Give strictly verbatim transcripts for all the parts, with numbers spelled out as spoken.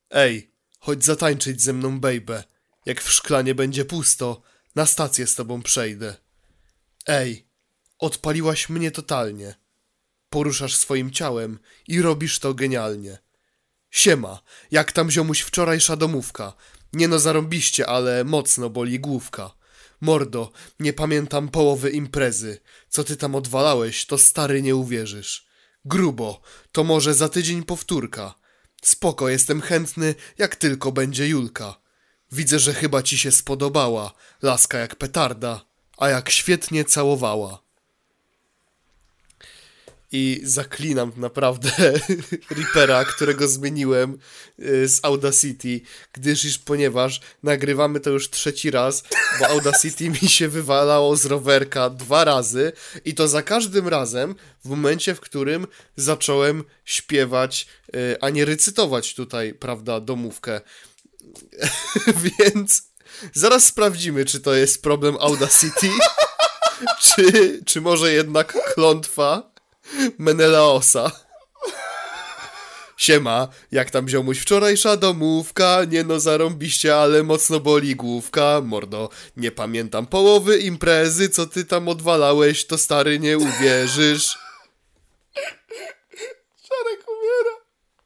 Ej, chodź zatańczyć ze mną, baby. Jak w szklanie będzie pusto, na stację z tobą przejdę. Ej, odpaliłaś mnie totalnie. Poruszasz swoim ciałem i robisz to genialnie. Siema, jak tam ziomuś wczorajsza domówka? Nie no zarąbiście, ale mocno boli główka. Mordo, nie pamiętam połowy imprezy. Co ty tam odwalałeś, to stary nie uwierzysz. Grubo, to może za tydzień powtórka. Spoko, jestem chętny, jak tylko będzie Julka. Widzę, że chyba ci się spodobała. Laska jak petarda, a jak świetnie całowała. I zaklinam naprawdę Reapera, którego zmieniłem y, z Audacity, gdyż iż ponieważ nagrywamy to już trzeci raz, bo Audacity mi się wywalało z rowerka dwa razy i to za każdym razem w momencie, w którym zacząłem śpiewać, y, a nie recytować tutaj, prawda, domówkę. Więc zaraz sprawdzimy, czy to jest problem Audacity, czy, czy może jednak klątwa Menelaosa. Siema, jak tam ziomuś wczorajsza domówka? Nie no zarąbiście, ale mocno boli główka. Mordo, nie pamiętam połowy imprezy, co ty tam odwalałeś, to stary nie uwierzysz. Czarek umiera.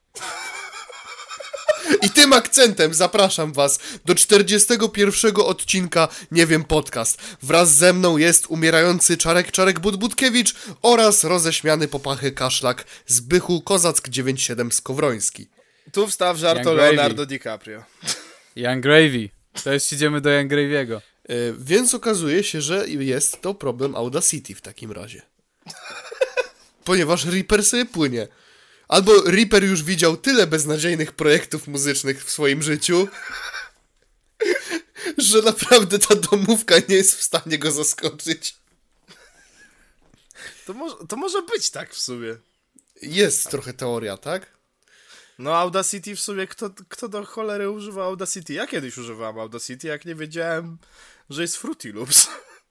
I tym akcentem zapraszam was do czterdziestego pierwszego odcinka Nie wiem podcast. Wraz ze mną jest umierający Czarek Czarek Budbudkiewicz oraz roześmiany popachy kaszlak Zbychu Kozack dziewięćdziesiąt siedem Skowroński. Tu wstaw żarto Young Leonardo DiCaprio. Young Gravy. Teraz idziemy do Young Gravy'ego. Yy, więc okazuje się, że jest to problem Audacity w takim razie. Ponieważ Reaper sobie płynie. Albo Reaper już widział tyle beznadziejnych projektów muzycznych w swoim życiu, że naprawdę ta domówka nie jest w stanie go zaskoczyć. To, mo- to może być tak w sumie. Jest trochę teoria, tak? No Audacity w sumie, kto, kto do cholery używa Audacity? Ja kiedyś używałem Audacity, jak nie wiedziałem, że jest Fruity Loops.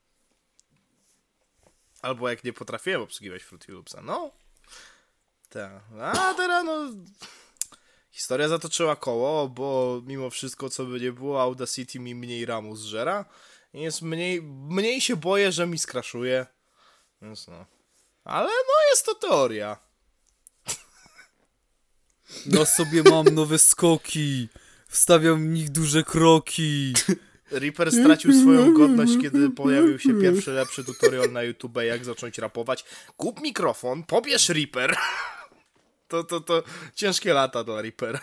Albo jak nie potrafiłem obsługiwać Fruity Loopsa, no. Tak. A teraz no... Historia zatoczyła koło, bo mimo wszystko, co by nie było, Audacity mi mniej ramu zżera. I jest mniej... Mniej się boję, że mi skraszuje. Więc no... Ale no jest to teoria. No sobie mam nowe skoki. Wstawiam w nich duże kroki. Reaper stracił swoją godność, kiedy pojawił się pierwszy lepszy tutorial na YouTube, jak zacząć rapować. Kup mikrofon, pobierz Reaper. To, to, to ciężkie lata dla Reapera.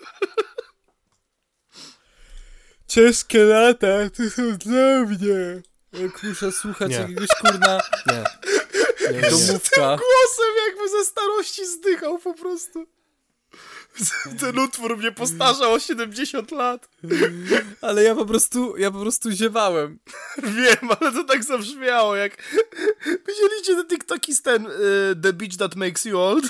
Ciężkie lata, to są dla mnie. Jak muszę słuchać Nie. jakiegoś kurna Nie. Nie, nie, nie. domówka. Głosem jakby ze starości zdychał po prostu. Ten utwór mnie postarzał o siedemdziesiąt lat. Ale ja po prostu, ja po prostu ziewałem. Wiem, ale to tak zabrzmiało, jak... Widzieliście te TikToki z ten y, The Beach That Makes You Old?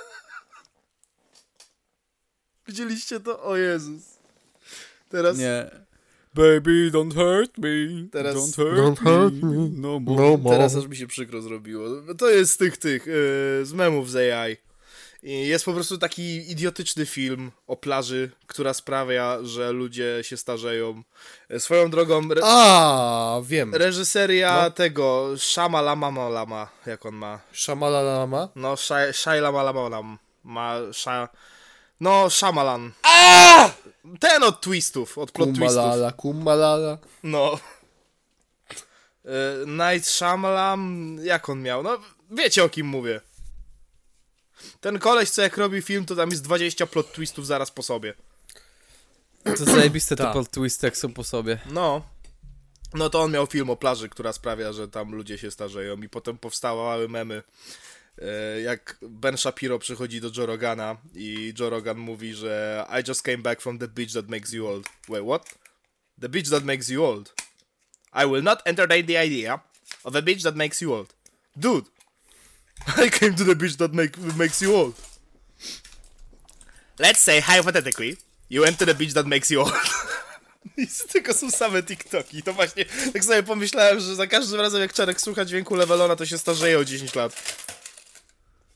Widzieliście to? O Jezus. Teraz... Nie. Baby, don't hurt me. Teraz- Don't hurt, Don't hurt me. me. No more. No more. Teraz aż mi się przykro zrobiło. To jest z tych, tych, yy, z memów z A I. I jest po prostu taki idiotyczny film o plaży, która sprawia, że ludzie się starzeją. Swoją drogą, re- A, wiem. reżyseria No. tego Shyamalama Lama, jak on ma. Shamalalama. No, Shyamalama ma... Sha... No, Shyamalan. Ten od twistów, od plot twistów. Kumalala, kumalala. No. Y, Night Shyamalan, jak on miał? No, wiecie o kim mówię. Ten koleś, co jak robi film, to tam jest dwadzieścia plot twistów zaraz po sobie. To zajebiste te Tak. plot twisty, jak są po sobie. No. No to on miał film o plaży, która sprawia, że tam ludzie się starzeją i potem powstawały memy. y, Jak Ben Shapiro przychodzi do Joe Rogana i Joe Rogan mówi, że I just came back from the beach that makes you old. Wait, what? The beach that makes you old. I will not entertain the idea of a beach that makes you old. Dude, I came to the beach that make, makes you old. Let's say, hypothetically, you went to the beach that makes you old. I z tego są same TikToki. To właśnie, tak sobie pomyślałem, że za każdym razem jak Czarek słucha dźwięku Levelona, to się starzeje o dziesięć lat.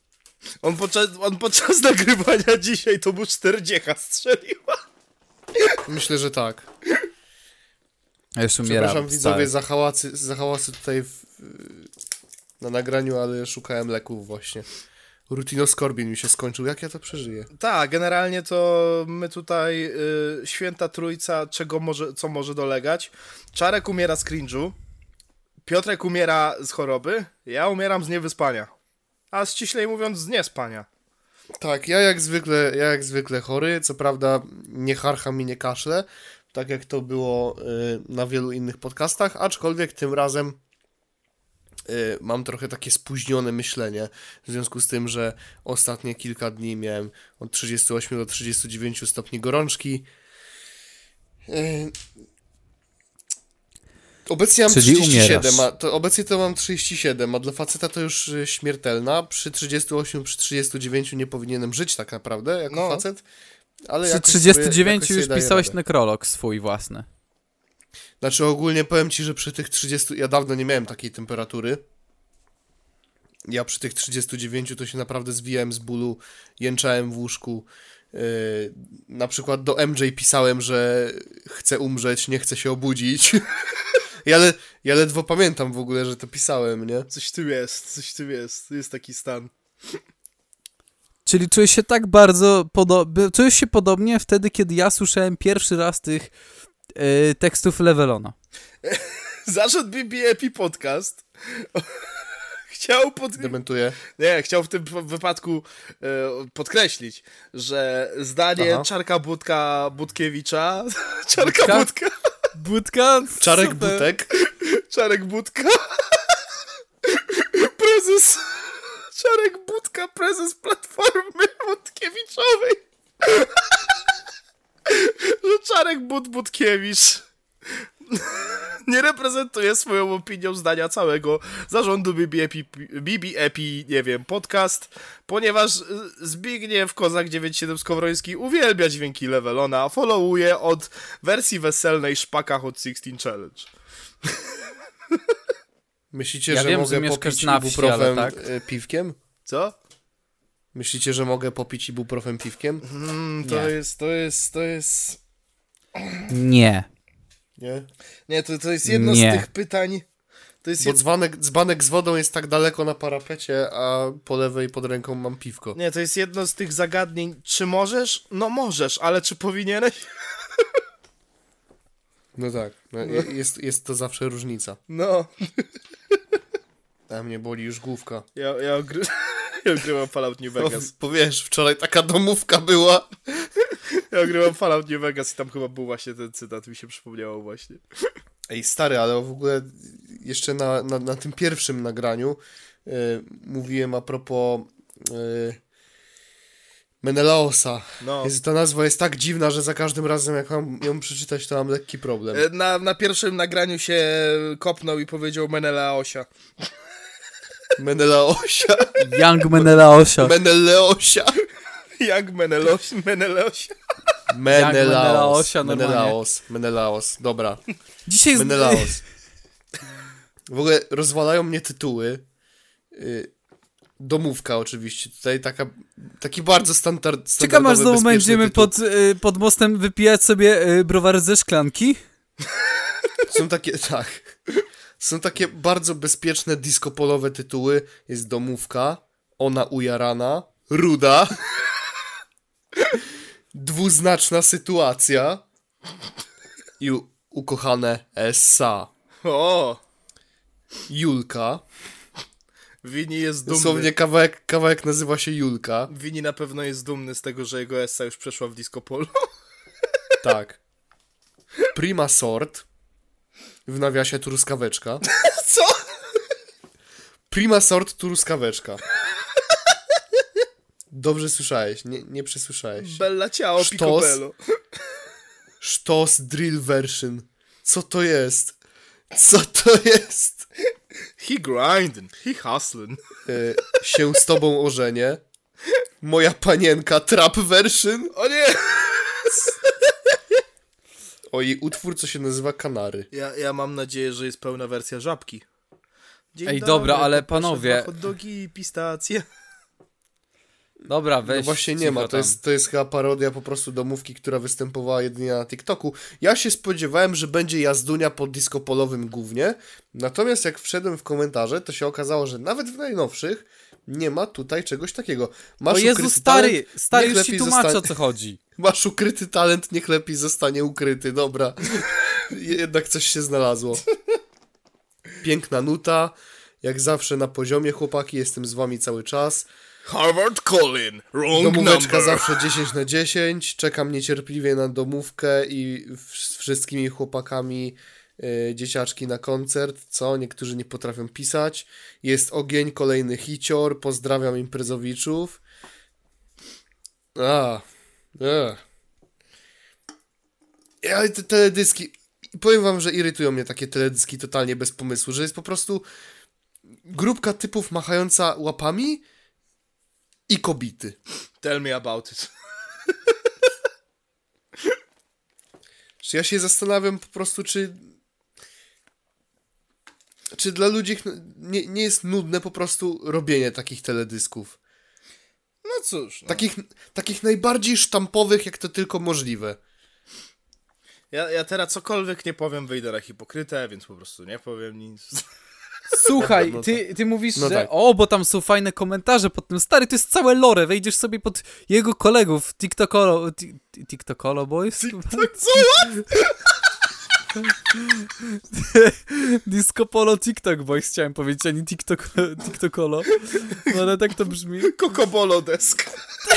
On podczas, on podczas nagrywania dzisiaj to mu czterdziecha strzeliła. Myślę, że tak. Ja już umieram. Przepraszam widzowie za hałasy, za hałasy tutaj w, na nagraniu, ale szukałem leków właśnie. Rutinoskorbin mi się skończył. Jak ja to przeżyję? Tak, generalnie to my tutaj y, święta trójca, czego może, co może dolegać. Czarek umiera z cringe'u, Piotrek umiera z choroby, ja umieram z niewyspania. A ściślej mówiąc z niespania. Tak, ja jak zwykle, ja jak zwykle chory, co prawda nie charcham i nie kaszlę, tak jak to było y, na wielu innych podcastach, aczkolwiek tym razem y, mam trochę takie spóźnione myślenie, w związku z tym, że ostatnie kilka dni miałem od trzydziestu ośmiu do trzydziestu dziewięciu stopni gorączki. Y, Obecnie mam Czyli trzydzieści siedem, umierasz. a to obecnie to mam trzydzieści siedem, a dla faceta to już y, śmiertelna. Przy trzydziestu ośmiu, przy trzydziestu dziewięciu nie powinienem żyć tak naprawdę jako No. facet. Ale Przy jakoś trzydziestu sobie- dziewięciu jakoś sobie już daję pisałeś radę. nekrolog swój własny. Znaczy ogólnie powiem ci, że przy tych trzydziestu, ja dawno nie miałem takiej temperatury. Ja przy tych trzydziestu dziewięciu to się naprawdę zwijałem z bólu, jęczałem w łóżku. Yy, na przykład do M J pisałem, że chcę umrzeć, nie chcę się obudzić. ja, le, ja ledwo pamiętam w ogóle, że to pisałem, nie? Coś tu jest, coś tu jest, jest taki stan. Czyli czujesz się tak bardzo podobnie, czujesz się podobnie wtedy, kiedy ja słyszałem pierwszy raz tych yy, tekstów Levelona. Zaszedł B B Epi podcast. Chciał pod... Dementuję. Nie, chciał w tym wypadku e, podkreślić, że zdanie Aha. Czarka Budka Budkiewicza, Czarka Budka? Budka, Budka? Czarek Super. Butek. Czarek Budka, prezes, Czarek Budka, prezes Platformy Budkiewiczowej, że Czarek Bud Budkiewicz nie reprezentuje swoją opinią zdania całego zarządu B B Epi, B B Epi, nie wiem, podcast, ponieważ Zbigniew Kozak dziewięćdziesiąt siedem Skowroński uwielbia dźwięki Levelona, a followuje od wersji weselnej Szpaka Hot szesnaście Challenge. Myślicie, Ja że wiem, mogę że mieszkasz popić na wsi, ibuprofen ale tak. y, piwkiem? Co? Myślicie, że mogę popić ibuprofen piwkiem? Mm, to Nie. jest, to jest, to jest... Nie. Nie? Nie, to, to jest jedno Nie. z tych pytań... To jest Bo jed... dzbanek, dzbanek z wodą jest tak daleko na parapecie, a po lewej pod ręką mam piwko. Nie, to jest jedno z tych zagadnień. Czy możesz? No możesz, ale czy powinieneś? No tak, no, je- jest, jest to zawsze różnica. No. A mnie boli już główka. Ja, ja, ogry... ja ogrywam Fallout New Vegas. Bo wiesz, wczoraj taka domówka była. Ja ogrywam Fallout New Vegas i tam chyba był właśnie ten cytat, mi się przypomniało właśnie. Ej, stary, ale w ogóle jeszcze na, na, na tym pierwszym nagraniu y, mówiłem a propos y, Menelaosa. No. Jezu, ta nazwa jest tak dziwna, że za każdym razem jak mam ją przeczytać, to mam lekki problem. E, Na, na pierwszym nagraniu się kopnął i powiedział Menelaosia. Menelaosia. Young Menelaosia. Meneleosia. Jak Menelos, Meneleosia? Menelaos. Menelaosia normalnie. Menelaos. Menelaos. Dobra. Dzisiaj z... Menelaos. W ogóle rozwalają mnie tytuły. Y, Domówka oczywiście. Tutaj taka, taki bardzo standard, Czekam aż standardowy, znowu bezpieczny będziemy tytuł. pod, y, pod mostem wypijać sobie y, browary ze szklanki. Są takie, tak. Są takie bardzo bezpieczne disco-polowe tytuły. Jest Domówka, Ona ujarana, Ruda, Dwuznaczna sytuacja i u- Ukochane Essa. O, Julka. Wini jest dumny. Dosłownie kawałek, kawałek nazywa się Julka. Wini na pewno jest dumny z tego, że jego essa już przeszła w disco polo. Tak. Prima sort. W nawiasie truskaweczka. Co? Prima sort truskaweczka. Dobrze słyszałeś, nie, nie przesłyszałeś. Bella ciao, Sztos. picobello. Sztos drill version. Co to jest? Co to jest? He grinding, he hustling. Y, się z tobą ożenię. Moja panienka trap version. O nie! O jej utwór, co się nazywa Kanary. Ja, ja mam nadzieję, że jest pełna wersja Żabki. Dzień Ej, dobry, dobra, ale poproszę panowie- dwa hot dogi i pistacje. Dobra, weź. No właśnie nie cicho ma, to tam. jest, to jest chyba parodia po prostu domówki, która występowała jedynie na TikToku. Ja się spodziewałem, że będzie jazdunia po disco-polowym głównie, natomiast jak wszedłem w komentarze, to się okazało, że nawet w najnowszych nie ma tutaj czegoś takiego. Masz O Jezu, ukryty stary, talent, stary, niech już ci lepiej tłumaczę, zostanie- o co chodzi. Masz ukryty talent, niech lepiej zostanie ukryty, dobra. Jednak coś się znalazło. Piękna nuta, jak zawsze na poziomie, chłopaki, jestem z wami cały czas. Harvard Colin, wrong Domóweczka number. zawsze dziesięć na dziesięć. Czekam niecierpliwie na domówkę i w- z wszystkimi chłopakami y, dzieciaczki na koncert. Co? Niektórzy nie potrafią pisać. Jest ogień, kolejny hicior. Pozdrawiam imprezowiczów. A, e. Ale te teledyski... i powiem wam, że irytują mnie takie teledyski totalnie bez pomysłu, że jest po prostu grupka typów machająca łapami i kobity. Tell me about it. Czy ja się zastanawiam po prostu, czy czy dla ludzi nie, nie jest nudne po prostu robienie takich teledysków. No cóż, no. Takich, takich najbardziej sztampowych, jak to tylko możliwe. Ja, ja teraz cokolwiek nie powiem, wyjdę na hipokrytę, więc po prostu nie powiem nic. Słuchaj, No ty, ty mówisz, no że tak. o, bo tam są fajne komentarze pod tym. Stary, to jest całe lore. Wejdziesz sobie pod jego kolegów, TikTokolo... ti- ti- TikTokolo Boys? Co? Disco Polo TikTok Boys chciałem powiedzieć, a nie TikTok, TikTokolo. No ale tak to brzmi. Kokobolo desk.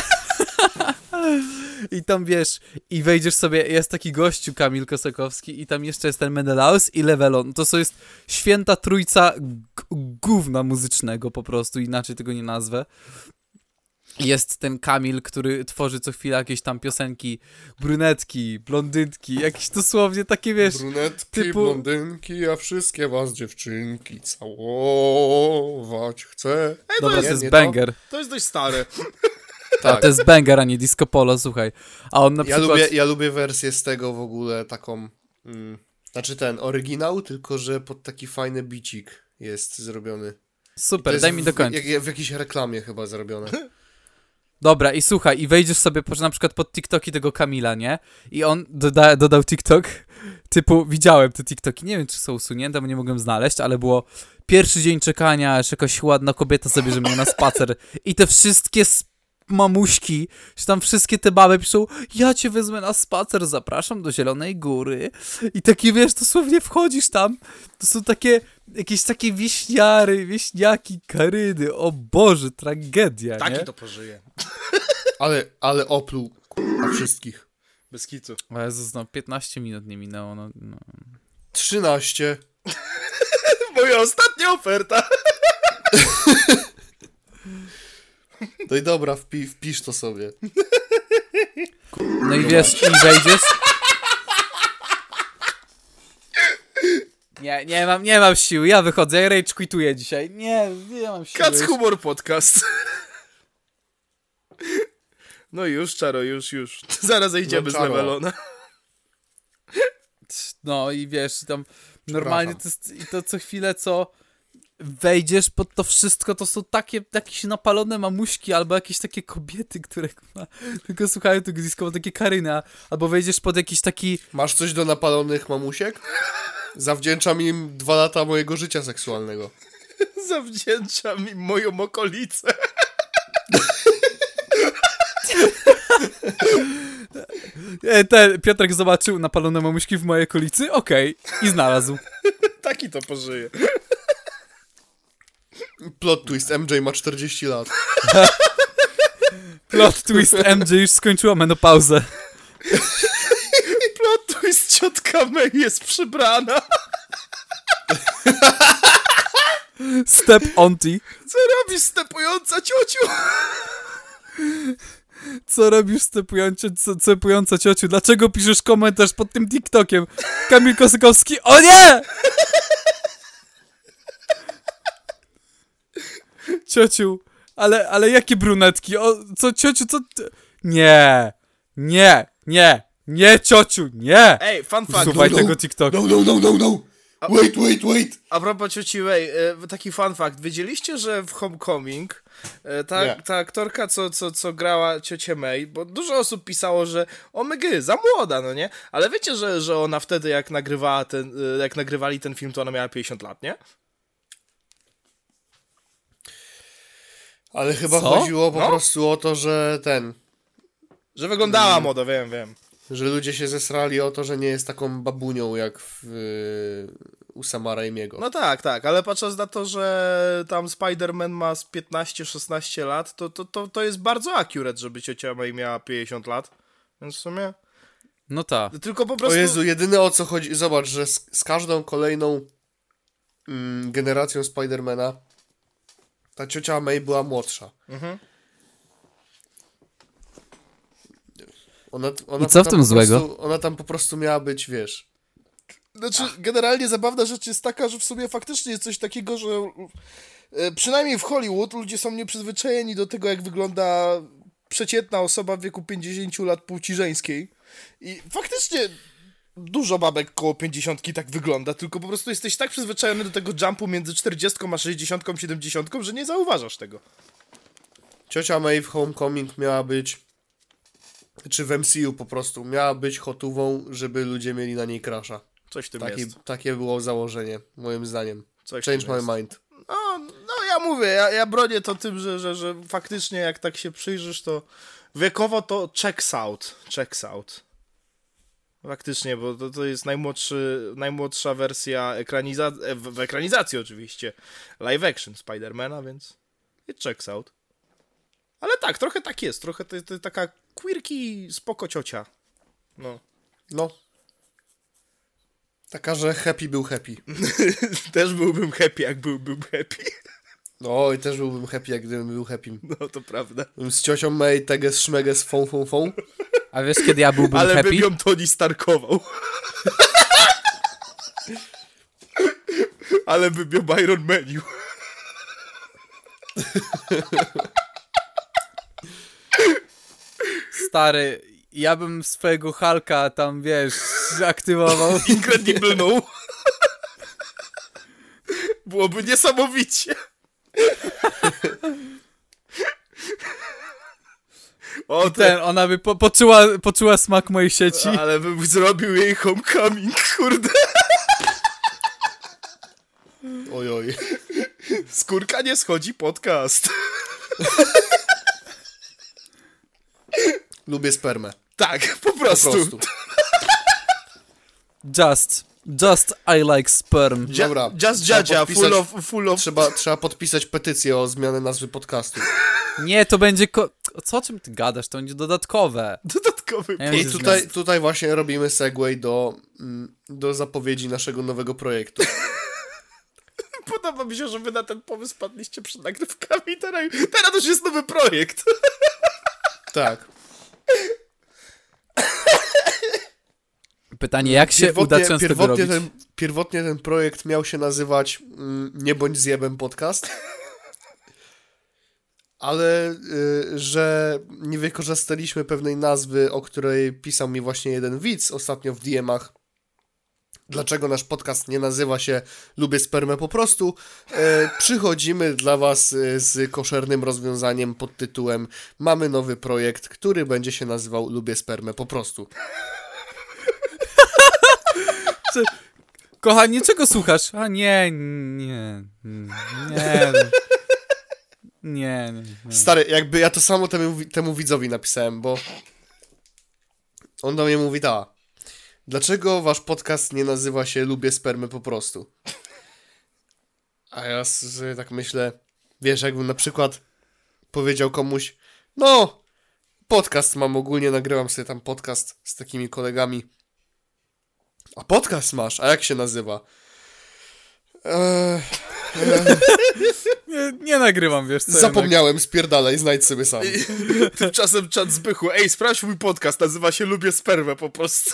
I tam wiesz, i wejdziesz sobie, jest taki gościu Kamil Kosakowski i tam jeszcze jest ten Menelaus i Levelon. To są jest święta trójca g- gówna muzycznego po prostu, inaczej tego nie nazwę. Jest ten Kamil, który tworzy co chwilę jakieś tam piosenki, brunetki, blondynki, jakieś dosłownie takie, wiesz, Brunetki, typu- blondynki, a wszystkie was dziewczynki całować chcę. dobra, to nie, jest nie banger. To jest dość stare. A to jest banger, a nie disco polo, słuchaj. A on na Ja przykład... lubię, ja lubię wersję z tego w ogóle taką, mm, znaczy ten oryginał, tylko że pod taki fajny bicik jest zrobiony. To Super, jest daj mi w, dokończyć. jak, w jakiejś reklamie chyba zrobione. Dobra, i słuchaj, i wejdziesz sobie po- na przykład pod TikToki tego Kamila, nie? I on doda, dodał TikTok, typu, widziałem te TikToki, nie wiem, czy są usunięte, bo nie mogłem znaleźć, ale było pierwszy dzień czekania, aż jakaś ładna kobieta sobie, że mnie na spacer. I te wszystkie sp- mamuśki, czy tam wszystkie te baby piszą, ja cię wezmę na spacer, zapraszam do Zielonej Góry. I takie, wiesz, dosłownie wchodzisz tam, to są takie, jakieś takie wieśniary, wieśniaki, karyny, o Boże, tragedia, Taki nie? to pożyje. Ale, ale opluł na wszystkich. Bez kitu. O Jezus, no piętnaście minut nie minęło, no, no. trzynaście. Moja ostatnia oferta. No i dobra, wpi, wpisz to sobie. No i wiesz, i wejdziesz... Nie, nie mam, nie mam sił, ja wychodzę, ja rage quituję dzisiaj. Nie, nie mam sił. Kac Humor Podcast. No już, Czaro, już, już. Zaraz zejdziemy No, z Czaro. Levelona. No i wiesz, tam normalnie to jest, i to co chwilę, co wejdziesz pod to wszystko, to są takie jakieś napalone mamuśki, albo jakieś takie kobiety, które ma, tylko słuchają tego disco, takie Karyna, albo wejdziesz pod jakiś taki... Masz coś do napalonych mamusiek? Zawdzięczam im dwa lata mojego życia seksualnego. Zawdzięcza mi moją okolicę. E, ten Piotrek zobaczył napalone mamuśki w mojej okolicy, okej, i znalazł. Taki to pożyje. Plot twist, M J ma czterdzieści lat. Plot twist, M J już skończyła menopauzę. Plot twist, ciotka May jest przybrana. Step auntie. Co robi stepująca ciociu? Co robisz stepująca, co, stepująca ciociu? Dlaczego piszesz komentarz pod tym TikTokiem? Kamil Kosakowski, o nie! Ciociu, ale, ale jakie brunetki? O, co, ciociu, co... ty- Nie, nie, nie, nie, ciociu, nie! Ej, fun fact. Usuwaj no, no. tego TikToka. No, no, no, no, no! Wait, wait, wait! A propos cioci May, e, taki fun fact. Wiedzieliście, że w Homecoming e, ta, Nie. ta aktorka, co, co, co grała ciocię May, bo dużo osób pisało, że o my gry, za młoda, no nie? Ale wiecie, że, że ona wtedy, jak nagrywała ten, e, jak nagrywali ten film, to ona miała pięćdziesiąt lat, nie? Ale chyba Co? chodziło po No. prostu o to, że ten... Że wyglądała młodo, wiem, wiem. Że ludzie się zesrali o to, że nie jest taką babunią jak w, yy, u Sama Raimiego. No tak, tak, ale patrząc na to, że tam Spider-Man ma z piętnaście szesnaście lat, to, to, to, to jest bardzo accurate, żeby ciocia May miała pięćdziesiąt lat. Więc w sumie... No ta. Tylko po O prostu... Jezu, jedyne o co chodzi... Zobacz, że z, z każdą kolejną mm, generacją Spidermana ta ciocia May była młodsza. Mhm. Ona, ona I co w tam tym po złego? Prostu, ona tam po prostu miała być, wiesz... Znaczy, generalnie zabawna rzecz jest taka, że w sumie faktycznie jest coś takiego, że e, przynajmniej w Hollywood ludzie są nieprzyzwyczajeni do tego, jak wygląda przeciętna osoba w wieku pięćdziesięciu lat płci żeńskiej. I faktycznie dużo babek koło pięćdziesiątki tak wygląda, tylko po prostu jesteś tak przyzwyczajony do tego jumpu między czterdziestką a sześćdziesiątką, siedemdziesiątką, że nie zauważasz tego. Ciocia May w Homecoming miała być... Czy w M C U po prostu. Miała być hotową, żeby ludzie mieli na niej crusha. Coś w tym Takie, jest. takie było założenie, moim zdaniem. Coś w Change tym my jest. mind. No, no ja mówię, ja, ja bronię to tym, że, że, że faktycznie jak tak się przyjrzysz, to wiekowo to checks out. Checks out. Faktycznie, bo to, to jest najmłodszy, najmłodsza wersja ekranizacji, w, w ekranizacji oczywiście, live action Spidermana, więc it checks out. Ale tak, trochę tak jest, trochę to, to taka quirky spoko ciocia. No. No. Taka, że happy był happy. Też byłbym happy, jak byłbym happy. No i też byłbym happy, jak gdybym był happy. No to prawda. Bym z ciocią May teges szmeges fą fą fą. A wiesz, kiedy ja byłbym Ale happy? bym ją Tony Starkował. Ale bym ją Iron Manił. Stary, ja bym swojego Hulka tam, wiesz, aktywował. Incredible no. Byłoby niesamowicie. O, ten, Ten, ona by po, poczuła, poczuła smak mojej sieci. ale bym zrobił jej homecoming, kurde. Oj, oj. Skórka nie schodzi podcast. Lubię spermę. Tak, po Po prostu. prostu. Just, just I like sperm. Dzia- Dobra, Just trzeba Jadzia, podpisać- full of, full of... Trzeba, trzeba podpisać petycję o zmianę nazwy podcastu. Nie, to będzie ko... Co o czym ty gadasz? To będzie dodatkowe. Dodatkowy Ja I wiem, że tutaj, tutaj właśnie robimy segway do, mm, do zapowiedzi naszego nowego projektu. Podoba mi się, że wy na ten pomysł padliście przed nagrywkami. Teraz, teraz już jest nowy projekt. Tak. Pytanie, jak się uda często tego pierwotnie, robić? ten, pierwotnie ten projekt miał się nazywać mm, Nie bądź zjebem podcast. Ale y, że nie wykorzystaliśmy pewnej nazwy, o której pisał mi właśnie jeden widz ostatnio w D M-ach. Dlaczego nasz podcast nie nazywa się Lubię spermę po prostu? E, przychodzimy dla was e, z koszernym rozwiązaniem pod tytułem Mamy nowy projekt, który będzie się nazywał Lubię spermę po prostu. Kochanie, czego słuchasz? A nie, nie, nie, nie, nie, nie. Stary, jakby ja to samo temu, temu widzowi napisałem, bo on do mnie mówi tak. Dlaczego wasz podcast nie nazywa się Lubię spermę po prostu? A ja sobie tak myślę, wiesz, jakbym na przykład powiedział komuś, no, podcast mam ogólnie, nagrywam sobie tam podcast z takimi kolegami. A podcast masz, a jak się nazywa? Eee, Nie, nie nagrywam, wiesz co? zapomniałem, spierdalaj, znajdź sobie sam. Tymczasem czat Zbychu. Ej, sprawdź mój podcast, nazywa się Lubię spermę po prostu.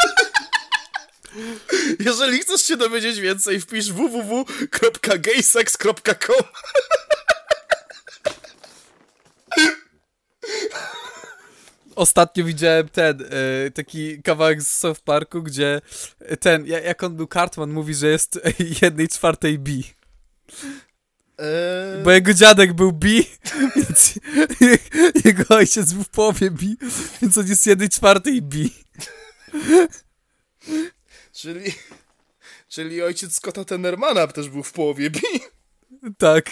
Jeżeli chcesz się dowiedzieć więcej, wpisz w w w kropka gaysex kropka com. ostatnio widziałem ten, y, taki kawałek z South Parku, gdzie ten, ja- jak on był Cartman, mówi, że jest jednej czwartej B. Eee, Bo jego dziadek był B, więc jego ojciec był w połowie B, więc on jest jednej czwartej B. czyli, czyli ojciec Scotta Tenormana też był w połowie B. Tak.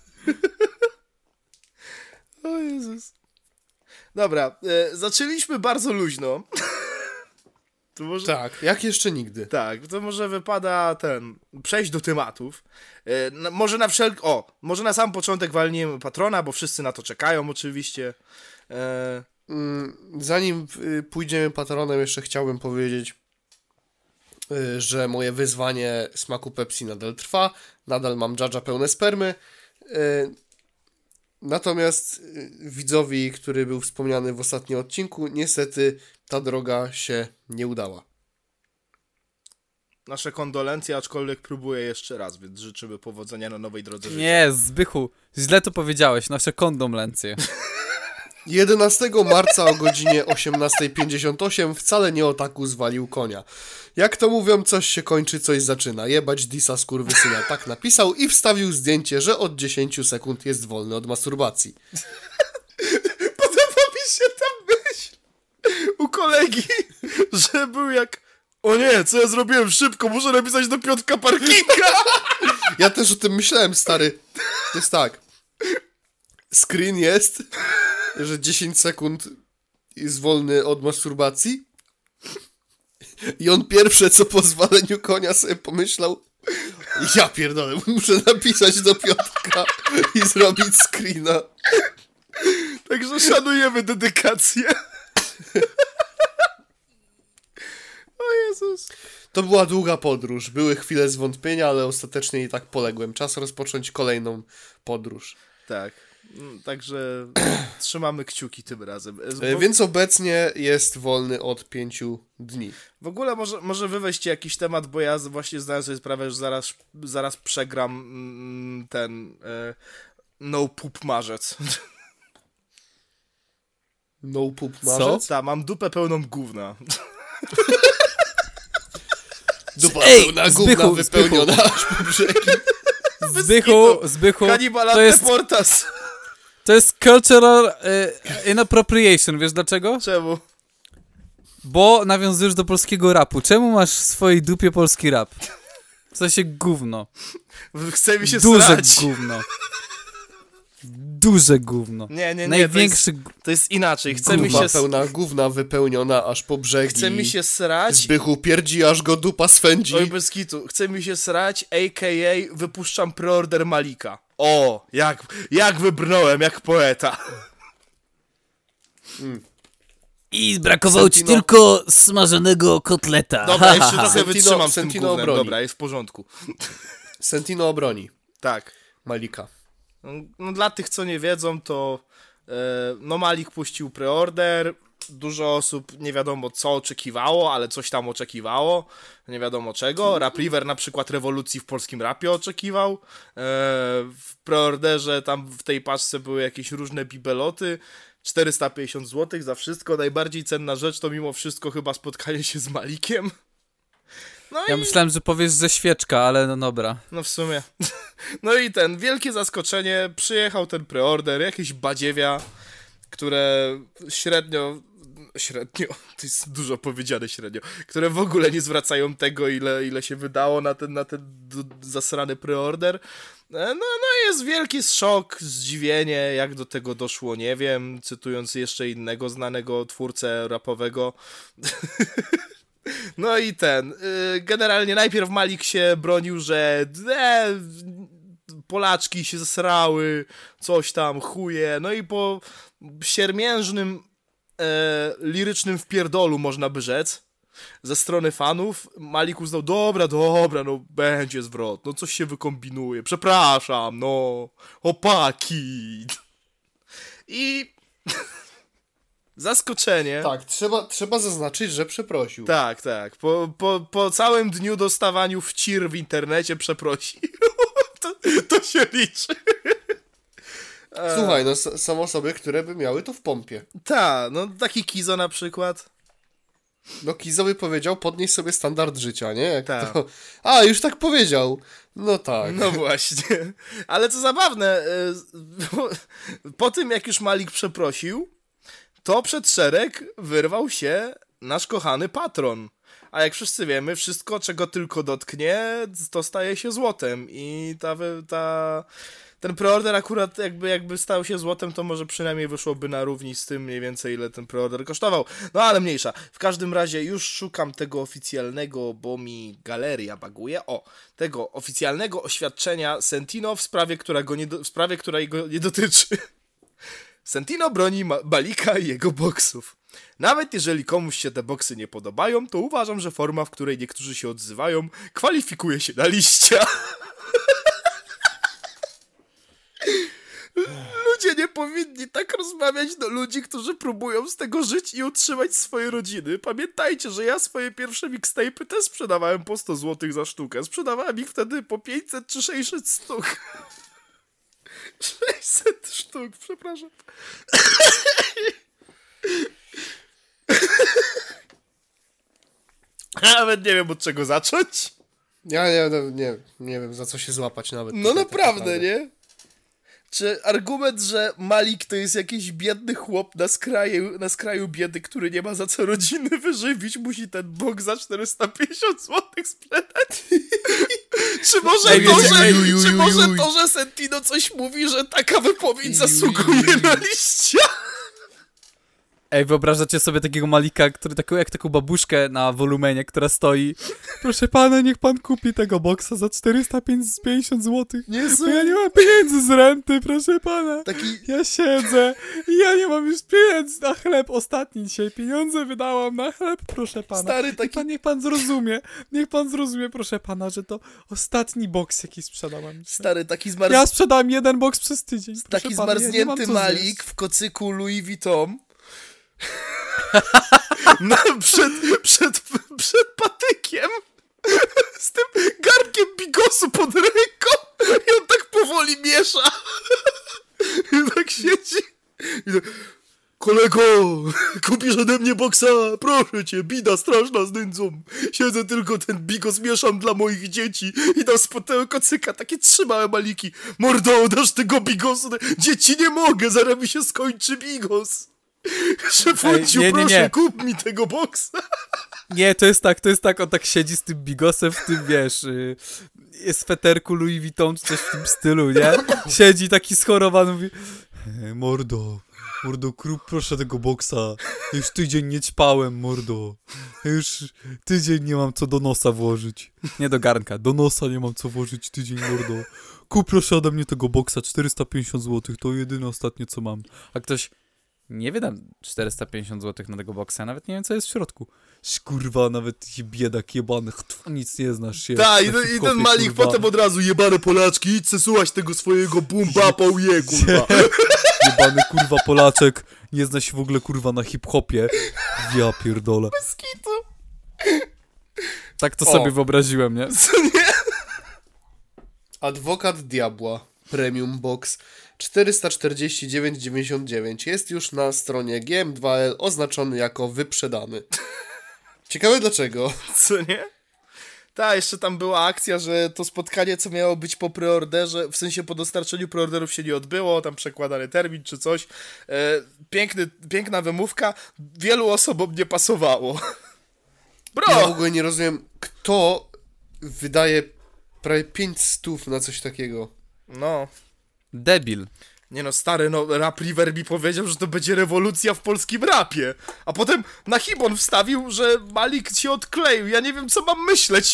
O Jezus. Dobra, e, zaczęliśmy bardzo luźno. To może... Tak, jak jeszcze nigdy. Tak, to może wypada ten, przejść do tematów. E, no, może na wszelk... O, może na sam początek walniemy patrona, bo wszyscy na to czekają oczywiście. E, Mm, Zanim y, pójdziemy patronem, jeszcze chciałbym powiedzieć, y, że moje wyzwanie smaku Pepsi nadal trwa. Nadal mam dżadża pełne spermy. Y, Natomiast y, widzowi, który był wspomniany w ostatnim odcinku, niestety ta droga się nie udała. nasze kondolencje, aczkolwiek próbuję jeszcze raz, więc życzymy powodzenia na nowej drodze życia. Nie, Zbychu, źle to powiedziałeś, nasze kondomlencje. jedenastego marca o godzinie osiemnasta pięćdziesiąt osiem wcale nie otaku zwalił konia. Jak to mówią, coś się kończy, coś zaczyna. Jebać disa skurwysyna. Tak napisał i wstawił zdjęcie, że od dziesięć sekund jest wolny od masturbacji. Podoba mi się ta myśl u kolegi, że był jak o nie, co ja zrobiłem szybko, muszę napisać do Piotrka Parkinga. Ja też o tym myślałem, stary. To jest tak. Screen jest, że dziesięć sekund jest wolny od masturbacji. I on pierwsze, co po zwaleniu konia sobie pomyślał, ja pierdolę, muszę napisać do Piotrka i zrobić screena. Także szanujemy dedykację. O Jezus. To była długa podróż. Były chwile zwątpienia, ale ostatecznie i tak poległem. Czas rozpocząć kolejną podróż. Tak, mm, także trzymamy kciuki tym razem. E, W, Więc obecnie jest wolny od pięciu dni. w ogóle może, może wywieźć jakiś temat, bo ja z- właśnie zdałem sobie sprawę, że zaraz, zaraz przegram mm, ten e, no poop marzec. No poop Co? marzec? Ta, mam dupę pełną gówna. Dupa Ej, pełna Zbychu, gówna wypełniona aż po brzegi. Zbychu, Zbychu, Hannibal to jest, Deportas. to jest cultural y, inappropriation, wiesz dlaczego? Czemu? Bo nawiązujesz do polskiego rapu. Czemu masz w swojej dupie polski rap? W sensie gówno. Chce mi się Duże srać. gówno. Duże gówno. Nie, nie, nie, Największy... to jest, to jest inaczej. Chce mi Dupa się, s- pełna gówna wypełniona aż po brzegi. chce mi się srać. Zbychu pierdzi, aż go dupa swędzi. Oj, bez kitu. Chce mi się srać, a k a wypuszczam preorder Malika. O, jak, jak wybrnąłem, jak poeta. I brakowało ci Sentino- tylko smażonego kotleta. Dobra, jeszcze trochę Sentino- wytrzymam z tym Sentino gównem. obroni. Dobra, jest w porządku. Sentino obroni Tak. Malika. No, no dla tych, co nie wiedzą, to e, no Malik puścił preorder. Dużo osób nie wiadomo co oczekiwało, ale coś tam oczekiwało. Nie wiadomo czego. Rap River na przykład rewolucji w polskim rapie oczekiwał. E, w preorderze tam w tej paczce były jakieś różne bibeloty. czterysta pięćdziesiąt złotych za wszystko. Najbardziej cenna rzecz to mimo wszystko chyba spotkanie się z Malikiem. No Ja i... myślałem, że powiesz, że świeczka, ale no dobra. No w sumie. No i ten, wielkie zaskoczenie, przyjechał ten preorder, jakieś badziewia, które średnio, średnio, to jest dużo powiedziane średnio, które w ogóle nie zwracają tego, ile, ile się wydało na ten, na ten d- zasrany preorder. No, no jest wielki szok, zdziwienie, jak do tego doszło, nie wiem, cytując jeszcze innego znanego twórcę rapowego. No i ten, y, generalnie najpierw Malik się bronił, że e, Polaczki się zesrały, coś tam, chuje, no i po siermiężnym, e, lirycznym wpierdolu, można by rzec, ze strony fanów, Malik uznał, dobra, dobra, no będzie zwrot, no coś się wykombinuje, przepraszam, no, opaki. I zaskoczenie. Tak, trzeba, trzeba zaznaczyć, że przeprosił. Tak, tak. Po, po, po całym dniu dostawaniu wcir w internecie przeprosił. To, to się liczy. Słuchaj, no s- są osoby, które by miały to w pompie. Ta, no taki Kizo na przykład. No Kizo by powiedział, podnieś sobie standard życia, nie? Jak Tak. to... A, już tak powiedział. No tak. No właśnie. Ale co zabawne, y, po tym jak już Malik przeprosił, to przed szereg wyrwał się nasz kochany patron. A jak wszyscy wiemy, wszystko, czego tylko dotknie, to staje się złotem. I ta, wy- ta, ten preorder akurat jakby, jakby stał się złotem, to może przynajmniej wyszłoby na równi z tym mniej więcej, ile ten preorder kosztował. No ale mniejsza. W każdym razie już szukam tego oficjalnego, bo mi galeria baguje. O, tego oficjalnego oświadczenia Sentino w sprawie, która go nie do, w sprawie, która go nie dotyczy. Sentino broni Ma- Malika i jego boksów. Nawet jeżeli komuś się te boksy nie podobają, to uważam, że forma, w której niektórzy się odzywają, kwalifikuje się na liścia. Ludzie nie powinni tak rozmawiać do ludzi, którzy próbują z tego żyć i utrzymać swoje rodziny. Pamiętajcie, że ja swoje pierwsze mixtape'y też sprzedawałem po sto złotych za sztukę. Sprzedawałem ich wtedy po pięćset czy sześćset sztuk. sześćset sztuk, przepraszam. Nawet nie wiem, od czego zacząć. Ja nie, nie, nie, nie wiem, za co się złapać nawet. No tutaj, tak naprawdę, nie? Czy argument, że Malik to jest jakiś biedny chłop na skraju, na skraju biedy, który nie ma za co rodziny wyżywić, musi ten bok za czterysta pięćdziesiąt złotych sprzedać? Czy może, Ej, to, wiecie, że, ej, uj, uj, czy uj, może uj. to, że Sentino coś mówi, że taka wypowiedź Uj, zasługuje uj, uj. na liścia? Ej, wyobrażacie sobie takiego Malika, który taką, jak taką babuszkę na wolumenie, która stoi. Proszę pana, niech pan kupi tego boksa za czterysta pięćdziesiąt złotych. Nie, Bo ja nie mam pieniędzy z renty, proszę pana. Taki... Ja siedzę i ja nie mam już pieniędzy na chleb. Ostatni dzisiaj pieniądze wydałam na chleb, proszę pana. Stary, Niech taki... pan, niech pan zrozumie, niech pan zrozumie, proszę pana, że to ostatni boks, jaki sprzedałam dzisiaj. Stary, taki zmarz... Ja sprzedałem jeden boks przez tydzień. Proszę Taki pana, ja nie mam zmarznięty co Malik zjeść. w kocyku Louis Vuitton. No, przed, przed, przed patykiem z tym garnkiem bigosu pod ręką i on tak powoli miesza i tak siedzi i tak, kolego, kupisz ode mnie boksa, proszę cię, bida straszna z nędzą, siedzę tylko ten bigos mieszam dla moich dzieci i tam spod tego kocyka takie trzy małe Maliki, mordo, dasz tego bigosu, dzieci nie mogę, zaraz mi się skończy bigos. Szefunciu, Ej, nie, nie, proszę, nie. kup mi tego boksa. Nie, to jest tak, to jest tak, on tak siedzi z tym bigosem w tym, wiesz, y, jest sweterku Louis Vuitton czy coś w tym stylu, nie? Siedzi taki schorowany, mówi e, mordo, mordo, kup proszę tego boksa, już tydzień nie ćpałem, mordo, już tydzień nie mam co do nosa włożyć, nie do garnka, do nosa nie mam co włożyć tydzień, mordo, kup proszę ode mnie tego boksa, czterysta pięćdziesiąt złotych, to jedyne ostatnie co mam, a ktoś... Nie wydam czterysta pięćdziesiąt złotych na tego boksa, nawet nie wiem, co jest w środku. Kurwa, nawet biedak jebany, chtw, nic nie znasz się. Tak, i, na ten- i hip-hopie, ten Malik kurwa. potem od razu, jebane Polaczki, idź se słuchać tego swojego bum-bapa uje, kurwa. Jebany, kurwa, Polaczek, nie zna się w ogóle, kurwa, na hip-hopie. Ja pierdolę. Skitu. Tak to O. sobie wyobraziłem, nie? Co nie? Adwokat Diabła Premium Box czterysta czterdzieści dziewięć dziewięćdziesiąt dziewięć jest już na stronie G M dwa L oznaczony jako wyprzedany. Ciekawe dlaczego. Co nie? Tak, jeszcze tam była akcja, że to spotkanie, co miało być po preorderze, w sensie po dostarczeniu preorderów się nie odbyło, tam przekładany termin czy coś. E, piękny, piękna wymówka, wielu osobom nie pasowało. Bro! Ja w ogóle nie rozumiem, kto wydaje prawie pięć stów na coś takiego. No, Debil. nie no, stary, no, Rap River mi powiedział, że to będzie rewolucja w polskim rapie. A potem na Hibon wstawił, że Malik się odkleił. Ja nie wiem, co mam myśleć.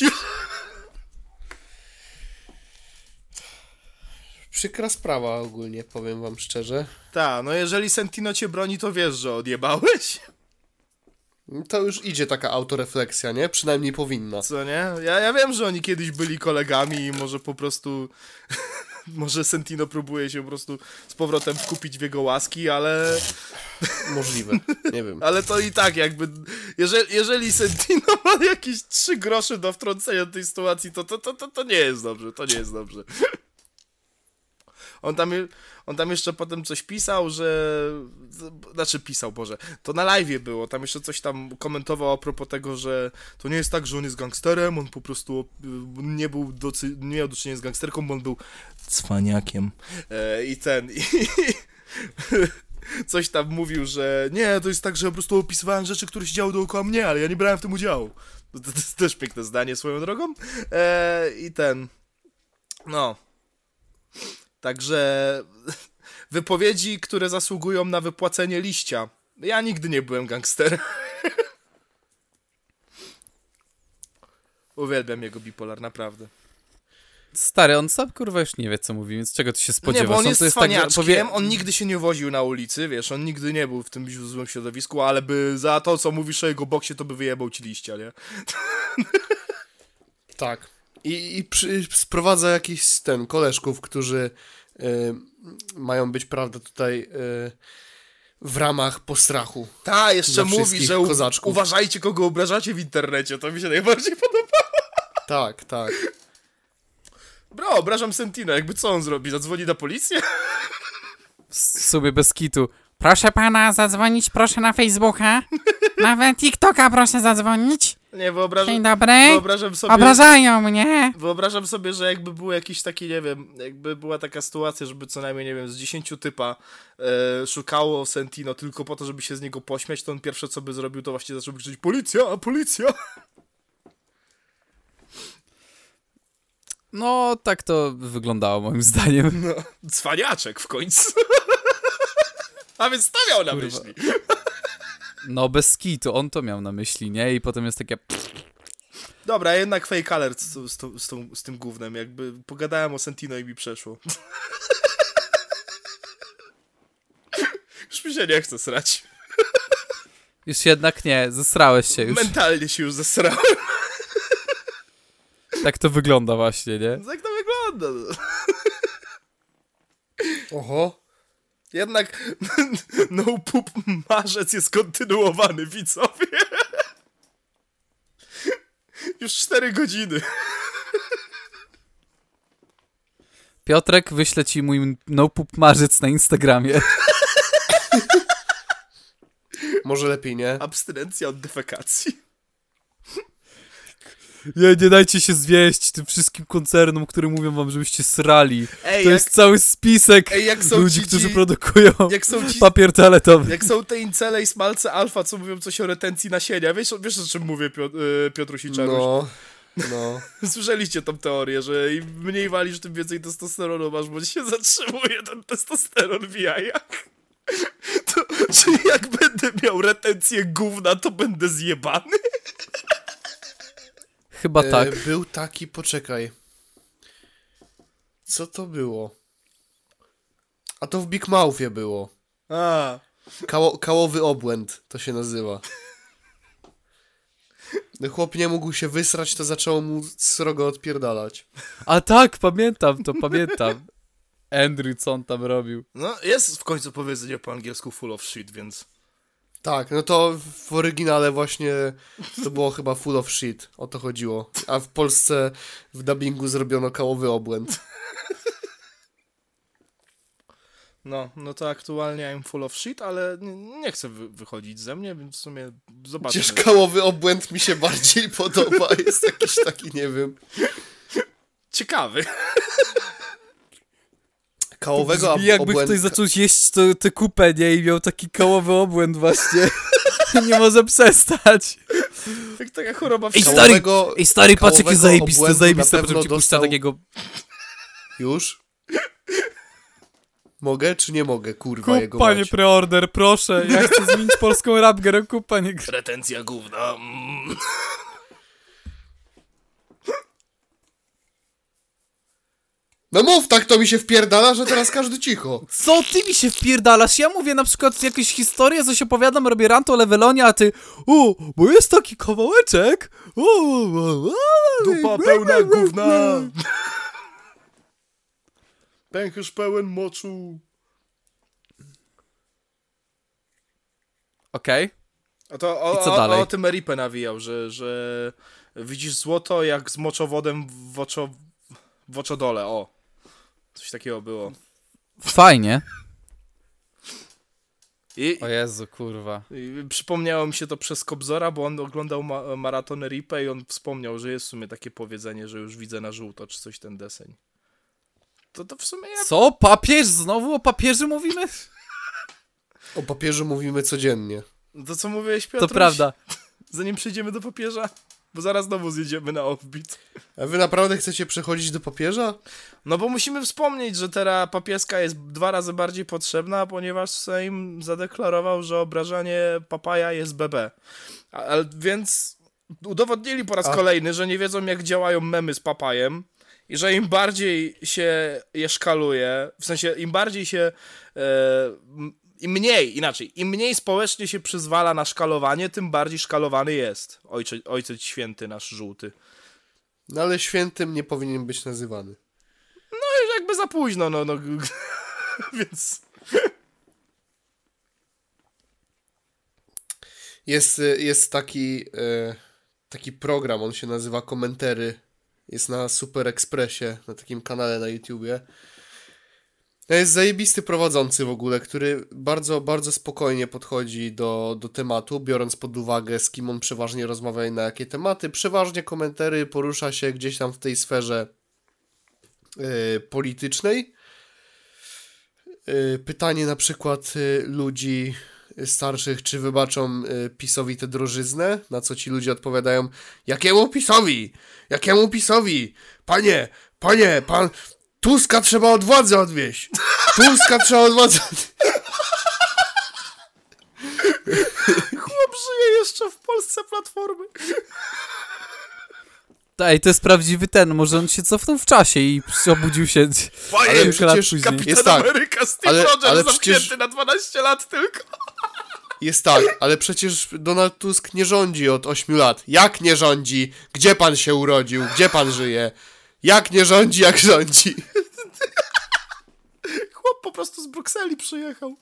Przykra sprawa ogólnie, powiem wam szczerze. Ta, no jeżeli Sentino cię broni, to wiesz, że odjebałeś. To już idzie taka autorefleksja, nie? Przynajmniej powinna. Co nie? Ja, ja wiem, że oni kiedyś byli kolegami i może po prostu... może Sentino próbuje się po prostu z powrotem wkupić w jego łaski, ale... Możliwe, nie wiem. Ale to i tak jakby... Jeżeli, jeżeli Sentino ma jakieś trzy grosze do wtrącenia tej sytuacji, to, to, to, to, to nie jest dobrze, to nie jest dobrze. On tam, je- on tam jeszcze potem coś pisał, że... Znaczy pisał, Boże. To na live'ie było. Tam jeszcze coś tam komentował a propos tego, że to nie jest tak, że on jest gangsterem, on po prostu y, nie był docy... nie miał do czynienia z gangsterką, bo on był cwaniakiem. E, I ten... I, coś tam mówił, że nie, to jest tak, że po prostu opisywałem rzeczy, które się działy dookoła mnie, ale ja nie brałem w tym udziału. To, to jest też piękne zdanie swoją drogą. E, I ten... No... Także wypowiedzi, które zasługują na wypłacenie liścia. Ja nigdy nie byłem gangsterem. Uwielbiam jego bipolar, naprawdę. Stary, on sam kurwa już nie wie, co mówi, więc czego ty się spodziewasz? Nie, bo on No jest to jest tak, że cwaniaczkiem, powie... on nigdy się nie woził na ulicy, wiesz, on nigdy nie był w tym złym środowisku, ale by za to, co mówisz o jego boksie, to by wyjebał ci liścia, nie? Tak. I, i przy, sprowadza jakichś ten koleżków, którzy y, mają być, prawda, tutaj y, w ramach postrachu. Ta, jeszcze Dla mówi, wszystkich że u- kozaczków. uważajcie, kogo obrażacie w internecie, to mi się najbardziej podoba. Tak, tak. Bro, obrażam Sentino, jakby co on zrobi? Zadzwoni na policję? w sobie bez kitu. Proszę pana zadzwonić, proszę na Facebooka. Nawet TikToka proszę zadzwonić. Nie, wyobrażam, Dzień dobry. wyobrażam sobie... Obrażają mnie. Wyobrażam sobie, że jakby był jakiś taki, nie wiem, jakby była taka sytuacja, żeby co najmniej, nie wiem, z dziesięciu typa e, szukało Sentino tylko po to, żeby się z niego pośmiać, to on pierwsze co by zrobił, to właśnie zaczął krzyczeć policja, policja! No, tak to wyglądało moim zdaniem. No, cwaniaczek w końcu. A więc to miał na Kurwa. myśli. No, bez kitu, on to miał na myśli, nie? I potem jest takie... Dobra, jednak fake alert z, z, tą- z, tą, z tym gównem, jakby pogadałem o Sentino i mi przeszło. Już mi się nie chce srać. Już jednak nie, zesrałeś się już. Mentalnie się już zesrałem. Tak to wygląda właśnie, nie? Tak to wygląda. Oho. Jednak no poop marzec jest kontynuowany, widzowie. Już cztery godziny. Piotrek, wyślę ci mój no poop marzec na Instagramie. Może lepiej nie. Abstynencja od defekacji. Nie, nie dajcie się zwieść tym wszystkim koncernom, które mówią wam, żebyście srali. Ej, To jak, jest cały spisek ej, jak są ludzi, ci, którzy ci, produkują jak są ci, papier toaletowy. jak są te incele i smalce alfa, co mówią coś o retencji nasienia. Wiesz, wiesz o czym mówię, Piotr, y, Piotruś i Czaruś? No, no. Słyszeliście tą teorię, że im mniej walisz, tym więcej testosteronu masz, bo się zatrzymuje ten testosteron w jajach. To, czyli jak będę miał retencję gówna, to będę zjebany? Chyba tak. E, był taki, poczekaj. Co to było? A to w Big Mouthie było. A, Kało, kałowy obłęd to się nazywa. No chłop nie mógł się wysrać, to zaczęło mu srogo odpierdalać. A tak, pamiętam to, pamiętam. Andrew, co on tam robił? no jest w końcu powiedzenie po angielsku full of shit, więc... Tak, no to w oryginale właśnie to było chyba full of shit, o to chodziło. A w Polsce w dubbingu zrobiono kałowy obłęd. No, no to aktualnie I'm full of shit, ale nie, nie chcę wy wychodzić ze mnie, więc w sumie zobaczmy. Chociaż kałowy obłęd mi się bardziej podoba, jest jakiś taki, nie wiem... Ciekawy. Kałowego Brzmi, jakby obłęd... ktoś zaczął jeść to, tę kupę, nie? I miał taki kałowy obłęd właśnie. Nie może przestać. Jak taka choroba w Ej, szkole. stary, Kałowego- ej, stary, patrz jakie kałowego zajebiste, obłędu zajebiste, na potem pewno ci puszcza dostał- takiego... Już? Mogę czy nie mogę, kurwa, jego Kup, panie mać? preorder, proszę, ja chcę zmienić polską rapgerę, kup, panie... gr- Retencja gówna. Mm. No mów tak, to mi się wpierdala, że teraz każdy cicho. Co ty mi się wpierdalasz? Ja mówię na przykład jakąś historię, coś opowiadam, robię rant o Levelonie, a ty... O, bo jest taki kawałeczek... O, o, o, Dupa pełna gówna. Pęcherz pełen moczu. Okej. A to o, I co o, dalej? o tym Eripę nawijał, że, że widzisz złoto jak z moczowodem w, oczo, w oczodole, o. Coś takiego było. fajnie. I, O Jezu, kurwa. i przypomniało mi się to przez Kobzora, bo on oglądał ma- maraton Ripę i on wspomniał, że jest w sumie takie powiedzenie, że już widzę na żółto, czy coś ten deseń. To to w sumie ja... Co? Papież? Znowu o papieży mówimy? O papieżu mówimy codziennie. To co mówiłeś, Piotr? To prawda. Zanim przejdziemy do papieża? Bo zaraz znowu zjedziemy na offbeat. A wy naprawdę chcecie przechodzić do papieża? No bo musimy wspomnieć, że teraz papieska jest dwa razy bardziej potrzebna, ponieważ Sejm zadeklarował, że obrażanie papaja jest B B. A, a, więc udowodnili po raz A. kolejny, że nie wiedzą, jak działają memy z papajem i że im bardziej się je szkaluje, w sensie im bardziej się... E, im mniej, inaczej, im mniej społecznie się przyzwala na szkalowanie, tym bardziej szkalowany jest ojcze, ojciec święty nasz żółty. No ale świętym nie powinien być nazywany. Już jakby za późno, no, no, więc... Jest, y, jest taki, e, taki program, on się nazywa Komentery. Jest na Super Expressie, na takim kanale na YouTubie. To jest zajebisty prowadzący w ogóle, który bardzo, bardzo spokojnie podchodzi do, do tematu, biorąc pod uwagę, z kim on przeważnie rozmawia i na jakie tematy. Przeważnie Komentery porusza się gdzieś tam w tej sferze y, politycznej. Y, pytanie na przykład y, ludzi starszych, czy wybaczą y, PiS-owi tę drożyznę, na co ci ludzie odpowiadają: jakiemu PiS-owi? Jakiemu PiS-owi? Panie, panie, pan... Tuska trzeba od władzy odwieźć! Tuska trzeba od władzy odwieźć! Chłop żyje jeszcze w Polsce Platformy. Ej, to jest prawdziwy ten, może on się cofnął w czasie i obudził się Panie, Ale kilka lat przecież później. Kapitan Jest tak, Ameryka, Steve ale- Rogers ale zamknięty przecież- na dwanaście lat tylko. Jest tak, ale przecież Donald Tusk nie rządzi od ośmiu lat. Jak nie rządzi? Gdzie pan się urodził? Gdzie pan żyje? Jak nie rządzi, jak rządzi? Chłop po prostu z Brukseli przyjechał.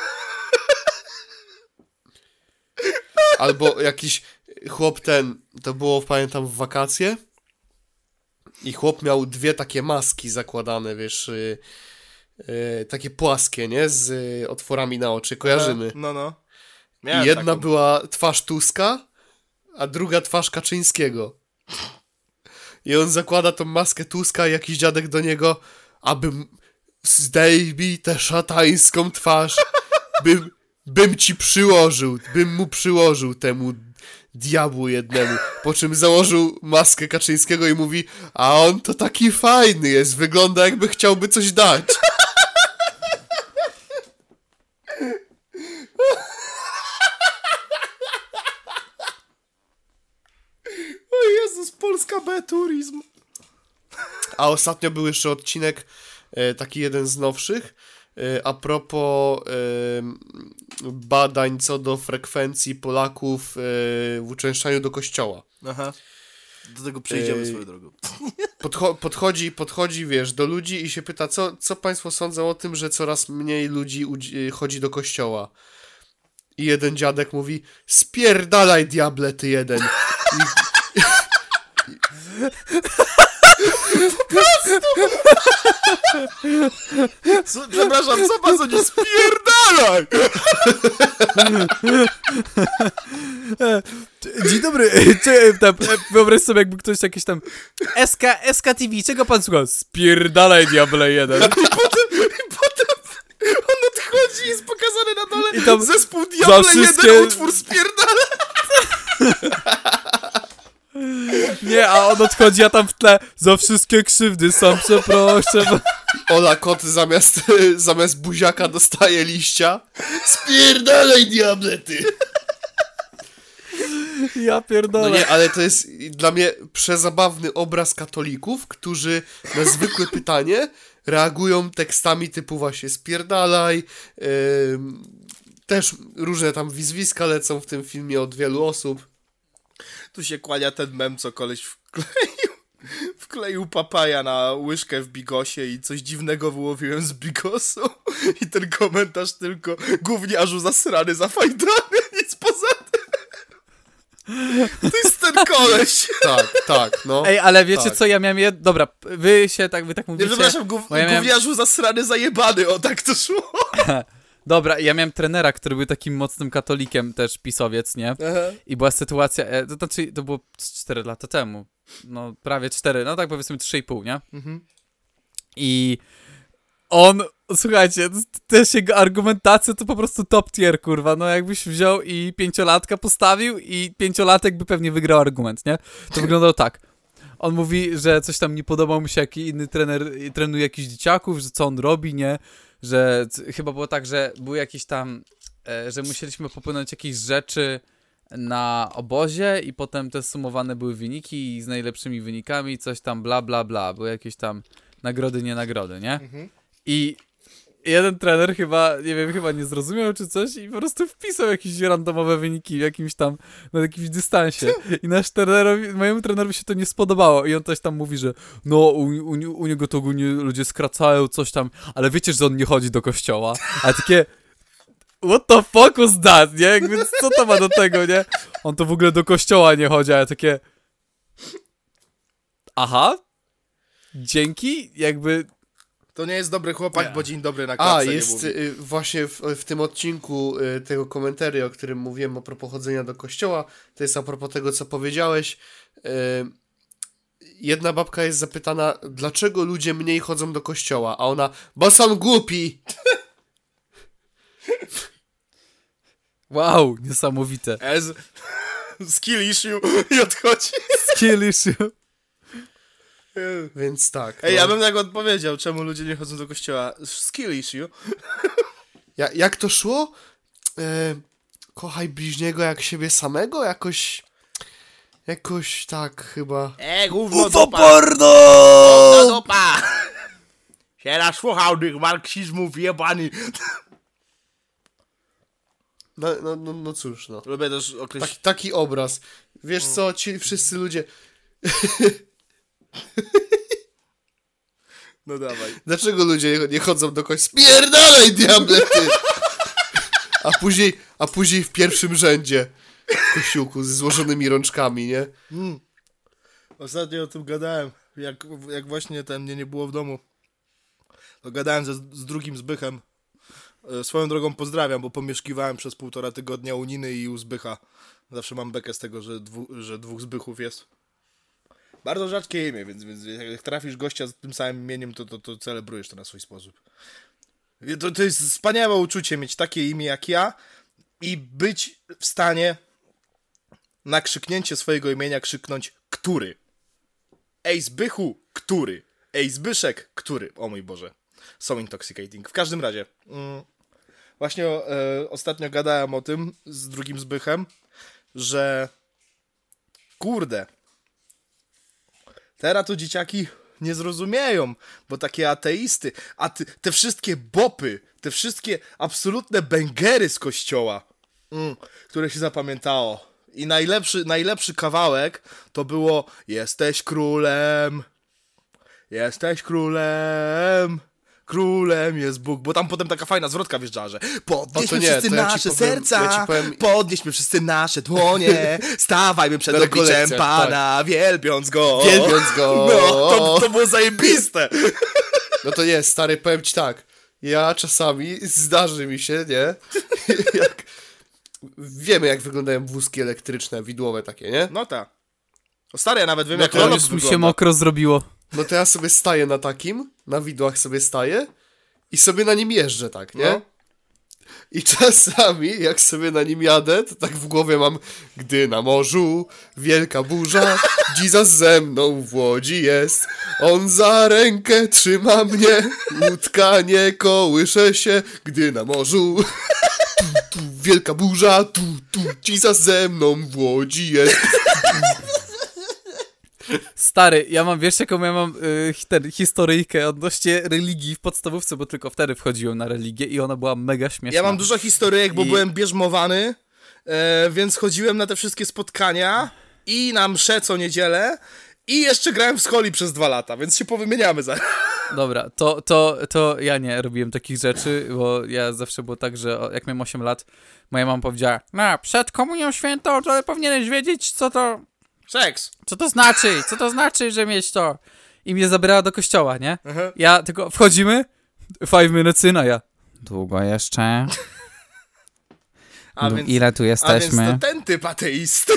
Albo jakiś chłop ten, to było pamiętam w wakacje i chłop miał dwie takie maski zakładane, wiesz, y, y, takie płaskie, nie? Z y, otworami na oczy, kojarzymy. No, no. I Miałem jedna taką. była twarz Tuska, a druga twarz Kaczyńskiego. I on zakłada tą maskę Tuska i jakiś dziadek do niego: abym zdejmij tę szatańską twarz, bym, bym ci przyłożył, bym mu przyłożył temu diabłu jednemu. Po czym założył maskę Kaczyńskiego i mówi: a on to taki fajny jest, wygląda jakby chciałby coś dać. O Jezus, Polska B-turizm. A ostatnio był jeszcze odcinek, e, taki jeden z nowszych, e, a propos e, badań co do frekwencji Polaków e, w uczęszczaniu do kościoła. Aha. Do tego przejdziemy Ej. swoją drogą. Podcho- podchodzi, podchodzi, wiesz, do ludzi i się pyta, co, co państwo sądzą o tym, że coraz mniej ludzi udzi- chodzi do kościoła. I jeden dziadek mówi: spierdalaj, diable, ty jeden. I, Co, przepraszam, co pan sądzi? Spierdalaj! Dzień dobry, czy, tam, wyobraź sobie, jakby ktoś jakieś tam S K, S K T V, czego pan słucha? Spierdalaj, diable jeden. I potem, i potem on odchodzi i jest pokazany na dole I tam zespół za Diable, wszystkie- jeden utwór spierdala. Nie, a on odchodzi, a tam w tle za wszystkie krzywdy sam przeproszę. Ola Kot zamiast, zamiast buziaka dostaje liścia. Spierdalaj, diable, ty. Ja No pierdolę. nie, ale to jest dla mnie przezabawny obraz katolików, którzy na zwykłe pytanie reagują tekstami typu właśnie spierdalaj. Ym, też różne tam wizwiska lecą w tym filmie od wielu osób. Tu się kłania ten mem, co koleś wkleił, wkleił papaja na łyżkę w bigosie i coś dziwnego wyłowiłem z bigosu. I ten komentarz tylko: gówniarzu zasrany, zafajdany, nic poza tym. To jest ten koleś. Tak, tak, no. Ej, ale wiecie tak. co, ja miałem jed... Dobra, wy się tak, wy tak Nie, mówicie. przepraszam, gów- bo ja miałem- gówniarzu zasrany, zajebany, o tak to szło. Dobra, ja miałem trenera, który był takim mocnym katolikiem, też pisowiec, nie? Aha. I była sytuacja, e, to znaczy, to było cztery lata temu, no prawie cztery, no tak powiedzmy trzy i pół, nie? Mhm. I on, słuchajcie, t- też jego argumentacja to po prostu top tier, kurwa, no jakbyś wziął i pięciolatka postawił i pięciolatek by pewnie wygrał argument, nie? To wyglądało tak. On mówi, że coś tam nie podobał mu się, jaki inny trener trenuje jakichś dzieciaków, że co on robi, nie? Że c- chyba było tak, że były jakieś tam, e, że musieliśmy popłynąć jakieś rzeczy na obozie i potem te sumowane były wyniki i z najlepszymi wynikami coś tam bla bla bla, były jakieś tam nagrody, nie nagrody, nie? Mhm. I jeden trener chyba, nie wiem, chyba nie zrozumiał czy coś i po prostu wpisał jakieś randomowe wyniki w jakimś tam, na jakimś dystansie. I nasz trenerowi, mojemu trenerowi się to nie spodobało i on coś tam mówi, że no u, u, u niego to ogólnie ludzie skracają coś tam, ale wiecie, że on nie chodzi do kościoła. A takie what the fuck was that, nie? Jakby, co to ma do tego, nie? On to w ogóle do kościoła nie chodzi, a ja takie aha, dzięki, jakby To nie jest dobry chłopak, Nie. bo dzień dobry na A, klatce nie jest mówi. y, właśnie w, w tym odcinku y, tego komentarzy, o którym mówiłem a propos chodzenia do kościoła, to jest a propos tego, co powiedziałeś. Y, jedna babka jest zapytana, dlaczego ludzie mniej chodzą do kościoła, a ona, bo są głupi! wow, niesamowite. Ez, skill issue i odchodzi. Skill issue. Więc tak. Ej, no. ja bym tak odpowiedział, czemu ludzie nie chodzą do kościoła. Skill issue. Ja, jak to szło? E, kochaj bliźniego jak siebie samego? Jakoś... Jakoś tak chyba... E, gówno Ufo dupa. porno! Gówno dupa. Się nasłuchał tych marksizmów jebani. No, no, no, no cóż, no. Lubię też określić... Tak, taki obraz. Wiesz co, ci wszyscy ludzie... No dawaj. Dlaczego ludzie nie chodzą do kościoła? Spierdalaj, diable, ty! A później, a później w pierwszym rzędzie w kościółku z złożonymi rączkami, nie? Mm. Ostatnio o tym gadałem, jak, jak właśnie ten mnie nie było w domu. To gadałem ze, z drugim Zbychem. E, Swoją drogą pozdrawiam, bo pomieszkiwałem przez półtora tygodnia u Niny i u Zbycha. Zawsze mam bekę z tego, że, dwu, że dwóch Zbychów jest. Bardzo rzadkie imię, więc, więc jak trafisz gościa z tym samym imieniem, to, to, to celebrujesz to na swój sposób. To, to jest wspaniałe uczucie mieć takie imię jak ja i być w stanie na krzyknięcie swojego imienia krzyknąć który. Ej Zbychu, który. Ej Zbyszek, który. O mój Boże. So intoxicating. W każdym razie. Mm, właśnie e, ostatnio gadałem o tym z drugim Zbychem, że kurde, teraz to dzieciaki nie zrozumieją, bo takie ateisty, a ty, te wszystkie bopy, te wszystkie absolutne bęgery z kościoła, mm, które się zapamiętało. I najlepszy, najlepszy kawałek to było jesteś królem, jesteś królem, królem jest Bóg, bo tam potem taka fajna zwrotka wjeżdżała, że podnieśmy nie, wszyscy to ja ci nasze powiem- serca, ja ci powiem- podnieśmy wszyscy nasze dłonie, stawajmy przed Na obliczem rekolekcjach, Pana, wielbiąc Go. Wielbiąc Go. No, to, to było zajebiste. No to nie, stary, powiem ci tak. Ja czasami, zdarzy mi się, nie? Jak... Wiemy, jak wyglądają wózki elektryczne, widłowe takie, nie? No tak. O stary, ja nawet wiem, No jak to Rolok Już mi się wygląda. mokro zrobiło. No to ja sobie staję na takim, na widłach sobie staję i sobie na nim jeżdżę, tak, nie? No. I czasami, jak sobie na nim jadę, to tak w głowie mam, gdy na morzu wielka burza, Jesus ze mną w łodzi jest, on za rękę trzyma mnie, łódka nie kołysze się, gdy na morzu tu, tu, wielka burza, tu, tu, Jesus ze mną w łodzi jest. Stary, ja mam, wiesz jaką ja mam y, hi- ten, historyjkę odnośnie religii w podstawówce, bo tylko wtedy wchodziłem na religię i ona była mega śmieszna. Ja mam dużo historyjek, bo I- byłem bierzmowany, e, więc chodziłem na te wszystkie spotkania i na msze co niedzielę i jeszcze grałem w skoli przez dwa lata, więc się powymieniamy za... Dobra, to, to, to ja nie robiłem takich rzeczy, bo ja zawsze było tak, że o- jak miałem osiem lat, moja mama powiedziała, no, przed komunią świętą to powinieneś wiedzieć, co to... Seks! Co to znaczy? Co to znaczy, że mieć to? I mnie zabrała do kościoła, nie? Aha. Ja tylko, wchodzimy, five minutes in, a ja, długo jeszcze? A Du- więc, Ile tu a więc jesteśmy? to ten typ ateisty.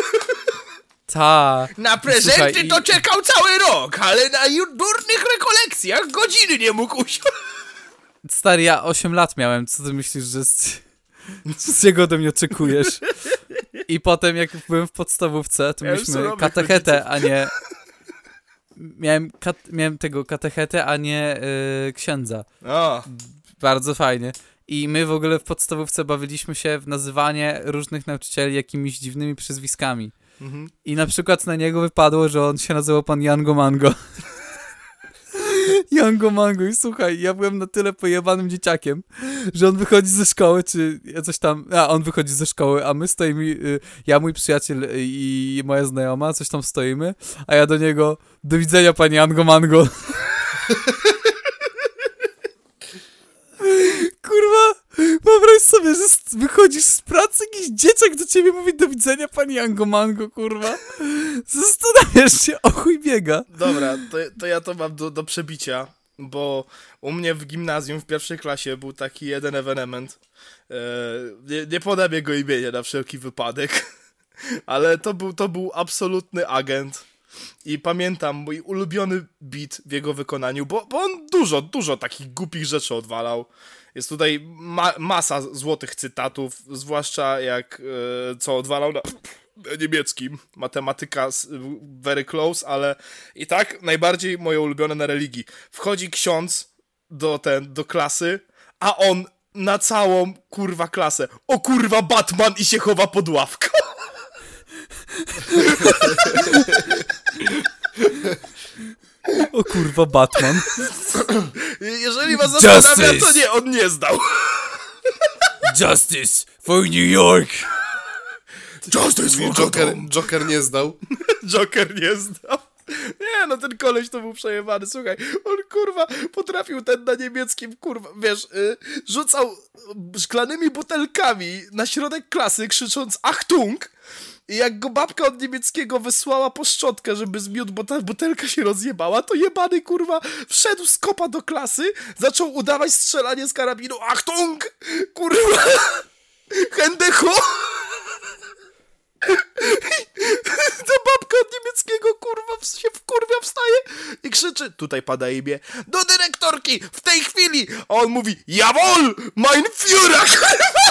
Ta. Na prezenty Słuchaj, i- to czekał cały rok, ale na ju- durnych rekolekcjach godziny nie mógł usiąść. Stary, ja osiem lat miałem, co ty myślisz, że z, z czego ode mnie oczekujesz? I potem jak byłem w podstawówce, to Ja już mieliśmy surowych katechetę, a nie... Miałem, kat... miałem tego katechetę, a nie yy, księdza. O, Bardzo fajnie. I my w ogóle w podstawówce bawiliśmy się w nazywanie różnych nauczycieli jakimiś dziwnymi przyzwiskami. mhm. I na przykład na niego wypadło, że on się nazywał pan Jango Mango. Jango Mango. I słuchaj, ja byłem na tyle pojebanym dzieciakiem, że on wychodzi ze szkoły, czy ja coś tam... A, on wychodzi ze szkoły, a my stoimy, y, ja, mój przyjaciel i moja znajoma, coś tam stoimy, a ja do niego, do widzenia panie Jango Mango. Kurwa, wyobraź sobie, że s- wychodzisz z pracy, jakiś dzieciak do ciebie mówi do widzenia pani Jango Mango, kurwa. Zastanawiasz się, o chuj biega. Dobra, to, to ja to mam do, do przebicia, bo u mnie w gimnazjum w pierwszej klasie był taki jeden ewenement. E, nie, nie podam jego imienia na wszelki wypadek, ale to był, to był absolutny agent. I pamiętam mój ulubiony beat w jego wykonaniu, bo, bo on dużo, dużo takich głupich rzeczy odwalał. Jest tutaj ma- masa złotych cytatów, zwłaszcza jak e, co odwalał na niemieckim. Matematyka s- very close, ale i tak najbardziej moje ulubione na religii. Wchodzi ksiądz do, ten, do klasy, a on na całą kurwa klasę. O kurwa Batman i się chowa pod ławką. O kurwa, Batman. Jeżeli was zastanawia, to Justice. nie, on nie zdał. Justice for New York. Justice for Joker, Gotham. Joker nie zdał. Joker nie zdał. Nie, no ten koleś to był przejebany, słuchaj, on kurwa potrafił ten na niemieckim, kurwa, wiesz, y, rzucał szklanymi butelkami na środek klasy, krzycząc Achtung! I jak go babka od niemieckiego wysłała po szczotkę, żeby zmiótł, bo ta butelka się rozjebała, to jebany, kurwa, wszedł z kopa do klasy, zaczął udawać strzelanie z karabinu, Achtung! Kurwa! Hände hoch! Ta babka od niemieckiego, kurwa, w- się wkurwia, wstaje i krzyczy, tutaj pada imię, do dyrektorki, w tej chwili! A on mówi, jawohl, mein Führer!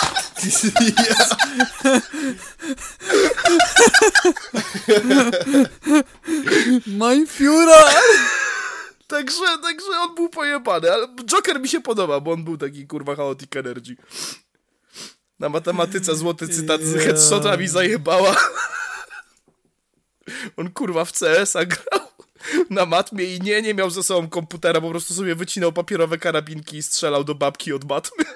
Mein Führer. Także, także on był pojebany, ale Joker mi się podoba, bo on był taki, kurwa, chaotic energy. Na matematyce złoty cytat z Yeah. headshotami zajebała. On, kurwa, w C S a grał na matmie i nie, nie miał ze sobą komputera, po prostu sobie wycinał papierowe karabinki i strzelał do babki od matmy.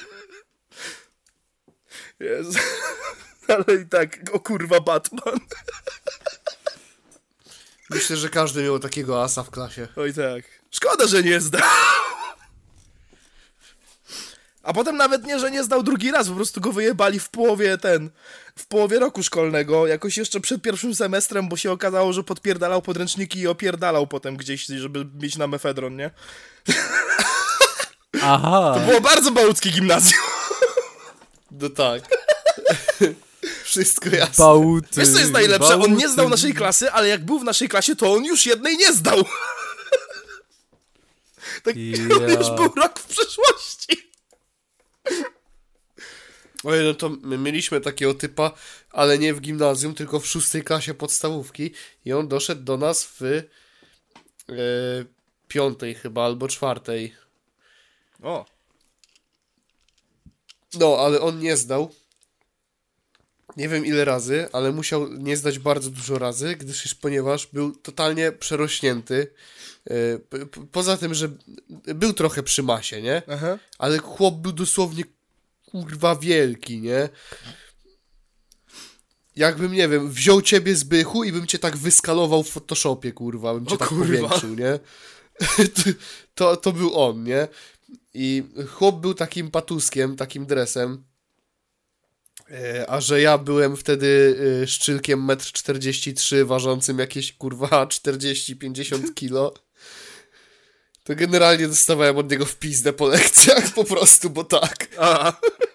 Jezu. Ale i tak, o kurwa, Batman. Myślę, że każdy miał takiego asa w klasie. Oj tak. Szkoda, że nie zdał. A potem nawet nie, że nie zdał drugi raz, po prostu go wyjebali w połowie ten, w połowie roku szkolnego, jakoś jeszcze przed pierwszym semestrem, bo się okazało, że podpierdalał podręczniki i opierdalał potem gdzieś, żeby mieć na mefedron, nie? Aha. To było bardzo małutkie gimnazjum. No tak. Wszystko jasne. Bałuty. Wiesz co jest najlepsze? On nie bałuty. zdał naszej klasy, ale jak był w naszej klasie, to on już jednej nie zdał. Tak, on Ja. już był rok w przeszłości. Oj, no to my mieliśmy takiego typa, ale nie w gimnazjum, tylko w szóstej klasie podstawówki i on doszedł do nas w e, piątej chyba, albo czwartej. O. No, ale on nie zdał. Nie wiem ile razy, ale musiał nie zdać bardzo dużo razy, gdyż ponieważ był totalnie przerośnięty. E, p- p- poza tym, że był trochę przy masie, nie? Aha. Ale chłop był dosłownie kurwa wielki, nie? Jakbym, nie wiem, wziął ciebie z bychu i bym cię tak wyskalował w Photoshopie, kurwa, bym cię O tak kurwa. powiększył, nie? to, to był on, nie? I chłop był takim patuskiem, takim dresem, E, A że ja byłem wtedy e, szczylkiem metr czterdzieści trzy, ważącym jakieś kurwa czterdzieści pięćdziesiąt kilo, to generalnie dostawałem od niego w pizdę po lekcjach po prostu, bo tak. A,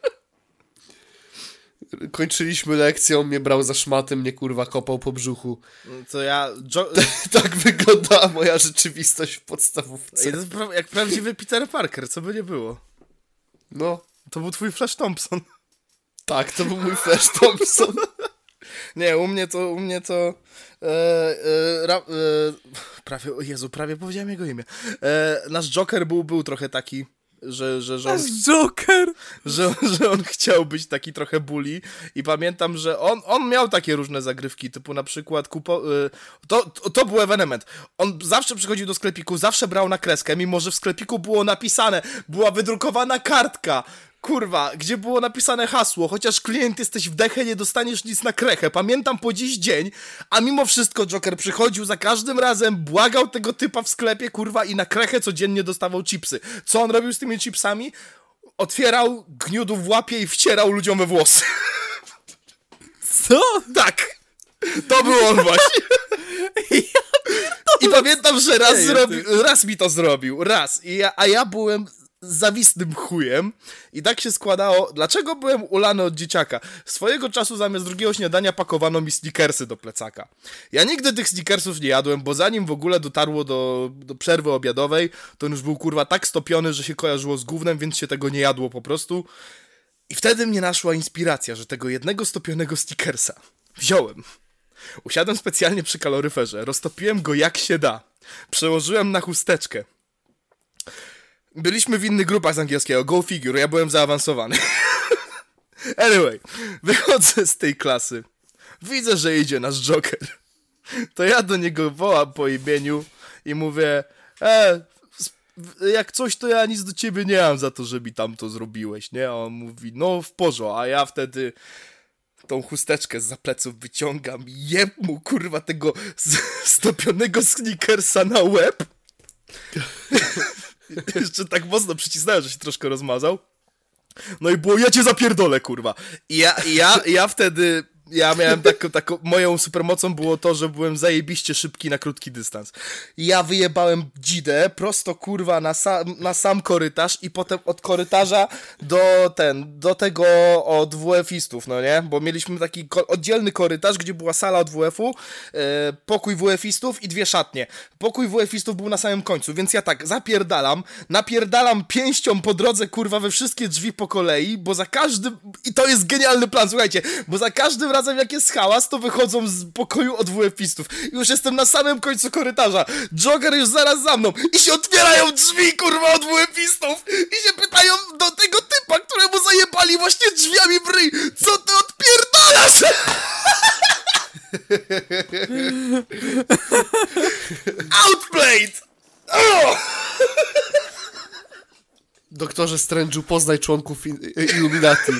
Kończyliśmy lekcję, on mnie brał za szmaty, mnie kurwa kopał po brzuchu. to ja... Jo- Tak wyglądała moja rzeczywistość w podstawówce. to jest pra- jak prawdziwy Peter Parker, co by nie było. No, To był twój Flash Thompson. tak, to był mój Flash Thompson. Nie, u mnie to, u mnie to, e, e, ra, e, prawie, o Jezu, prawie powiedziałem jego imię. E, nasz Joker był, był trochę taki, że, że, że, on, Joker! że, że on chciał być taki trochę bully i pamiętam, że on, on miał takie różne zagrywki, typu na przykład kupo, e, to, to, to był ewenement. On zawsze przychodził do sklepiku, zawsze brał na kreskę, mimo że w sklepiku było napisane, była wydrukowana kartka, kurwa, gdzie było napisane hasło, chociaż klient jesteś w dechę, nie dostaniesz nic na krechę. Pamiętam po dziś dzień, a mimo wszystko Joker przychodził za każdym razem, błagał tego typa w sklepie, kurwa, i na krechę codziennie dostawał chipsy. Co on robił z tymi chipsami? Otwierał, gniódł w łapie i wcierał ludziom we włosy. Co? Tak! To był on właśnie. I pamiętam, że raz, dzieje, zrobi, raz mi to zrobił, raz. I ja, a ja byłem zawistnym chujem i tak się składało. Dlaczego byłem ulany od dzieciaka? Swojego czasu zamiast drugiego śniadania pakowano mi snickersy do plecaka. Ja nigdy tych snickersów nie jadłem, bo zanim w ogóle dotarło do, do przerwy obiadowej, to on już był kurwa tak stopiony, że się kojarzyło z gównem, więc się tego nie jadło po prostu. I wtedy mnie naszła inspiracja, że tego jednego stopionego snickersa wziąłem. Usiadłem specjalnie przy kaloryferze, roztopiłem go jak się da. Przełożyłem na chusteczkę. Byliśmy w innych grupach z angielskiego, go figure, ja byłem zaawansowany. Anyway, wychodzę z tej klasy. Widzę, że idzie nasz Joker. To ja do niego wołam po imieniu i mówię, e, jak coś, to ja nic do ciebie nie mam za to, że mi tam to zrobiłeś, nie? A on mówi, no w porządku, a ja wtedy tą chusteczkę z pleców wyciągam i jeb mu, kurwa, tego stopionego snickersa na łeb. Jeszcze tak mocno przycisnąłem, że się troszkę rozmazał. No i było, ja cię zapierdolę, kurwa. I ja, i ja, ja wtedy, ja miałem taką, taką, moją supermocą było to, że byłem zajebiście szybki na krótki dystans. I ja wyjebałem dzidę prosto, kurwa, na sam, na sam korytarz i potem od korytarza do ten, do tego od W F-istów, no nie? Bo mieliśmy taki ko- oddzielny korytarz, gdzie była sala od W F-u, e, pokój W F-istów i dwie szatnie. Pokój W F-istów był na samym końcu, więc ja tak zapierdalam, napierdalam pięścią po drodze, kurwa, we wszystkie drzwi po kolei, bo za każdym, i to jest genialny plan, słuchajcie, bo za każdym razem jak jest hałas, to wychodzą z pokoju od W F-istów. Już jestem na samym końcu korytarza. Joker już zaraz za mną. I się otwierają drzwi, kurwa, od W F-istów. I się pytają do tego typa, któremu zajebali właśnie drzwiami w ryj. Co ty odpierdalasz? Outplayed! Oh! Doktorze Strange'u, poznaj członków in- Illuminati.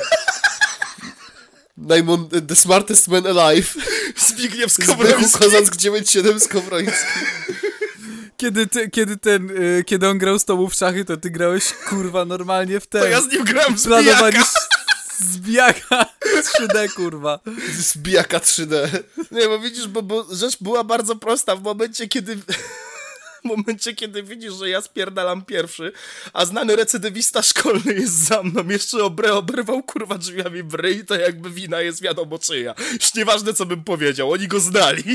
Najmon- the smartest man alive. Zbigniew Zbychu Skowroński. Kozak dziewięćdziesiąt siedem Skowroński. Kiedy, ty, kiedy ten, y, kiedy on grał z tobą w szachy, to ty grałeś, kurwa, normalnie w ten... To ja z nim grałem w Planowali zbijaka. zbijaka trzy D, kurwa. Zbijaka trzy D. Nie, bo widzisz, bo, bo rzecz była bardzo prosta. W momencie, kiedy... W momencie, kiedy widzisz, że ja spierdalam pierwszy, a znany recydywista szkolny jest za mną, jeszcze obre oberwał, kurwa, drzwiami w ryj, to jakby wina jest wiadomo czyja. Już nieważne, co bym powiedział, oni go znali.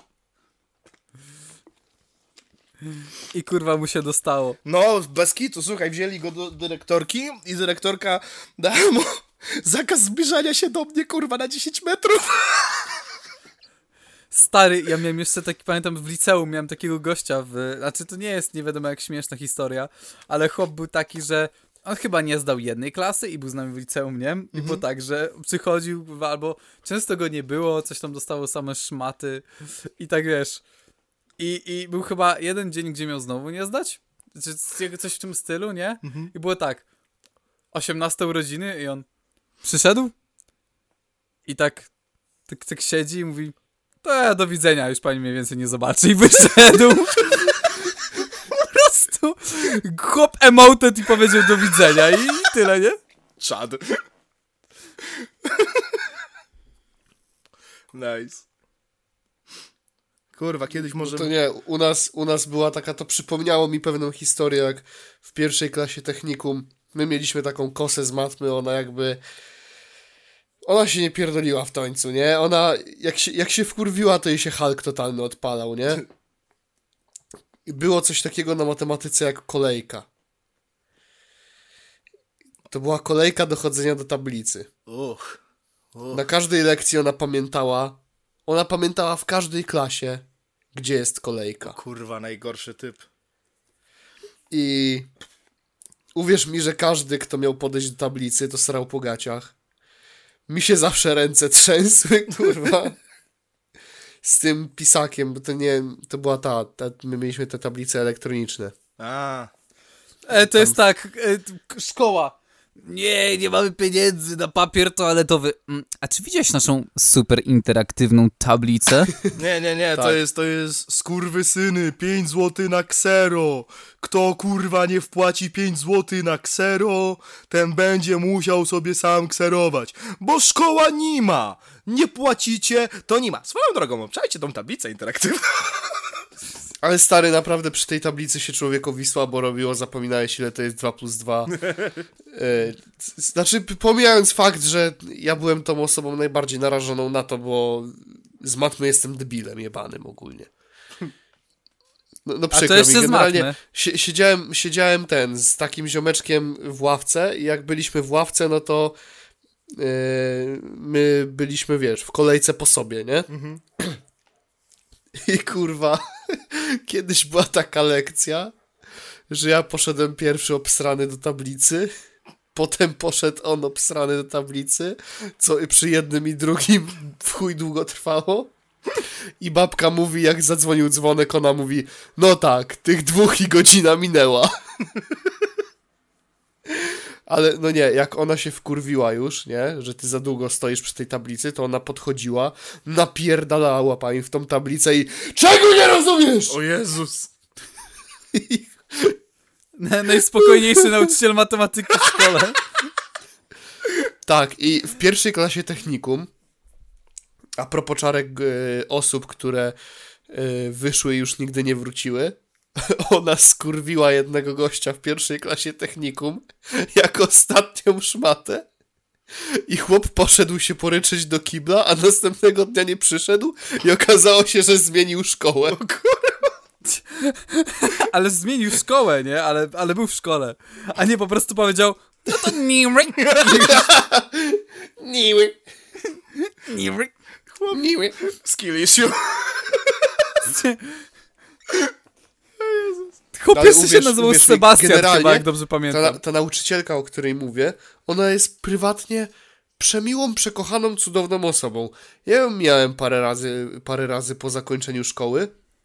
I kurwa mu się dostało. No, bez kitu, słuchaj, wzięli go do dyrektorki i dyrektorka dała mu zakaz zbliżania się do mnie, kurwa, na dziesięć metrów. Stary, ja miałem jeszcze taki, pamiętam w liceum miałem takiego gościa w... Znaczy to nie jest nie wiadomo jak śmieszna historia, ale chłop był taki, że on chyba nie zdał jednej klasy i był z nami w liceum, nie? I było tak, że przychodził kurwa, albo często go nie było, coś tam dostało same szmaty i tak wiesz. I, i był chyba jeden dzień, gdzie miał znowu nie zdać? Czy coś w tym stylu, nie? I było tak, osiemnaste urodziny i on przyszedł i tak, tak, tak siedzi i mówi, to ja do widzenia, już pani mnie więcej nie zobaczy i wyszedł. Po prostu chłop emoted i powiedział do widzenia i tyle, nie? Czad. Nice. Kurwa, kiedyś może... To nie, u nas, u nas była taka, to przypomniało mi pewną historię, jak w pierwszej klasie technikum my mieliśmy taką kosę z matmy, ona jakby... Ona się nie pierdoliła w końcu, nie? Ona, jak się, jak się wkurwiła, to jej się Hulk totalny odpalał, nie? I było coś takiego na matematyce jak kolejka. To była kolejka dochodzenia do tablicy. Uch. Uch. Na każdej lekcji ona pamiętała, ona pamiętała w każdej klasie, gdzie jest kolejka. Kurwa, najgorszy typ. I uwierz mi, że każdy, kto miał podejść do tablicy, to srał po gaciach. Mi się zawsze ręce trzęsły, kurwa. Z tym pisakiem, bo to nie, to była ta, ta my mieliśmy te tablice elektroniczne. A, E, to jest tak, e, k- szkoła. Nie, nie mamy pieniędzy na papier toaletowy. Mm, A czy widziałeś naszą super interaktywną tablicę? nie, nie, nie, to Tak. jest, to jest skurwysyny, pięć złotych na ksero. Kto kurwa nie wpłaci pięć złotych na ksero, ten będzie musiał sobie sam kserować. Bo szkoła nie ma. Nie płacicie, to nie ma. Swoją drogą, obczajcie tą tablicę interaktywną. Ale stary, naprawdę przy tej tablicy się człowiekowi słabo robiło, zapominałeś, ile to jest dwa plus dwa. E, c- znaczy, p- pomijając fakt, że ja byłem tą osobą najbardziej narażoną na to, bo z matmy jestem debilem jebanym ogólnie. No, no przykro mi, jeszcze z generalnie matmy. si- siedziałem, siedziałem ten, z takim ziomeczkiem w ławce i jak byliśmy w ławce, no to e, my byliśmy, wiesz, w kolejce po sobie, nie? I kurwa, kiedyś była taka lekcja, że ja poszedłem pierwszy obsrany do tablicy, potem poszedł on obsrany do tablicy, co przy jednym i drugim w chuj długo trwało. I babka mówi, jak zadzwonił dzwonek, ona mówi, no tak, tych dwóch i godzina minęła. Ale no nie, jak ona się wkurwiła już, nie, że ty za długo stoisz przy tej tablicy, to ona podchodziła, napierdalała łapami w tą tablicę i czego nie rozumiesz? O Jezus. Na- Najspokojniejszy nauczyciel matematyki w szkole. Tak, i w pierwszej klasie technikum, a propos czarek e, osób, które e, wyszły i już nigdy nie wróciły, ona skurwiła jednego gościa w pierwszej klasie technikum jak ostatnią szmatę i chłop poszedł się poryczyć do kibla, a następnego dnia nie przyszedł i okazało się, że zmienił szkołę. Ale zmienił szkołę, nie? Ale, ale był w szkole. A nie po prostu powiedział, no to niwy, Niły, niwy. niły. Skill issue. Chłop Ale jeszcze się uwierz- nazywał uwierz mi, Sebastian generalnie chyba, jak dobrze Ta, pamiętam. ta nauczycielka, o której mówię, ona jest prywatnie przemiłą, przekochaną, cudowną osobą. Ja ją miałem parę razy, parę razy po zakończeniu szkoły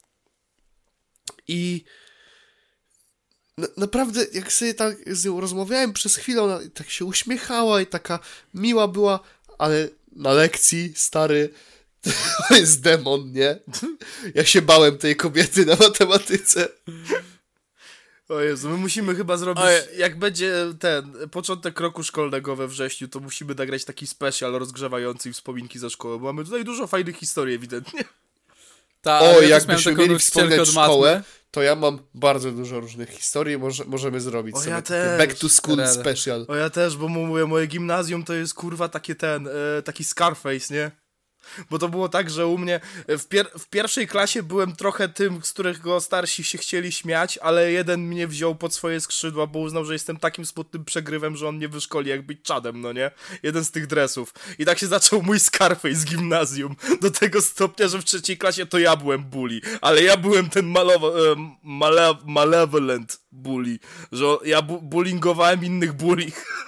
i na, naprawdę, jak sobie tak z nią rozmawiałem przez chwilę, ona tak się uśmiechała i taka miła była, ale na lekcji, stary, to jest demon, nie? Ja się bałem tej kobiety na matematyce. O Jezu, my musimy chyba zrobić, Oj. jak będzie ten początek roku szkolnego we wrześniu, to musimy nagrać taki special rozgrzewający i wspominki ze szkoły, bo mamy tutaj dużo fajnych historii ewidentnie. Ta, O, ale ja też jakbyśmy miałem taką mieli nauczycielkę wspomnieć od matmy. szkołę, to ja mam bardzo dużo różnych historii, może, możemy zrobić O, sobie ja takie też. Back to School Rel. Special. O ja też, bo mówię, moje gimnazjum to jest kurwa takie ten, e, taki Scarface, nie? Bo to było tak, że u mnie w, pier- w pierwszej klasie byłem trochę tym, z którego starsi się chcieli śmiać, ale jeden mnie wziął pod swoje skrzydła, bo uznał, że jestem takim smutnym przegrywem, że on mnie wyszkoli jak być czadem, no nie? Jeden z tych dresów. I tak się zaczął mój Scarface z gimnazjum. Do tego stopnia, że w trzeciej klasie to ja byłem bully. Ale ja byłem ten malowa- e, male- malevolent bully. Że ja bu- bullyingowałem innych bully.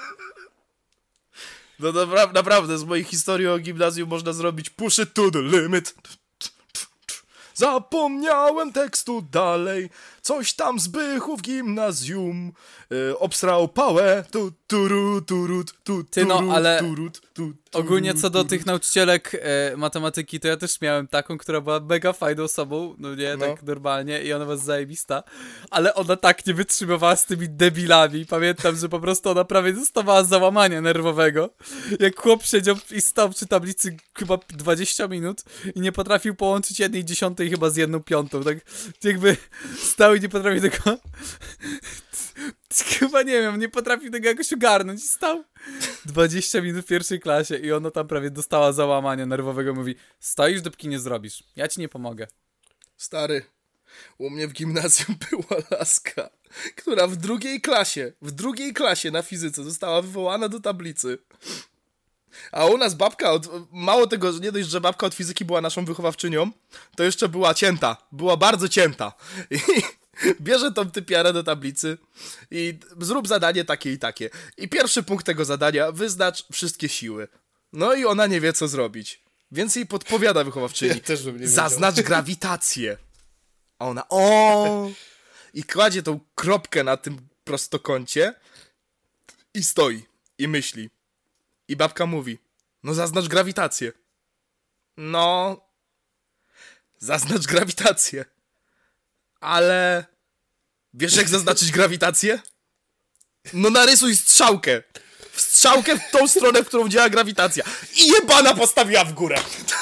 No dobra, naprawdę, z mojej historii o gimnazjum można zrobić push it to the limit. Zapomniałem tekstu dalej. Coś tam Zbychu w gimnazjum. Yy, obsrał pałę. Tu, turu, turut, tu, Ty no, turut, ale- turut. tu, tu, Ogólnie co do tu. tych nauczycielek e, matematyki, to ja też miałem taką, która była mega fajną osobą, no nie, No. tak normalnie i ona była zajebista, ale ona tak nie wytrzymywała z tymi debilami. Pamiętam, że po prostu ona prawie dostawała załamania nerwowego. Jak chłop siedział i stał przy tablicy chyba dwadzieścia minut i nie potrafił połączyć jednej dziesiątej chyba z jedną piątą, tak jakby stał i nie potrafił tego... Chyba nie wiem, nie potrafił tego jakoś ogarnąć. Stał dwadzieścia minut w pierwszej klasie i ona tam prawie dostała załamania nerwowego. Mówi, stoisz, dopóki nie zrobisz. Ja ci nie pomogę. Stary, u mnie w gimnazjum była laska, która w drugiej klasie, w drugiej klasie na fizyce została wywołana do tablicy. A u nas babka, od, mało tego, nie dość, że babka od fizyki była naszą wychowawczynią, to jeszcze była cięta, była bardzo cięta. I bierze tą typiarę do tablicy i zrób zadanie takie i takie. I pierwszy punkt tego zadania, wyznacz wszystkie siły. No i ona nie wie, co zrobić. Więc jej podpowiada wychowawczyni. Ja też bym nie wiedział. Zaznacz grawitację. A ona, o I kładzie tą kropkę na tym prostokącie i stoi. I myśli. I babka mówi, no zaznacz grawitację. No, zaznacz grawitację. Ale wiesz, jak zaznaczyć grawitację? No narysuj strzałkę. W strzałkę w tą stronę, w którą działa grawitacja. I jebana postawiła w górę.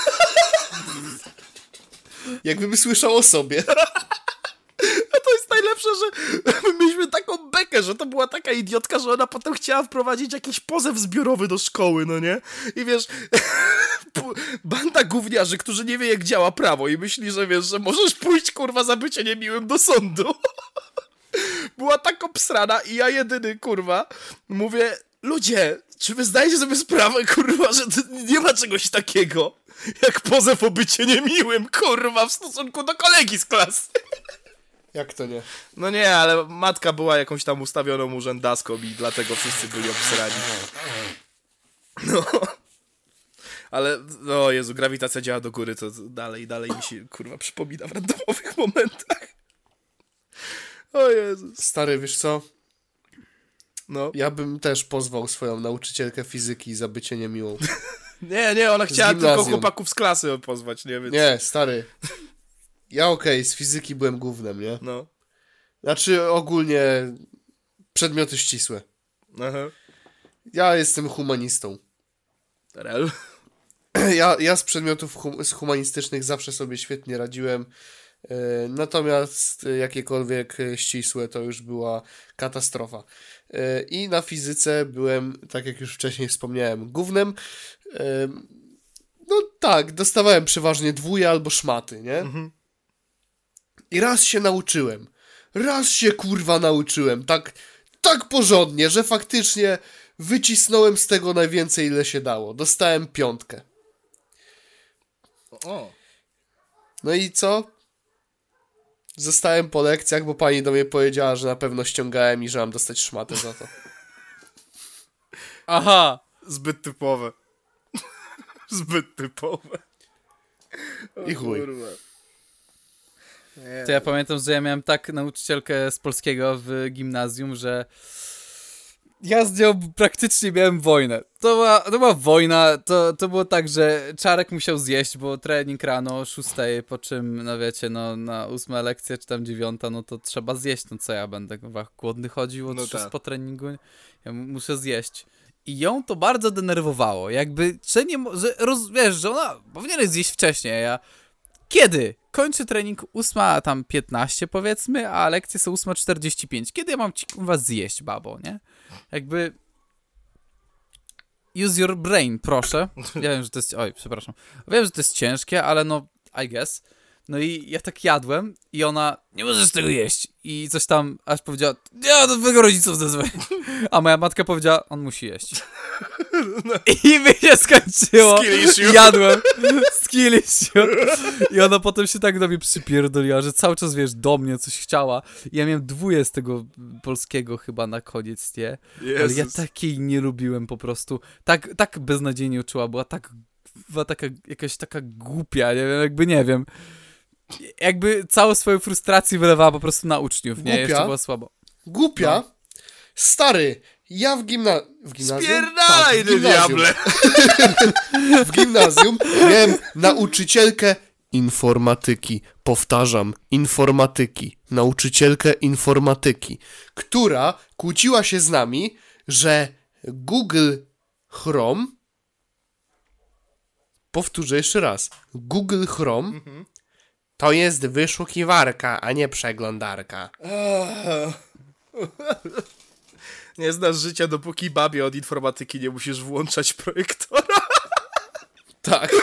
Jakbym słyszał o sobie. A to jest najlepsze, że my mieliśmy taką bekę, że to była taka idiotka, że ona potem chciała wprowadzić jakiś pozew zbiorowy do szkoły, no nie? I wiesz, banda gówniarzy, którzy nie wie, jak działa prawo i myśli, że wiesz, że możesz pójść, kurwa, za bycie niemiłym do sądu. Była tak obsrana i ja jedyny, kurwa, mówię, ludzie, czy wy zdajecie sobie sprawę, kurwa, że to nie ma czegoś takiego jak pozew o bycie niemiłym, kurwa, w stosunku do kolegi z klasy. Jak to nie? No nie, ale matka była jakąś tam ustawioną urzędaską i dlatego wszyscy byli obsrani. No. Ale, no Jezu, grawitacja działa do góry, to dalej, dalej mi się, kurwa, przypomina w randomowych momentach. O Jezus. Stary, wiesz co? No. Ja bym też pozwał swoją nauczycielkę fizyki za bycie niemiłą. Nie, nie, ona chciała tylko gimnazjum. chłopaków z klasy pozwać, nie? Więc... Nie, stary. Ja okej, okay, z fizyki byłem gównem, nie? No. Znaczy ogólnie przedmioty ścisłe. Aha. Ja jestem humanistą. Rel. Ja, ja z przedmiotów hum, z humanistycznych zawsze sobie świetnie radziłem. Yy, natomiast jakiekolwiek ścisłe to już była katastrofa. Yy, I na fizyce byłem, tak jak już wcześniej wspomniałem, gównem. Yy, no tak, dostawałem przeważnie dwóje albo szmaty, nie? Mhm. I raz się nauczyłem. Raz się kurwa nauczyłem. Tak, tak porządnie, że faktycznie wycisnąłem z tego najwięcej, ile się dało. Dostałem piątkę. O. No i co? Zostałem po lekcjach, bo pani do mnie powiedziała, że na pewno ściągałem i że mam dostać szmatę za to. Aha! Zbyt typowe. Zbyt typowe. O, I chuj. kurwa. Nie. To ja pamiętam, że ja miałem tak nauczycielkę z polskiego w gimnazjum, że ja z nią praktycznie miałem wojnę. To była, to była wojna, to, to było tak, że Czarek musiał zjeść, bo trening rano o szóstej, po czym, no wiecie, no na ósma lekcja, czy tam dziewiąta, no to trzeba zjeść, no co ja będę, kurwa, głodny chodził od No szóst tak. po treningu, ja mu- muszę zjeść. I ją to bardzo denerwowało, jakby, że nie, mo- że roz, wiesz, że ona powinna zjeść wcześniej, a ja, kiedy? Kończy trening ósma tam piętnaście powiedzmy, a lekcje są ósma czterdzieści pięć. Kiedy ja mam ci kurwa zjeść, babo, nie? Jakby... Use your brain, proszę. Ja wiem, że to jest... Oj, przepraszam. Wiem, że to jest ciężkie, ale no, I guess. No i ja tak jadłem i ona, nie możesz tego jeść. I coś tam aż powiedziała, ja do twojego rodziców zezwę. A moja matka powiedziała, on musi jeść. No. I mi się skończyło. Skill issue. Jadłem. Skill issue. I ona potem się tak do mnie przypierdoliła, że cały czas, wiesz, do mnie coś chciała. I ja miałem dwóje z tego polskiego chyba na koniec, nie? Ale ja Jezus. takiej nie lubiłem po prostu. Tak, tak beznadziejnie uczyła, była tak, była taka, jakaś taka głupia, nie wiem, jakby nie wiem. Jakby całą swoją frustrację wylewała po prostu na uczniów, nie? Głupia? Jeszcze była słabo. Głupia? No. Stary, Ja w, gimna... w gimnazjum... Spierdalaj, Tak, w ty gimnazjum. diable! W gimnazjum miałem nauczycielkę informatyki. Powtarzam, informatyki. Nauczycielkę informatyki, która kłóciła się z nami, że Google Chrome... Powtórzę jeszcze raz. Google Chrome Mhm. to jest wyszukiwarka, a nie przeglądarka. Nie znasz życia, dopóki babie od informatyki nie musisz włączać projektora. Tak.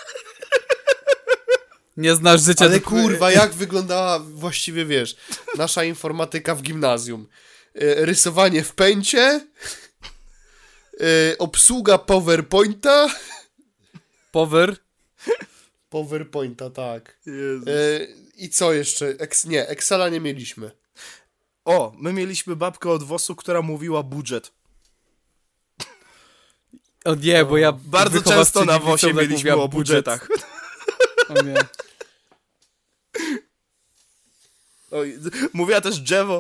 Nie znasz życia... Ale do- kurwa, jak wyglądała właściwie, wiesz, nasza informatyka w gimnazjum? E, rysowanie w pęcie, e, obsługa PowerPointa. Power. PowerPointa, tak. Jezu. E, I co jeszcze? Ex, nie, Excela nie mieliśmy. O, my mieliśmy babkę od wosu, która mówiła budżet. O nie, bo ja... Bardzo wychowawczyni często na widzą, wosie jak mieliśmy mówiła o budżet. budżetach. O nie. Oj, mówiła też drzewo.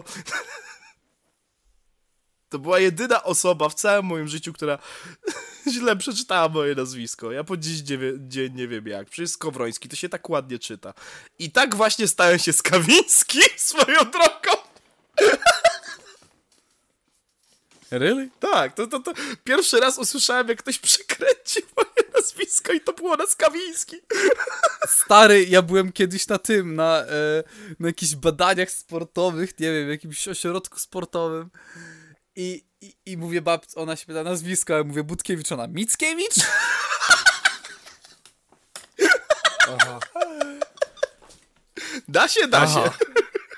To była jedyna osoba w całym moim życiu, która źle przeczytała moje nazwisko. Ja po dziś nie, wie, dzień nie wiem jak. Przecież Skowroński, to się tak ładnie czyta. I tak właśnie stałem się Skawiński swoją drogą. Really? Tak, to, to, to pierwszy raz usłyszałem, jak ktoś przekręcił moje nazwisko i to było na Skawiński. Stary, ja byłem kiedyś na tym, na, e, na jakichś badaniach sportowych, nie wiem, w jakimś ośrodku sportowym i, i, i mówię babci, ona się pyta nazwisko, a ja mówię Budkiewicz, ona Mickiewicz? Aha. Da się, da Aha. się.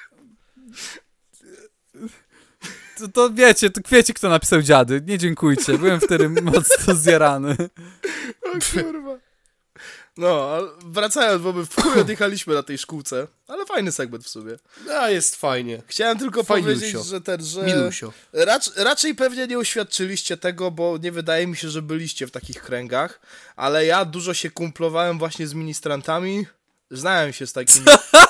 To, to wiecie, to wiecie, kto napisał dziady, nie dziękujcie, byłem wtedy mocno zjarany. O kurwa. No, ale wracając, bo my w chuj odjechaliśmy na tej szkółce, ale fajny segment w sumie. A, jest fajnie. Chciałem tylko Fajniusio. powiedzieć, że ten, że... Milusio. Racz, raczej pewnie nie uświadczyliście tego, bo nie wydaje mi się, że byliście w takich kręgach, ale ja dużo się kumplowałem właśnie z ministrantami, znałem się z takimi...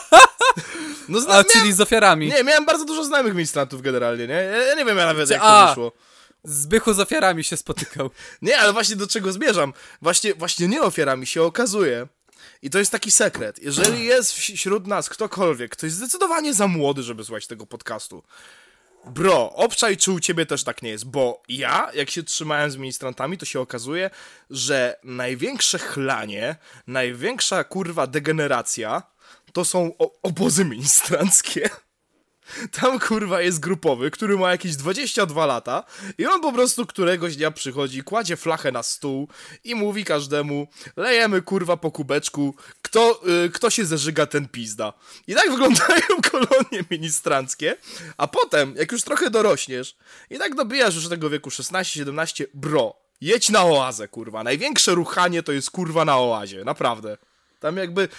No, zna, A, miałem, czyli z ofiarami. nie, miałem bardzo dużo znajomych ministrantów generalnie, nie? Ja, ja nie wiem ja nawet jak A. to wyszło. Zbychu z ofiarami się spotykał. Nie, ale właśnie do czego zmierzam? Właśnie, właśnie nie ofiarami się okazuje. I to jest taki sekret. Jeżeli jest wśród nas ktokolwiek, kto jest zdecydowanie za młody, żeby słuchać tego podcastu, bro, obczaj, czy u ciebie też tak nie jest, bo ja, jak się trzymałem z ministrantami, to się okazuje, że największe chlanie, największa kurwa degeneracja to są o- obozy ministranckie. Tam kurwa jest grupowy, który ma jakieś dwadzieścia dwa lata i on po prostu któregoś dnia przychodzi, kładzie flachę na stół i mówi każdemu: lejemy kurwa po kubeczku, kto, y, kto się zeżyga, ten pizda. I tak wyglądają kolonie ministranckie, a potem, jak już trochę dorośniesz i tak dobijasz już do tego wieku szesnaście siedemnaście, bro, jedź na oazę, kurwa. Największe ruchanie to jest kurwa na oazie, naprawdę. Tam jakby...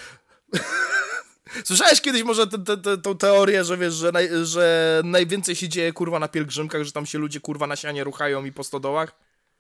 Słyszałeś kiedyś może tę te, te, tą teorię, że wiesz, że, naj, że najwięcej się dzieje kurwa na pielgrzymkach, że tam się ludzie kurwa na sianie ruchają i po stodołach?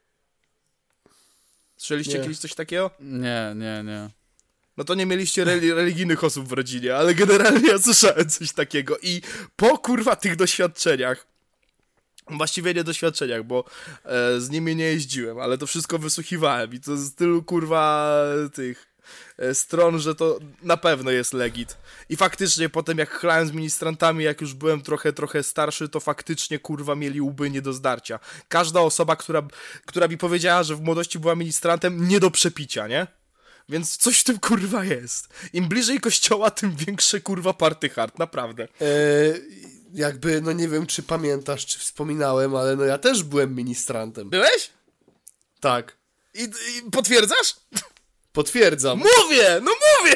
Słyszeliście Nie. kiedyś coś takiego? Nie, nie, nie. No to nie mieliście reli- religijnych osób w rodzinie, ale generalnie ja słyszałem coś takiego i po kurwa tych doświadczeniach, właściwie nie doświadczeniach, bo e, z nimi nie jeździłem, ale to wszystko wysłuchiwałem i to z tylu kurwa tych e, stron, że to na pewno jest legit. I faktycznie potem jak chlałem z ministrantami, jak już byłem trochę, trochę starszy, to faktycznie kurwa mieli łby nie do zdarcia. Każda osoba, która, która mi powiedziała, że w młodości była ministrantem, nie do przepicia, nie? Więc coś w tym kurwa jest. Im bliżej kościoła, tym większe kurwa party hard, naprawdę. E, jakby, no nie wiem, czy pamiętasz, czy wspominałem, ale no ja też byłem ministrantem. Byłeś? Tak. I, i potwierdzasz? Potwierdzam. Mówię, no mówię!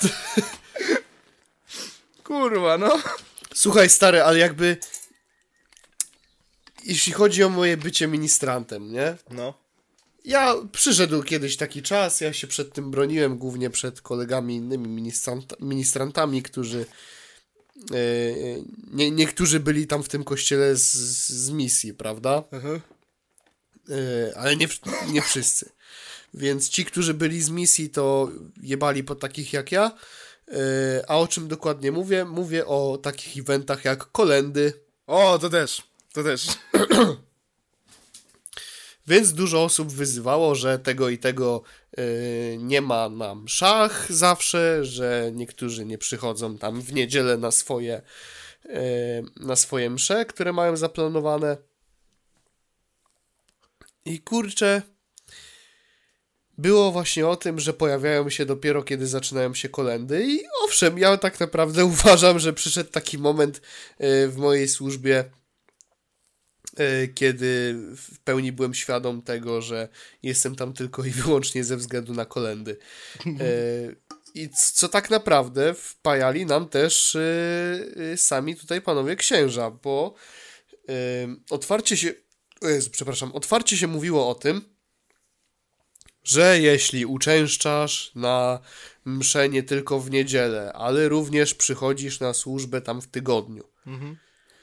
Kurwa, no. Słuchaj, stary, ale jakby... Jeśli chodzi o moje bycie ministrantem, nie? No. Ja przyszedł kiedyś taki czas, ja się przed tym broniłem, głównie przed kolegami innymi ministrant, ministrantami, którzy... E, nie, niektórzy byli tam w tym kościele z, z misji, prawda? Mhm. E, ale nie, nie wszyscy. Więc ci, którzy byli z misji, to jebali po takich jak ja. E, a o czym dokładnie mówię? Mówię o takich eventach jak kolendy. O, to też, to też. Więc dużo osób wyzywało, że tego i tego y, nie ma na mszach zawsze, że niektórzy nie przychodzą tam w niedzielę na swoje, y, na swoje msze, które mają zaplanowane. I kurczę, było właśnie o tym, że pojawiają się dopiero kiedy zaczynają się kolędy i owszem, ja tak naprawdę uważam, że przyszedł taki moment y, w mojej służbie, kiedy w pełni byłem świadom tego, że jestem tam tylko i wyłącznie ze względu na kolędy. I co tak naprawdę wpajali nam też sami tutaj panowie księża, bo otwarcie się, o Jezu, przepraszam, otwarcie się mówiło o tym, że jeśli uczęszczasz na mszę nie tylko w niedzielę, ale również przychodzisz na służbę tam w tygodniu, mhm.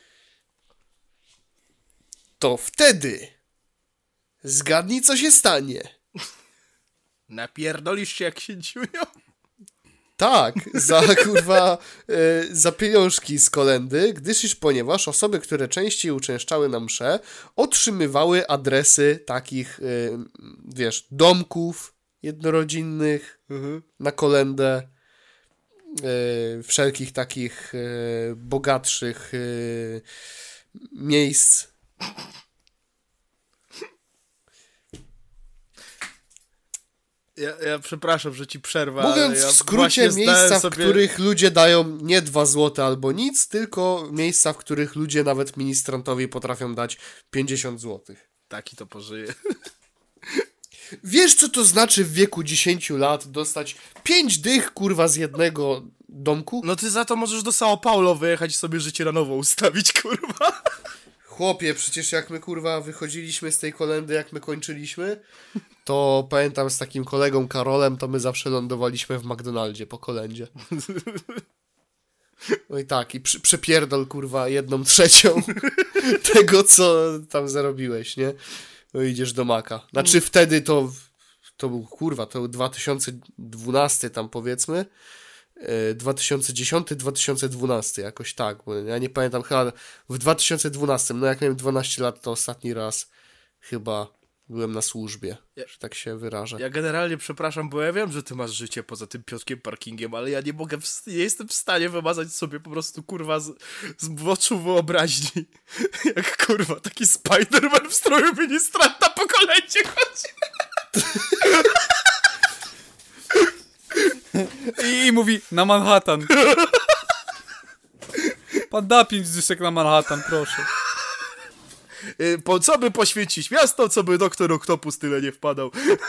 to wtedy zgadnij, co się stanie. Napierdolisz się jak księciunio? Tak, za kurwa, y, za pieniążki z kolendy, gdyż iż ponieważ osoby, które częściej uczęszczały na msze, otrzymywały adresy takich, y, wiesz, domków jednorodzinnych mhm. na kolendę, y, wszelkich takich y, bogatszych y, miejsc. Ja, ja przepraszam, że ci przerwę. Mówiąc ja w skrócie, miejsca, sobie... w których ludzie dają nie dwa złote albo nic, tylko miejsca, w których ludzie nawet ministrantowi potrafią dać pięćdziesiąt złotych. Taki to pożyje. Wiesz, co to znaczy w wieku dziesięciu lat dostać pięć dych, kurwa, z jednego domku? No ty za to możesz do São Paulo wyjechać i sobie życie na nowo ustawić, kurwa. Chłopie, przecież jak my, kurwa, wychodziliśmy z tej kolendy, jak my kończyliśmy, to pamiętam z takim kolegą Karolem, to my zawsze lądowaliśmy w McDonaldzie po kolędzie. No i tak, i przy, przepierdol, kurwa, jedną trzecią tego, co tam zarobiłeś, nie? No idziesz do Maka. Znaczy wtedy to, to był, kurwa, to był dwa tysiące dwunasty tam powiedzmy, dwa tysiące dziesiąty dwa tysiące dwunasty, jakoś tak, bo ja nie pamiętam, chyba w dwa tysiące dwunastym, no jak miałem dwanaście lat, to ostatni raz chyba byłem na służbie, ja, że tak się wyrażę. Ja generalnie przepraszam, bo ja wiem, że ty masz życie poza tym piotkiem parkingiem, ale ja nie mogę, w, nie jestem w stanie wymazać sobie po prostu, kurwa, z, z oczu wyobraźni, jak, kurwa, taki Spider-Man w stroju ministranta po kolędzie chodzi. I, I mówi, na Manhattan. Pan da pięć dyszek na Manhattan, proszę. Po co by poświęcić miasto, co by doktor Oktopus tyle nie wpadał.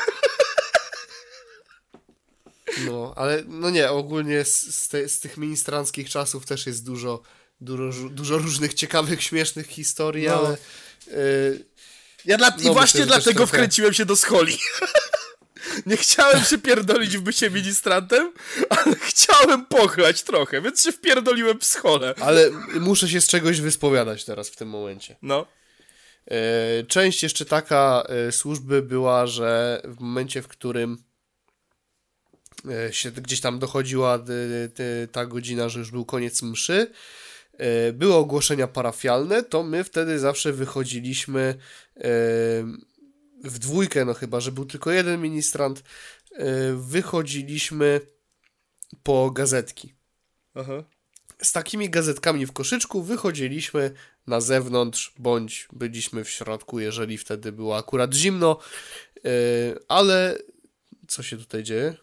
No, ale no nie, ogólnie z, z, te, z tych ministranckich czasów też jest dużo, dużo, dużo różnych ciekawych, śmiesznych historii, no. ale... Yy, ja dla, no, I właśnie myślę, dlatego trochę... wkręciłem się do scholi. Nie chciałem się pierdolić w bycie ministrantem, ale chciałem pochlać trochę, więc się wpierdoliłem w scholę. Ale muszę się z czegoś wyspowiadać teraz w tym momencie. No. Część jeszcze taka służby była, że w momencie, w którym się gdzieś tam dochodziła ta godzina, że już był koniec mszy, były ogłoszenia parafialne, to my wtedy zawsze wychodziliśmy w dwójkę, no chyba, że był tylko jeden ministrant, wychodziliśmy po gazetki. Aha. Z takimi gazetkami w koszyczku wychodziliśmy na zewnątrz, bądź byliśmy w środku, jeżeli wtedy było akurat zimno, yy, ale co się tutaj dzieje?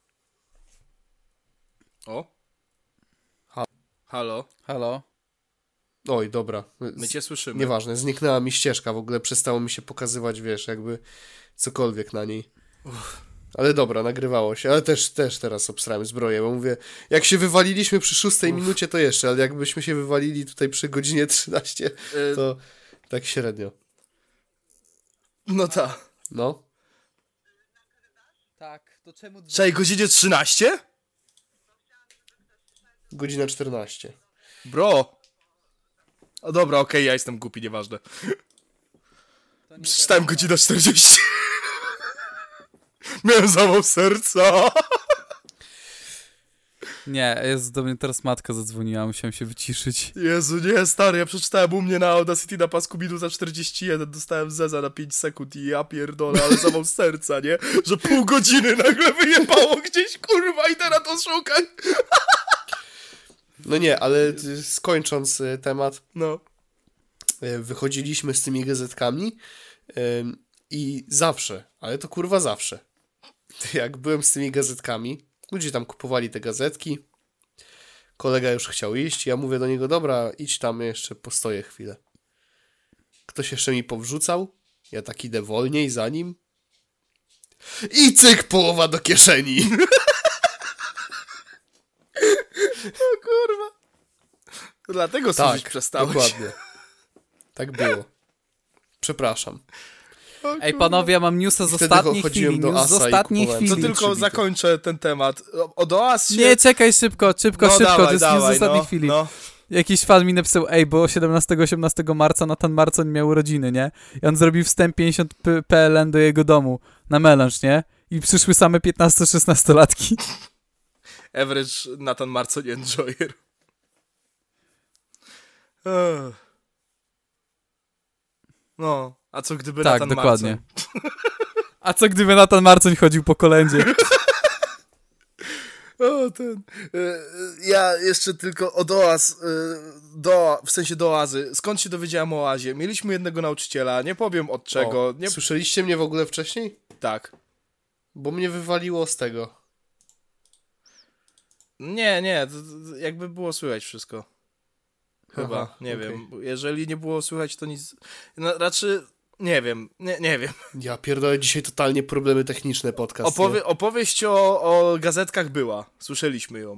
O? Ha- Halo? Halo? Oj, dobra. My cię słyszymy. Nieważne, zniknęła mi ścieżka, w ogóle przestało mi się pokazywać, wiesz, jakby cokolwiek na niej. Uff. Ale dobra, nagrywało się, ale też, też teraz obstrałem zbroję, bo mówię, jak się wywaliliśmy przy szóstej Uf. minucie, to jeszcze, ale jakbyśmy się wywalili tutaj przy godzinie trzynaście, to y- tak średnio. No tak. No. Tak, to czemu... Dwa... Czej, godzinie trzynaście? Godzina czternaście. Bro. O dobra, okej, okay, ja jestem głupi, nieważne. Przeczytałem godzina czterdzieści. Miałem zawał serca. Nie, jest do mnie teraz matka zadzwoniła, musiałem się wyciszyć. Jezu, nie, stary, ja przeczytałem u mnie na Audacity na pasku minuta czterdzieści jeden, dostałem zeza na pięć sekund i ja pierdolę, ale zawał z serca, nie? Że pół godziny nagle wyjebało gdzieś, kurwa, i teraz to szukaj. No nie, ale y, skończąc y, temat, No. y, wychodziliśmy z tymi gazetkami y, i zawsze, ale to kurwa zawsze, jak byłem z tymi gazetkami, ludzie tam kupowali te gazetki, kolega już chciał iść, ja mówię do niego, dobra, idź tam, jeszcze postoję chwilę. Ktoś jeszcze mi powrzucał, ja tak idę wolniej za nim i cyk, połowa do kieszeni. O kurwa. Dlatego służyć Tak, przestałeś. dokładnie. Tak było. Przepraszam. O Ej, kurwa. panowie, ja mam newsa z Wtedy ostatniej chodziłem chwili, do news z Asa i ostatniej kupowałem. chwili. To Film tylko przybity. zakończę ten temat. Od Oaz się... Nie, czekaj, szybko, szybko, no, szybko, dawaj, to jest news z dawaj, ostatniej no, chwili. No. Jakiś fan mi napisał, ej, bo siedemnastego osiemnastego marca Nathan Marcon miał urodziny, nie? I on zrobił wstęp pięćdziesiąt P L N do jego domu, na melanż, nie? I przyszły same piętnasto-szesnastolatki. Average Nathan Marcon enjoyer. Ech. No, a co gdyby Tak, Nathan dokładnie. Marcon... A co gdyby Nathan Marcon chodził po kolędzie? O, ten... e, Ja jeszcze tylko od Oaz, e, do, w sensie do Oazy. Skąd się dowiedziałem o Oazie? Mieliśmy jednego nauczyciela, nie powiem od czego. O, Nie... Słyszeliście mnie w ogóle wcześniej? Tak. Bo mnie wywaliło z tego. Nie, nie, to, to jakby było słychać wszystko. Chyba, Aha, nie okej. wiem. Jeżeli nie było słychać, to nic... No, raczej, nie wiem, nie, nie wiem. Ja pierdolę, dzisiaj totalnie problemy techniczne podcast. Opowie, nie? opowieść o, o gazetkach była. Słyszeliśmy ją.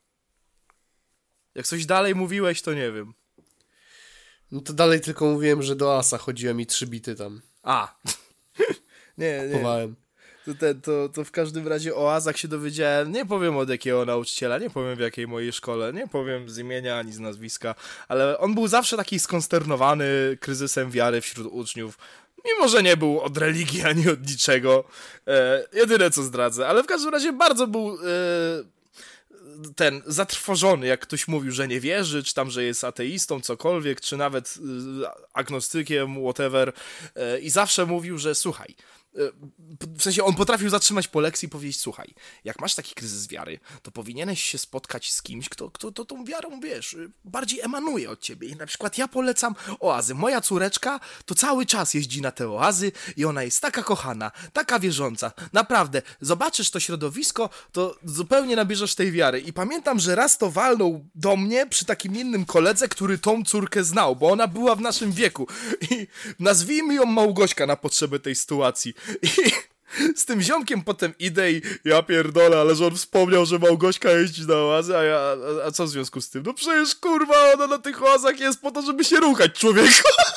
Jak coś dalej mówiłeś, to nie wiem. No to dalej tylko mówiłem, że do Asa chodziłem i trzy bity tam A. nie, nie. kupowałem. To, ten, to, to w każdym razie o Oazach się dowiedziałem, nie powiem od jakiego nauczyciela, nie powiem w jakiej mojej szkole, nie powiem z imienia ani z nazwiska, ale on był zawsze taki skonsternowany kryzysem wiary wśród uczniów, mimo że nie był od religii ani od niczego, e, jedyne co zdradzę, ale w każdym razie bardzo był e, ten zatrwożony, jak ktoś mówił, że nie wierzy, czy tam, że jest ateistą, cokolwiek, czy nawet e, agnostykiem, whatever, e, i zawsze mówił, że słuchaj, w sensie on potrafił zatrzymać po lekcji i powiedzieć, słuchaj, jak masz taki kryzys wiary, to powinieneś się spotkać z kimś, kto, kto, kto tą wiarą, wiesz, bardziej emanuje od ciebie. I na przykład ja polecam Oazy. Moja córeczka to cały czas jeździ na te Oazy i ona jest taka kochana, taka wierząca. Naprawdę, zobaczysz to środowisko, to zupełnie nabierzesz tej wiary. I pamiętam, że raz to walnął do mnie przy takim innym koledze, który tą córkę znał, bo ona była w naszym wieku. I nazwijmy ją Małgośka na potrzeby tej sytuacji. I z tym ziomkiem potem idę i ja pierdolę, ale że on wspomniał, że Małgośka jeździ na Oazy, a ja, a, a co w związku z tym? No przecież kurwa, ona na tych Oazach jest po to, żeby się ruchać, człowieku.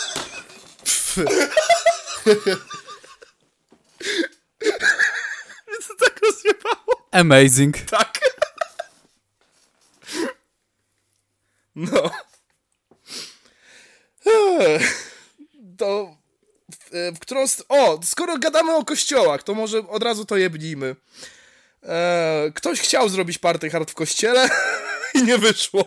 Mnie to tak rozjebało. Amazing. Tak. No. Ech. To w, w którą... st- O, skoro gadamy o kościołach, to może od razu to jebnijmy. E, ktoś chciał zrobić party hard w kościele i nie wyszło.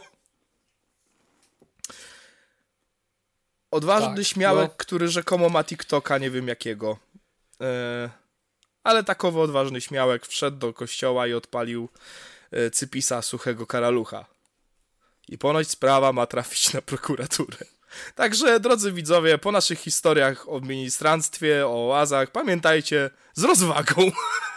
Odważny Tak, śmiałek, no. który rzekomo ma TikToka, nie wiem jakiego. E, ale takowy odważny śmiałek wszedł do kościoła i odpalił e, cypisa suchego karalucha. I ponoć sprawa ma trafić na prokuraturę. Także, drodzy widzowie, po naszych historiach o ministranstwie, o oazach, pamiętajcie, z rozwagą.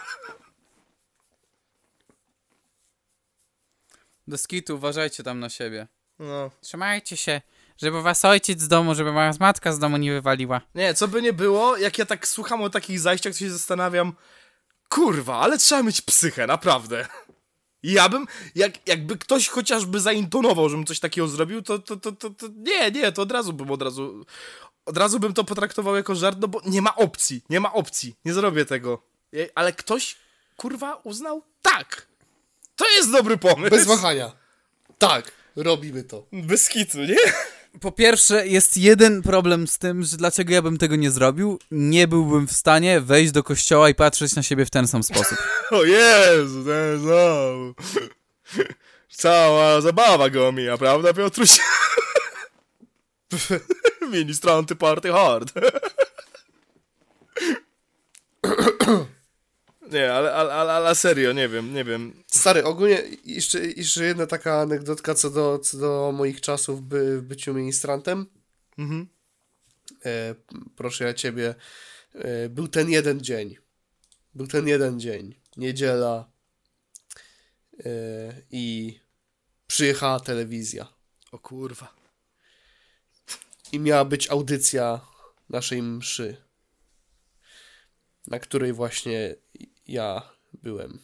Do skitu, uważajcie tam na siebie. No. Trzymajcie się, żeby was ojciec z domu, żeby was matka z domu nie wywaliła. Nie, co by nie było, jak ja tak słucham o takich zajściach, to się zastanawiam, kurwa, ale trzeba mieć psychę, naprawdę. I ja bym, jak, jakby ktoś chociażby zaintonował, żebym coś takiego zrobił, to, to, to, to, to nie, nie, to od razu bym od razu, od razu bym to potraktował jako żart, no bo nie ma opcji, nie ma opcji, nie zrobię tego. Je- Ale ktoś, kurwa, uznał? Tak, to jest dobry pomysł. Bez wahania. Tak, robimy to. Bez kitu, nie? Po pierwsze, jest jeden problem z tym, że dlaczego ja bym tego nie zrobił. Nie byłbym w stanie wejść do kościoła i patrzeć na siebie w ten sam sposób. O Jezu, ten znowu. Cała zabawa go mija, prawda, Piotruś? Ministranty party hard. Nie, ale, ale, ale, ale serio, nie wiem, nie wiem. Stary, ogólnie jeszcze, jeszcze jedna taka anegdotka co do, co do moich czasów by, w byciu ministrantem. Mhm. E, proszę ja ciebie, e, był ten jeden dzień. Był ten jeden dzień. Niedziela. E, I przyjechała telewizja. O kurwa. I miała być audycja naszej mszy, na której właśnie ja byłem.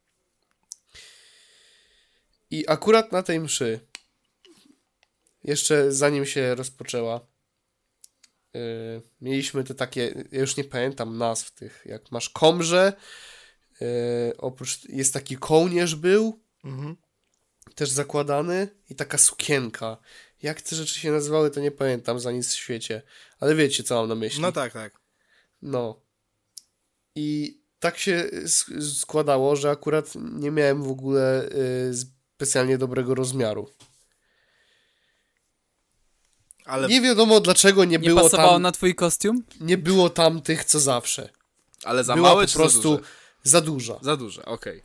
I akurat na tej mszy, jeszcze zanim się rozpoczęła, yy, mieliśmy te takie, ja już nie pamiętam nazw tych, jak masz komrze, yy, oprócz, jest taki kołnierz był, Mhm. też zakładany i taka sukienka. Jak te rzeczy się nazywały, to nie pamiętam za nic w świecie, ale wiecie, co mam na myśli. No tak, tak. No. I tak się sk- składało, że akurat nie miałem w ogóle y, specjalnie dobrego rozmiaru. Ale, Nie wiadomo dlaczego nie, Nie było pasowało tam na twój kostium? nie było tam tych co zawsze. ale za Była małe po czy prostu za duże? za duża. Za duże, okej.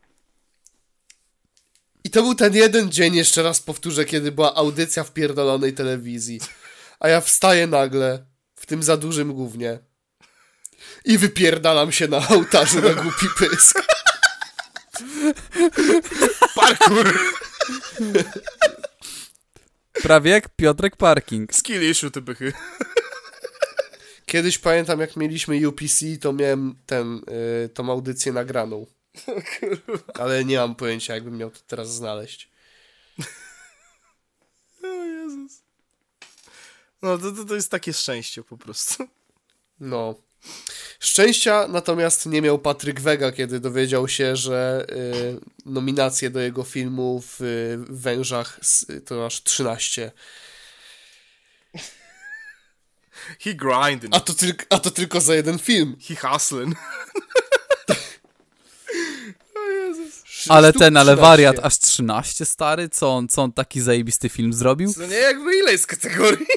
I to był ten jeden dzień, jeszcze raz powtórzę, kiedy była audycja w pierdolonej telewizji. A ja wstaję nagle w tym za dużym gównie i wypierdalam się na ołtarzu na głupi pysk. Parkour! Prawie jak Piotrek Parking. Skill issue, ty bychy. Kiedyś pamiętam, jak mieliśmy U P C, to miałem ten, y, tą audycję nagraną. Ale nie mam pojęcia, jakbym miał to teraz znaleźć. O Jezus. No to, to, to jest takie szczęście po prostu. No. Szczęścia natomiast nie miał Patryk Wega, kiedy dowiedział się, że y, nominacje do jego filmu w y, Wężach s- to aż trzynaście. He grinding. A to, tylko, a to tylko za jeden film. He hustling. Ale Sztuk ten, ale trzynaście. wariat, aż trzynaście, stary? Co on, co on taki zajebisty film zrobił? No nie, jakby ile jest kategorii?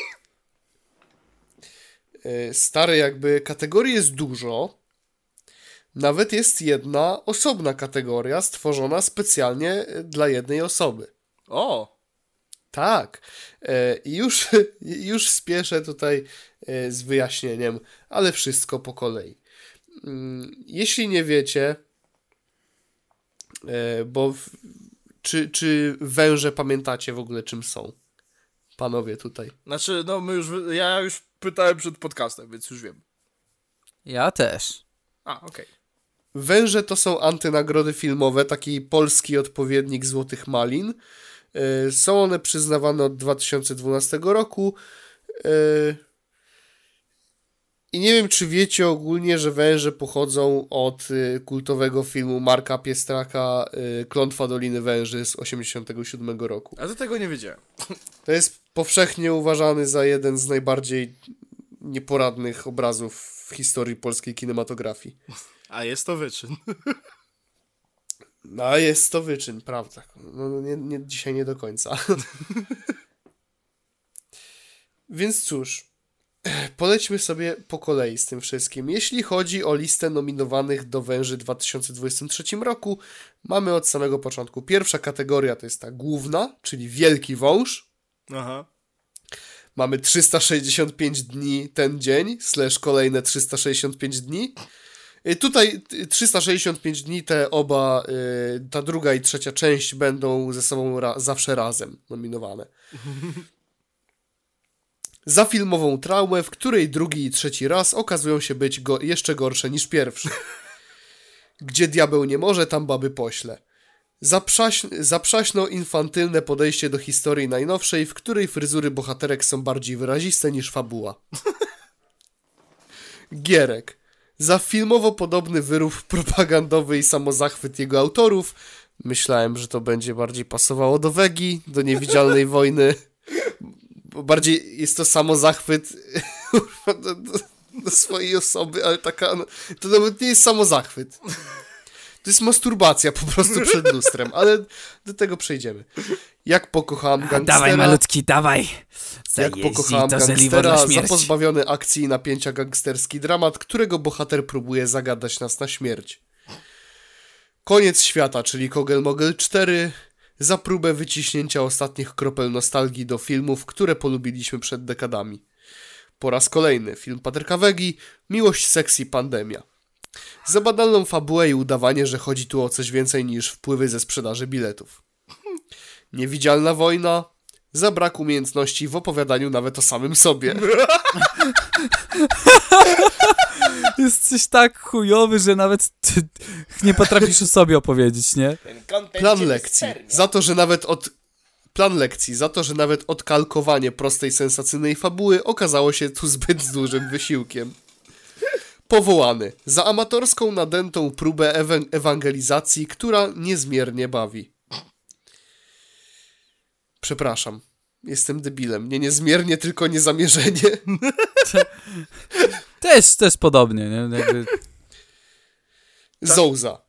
Y, Stary, jakby kategorii jest dużo. Nawet jest jedna osobna kategoria stworzona specjalnie y, dla jednej osoby. O! Tak. E, I już, już spieszę tutaj e, z wyjaśnieniem, ale wszystko po kolei. Mm, Jeśli nie wiecie, e, bo w, czy, czy węże pamiętacie w ogóle czym są? Panowie tutaj. Znaczy, no my już, ja już pytałem przed podcastem, więc już wiem. Ja też. A, okej. Węże to są antynagrody filmowe, taki polski odpowiednik Złotych Malin. E, Są one przyznawane od dwa tysiące dwunastego roku. E, I nie wiem, czy wiecie ogólnie, że węże pochodzą od e, kultowego filmu Marka Piestraka e, Klątwa Doliny Węży z osiemdziesiątego siódmego roku. A do tego nie wiedziałem. To jest powszechnie uważany za jeden z najbardziej nieporadnych obrazów w historii polskiej kinematografii. A jest to wyczyn. No, a jest to wyczyn, prawda. No, nie, nie, dzisiaj nie do końca. Więc cóż, polećmy sobie po kolei z tym wszystkim. Jeśli chodzi o listę nominowanych do Węży w dwa tysiące dwudziestym trzecim roku, mamy od samego początku. Pierwsza kategoria to jest ta główna, czyli Wielki Wąż. Aha. Mamy trzysta sześćdziesiąt pięć dni ten dzień, slash kolejne trzysta sześćdziesiąt pięć dni. Y, Tutaj y, trzysta sześćdziesiąt pięć dni, te oba, y, ta druga i trzecia część będą ze sobą ra- zawsze razem nominowane. Za filmową traumę, w której drugi i trzeci raz okazują się być go- jeszcze gorsze niż pierwszy. Gdzie diabeł nie może, tam baby pośle. Za, przaśn- za przaśno-infantylne podejście do historii najnowszej, w której fryzury bohaterek są bardziej wyraziste niż fabuła. Gierek. Za filmowo podobny wyrób propagandowy i samozachwyt jego autorów. Myślałem, że to będzie bardziej pasowało do Wegi, do Niewidzialnej Wojny. Bo bardziej jest to samozachwyt do, do, do swojej osoby, ale taka... No, to nawet nie jest samozachwyt. To jest masturbacja po prostu przed lustrem, ale do tego przejdziemy. Jak pokochałam gangstera... Dawaj malutki, dawaj. Jak Zajeździ pokochałam to żeliwo gangstera, dla za śmierci. pozbawiony akcji i napięcia gangsterski dramat, którego bohater próbuje zagadać nas na śmierć. Koniec świata, czyli Kogel Mogel cztery, za próbę wyciśnięcia ostatnich kropel nostalgii do filmów, które polubiliśmy przed dekadami. Po raz kolejny film Patryka Wegi, Miłość, seks i pandemia. Za banalną fabułę i udawanie, że chodzi tu o coś więcej niż wpływy ze sprzedaży biletów. Niewidzialna wojna, za brak umiejętności w opowiadaniu nawet o samym sobie. Jesteś tak chujowy, że nawet ty nie potrafisz o sobie opowiedzieć, nie? Ten content Plan cię lekcji, wyscernia. za to, że nawet od... Plan lekcji, za to, że nawet odkalkowanie prostej, sensacyjnej fabuły okazało się tu zbyt dużym wysiłkiem. Powołany, za amatorską, nadętą próbę ewe- ewangelizacji, która niezmiernie bawi. Przepraszam, jestem debilem. Nie niezmiernie, tylko niezamierzenie. Też, też podobnie, nie? Jakby... Zouza.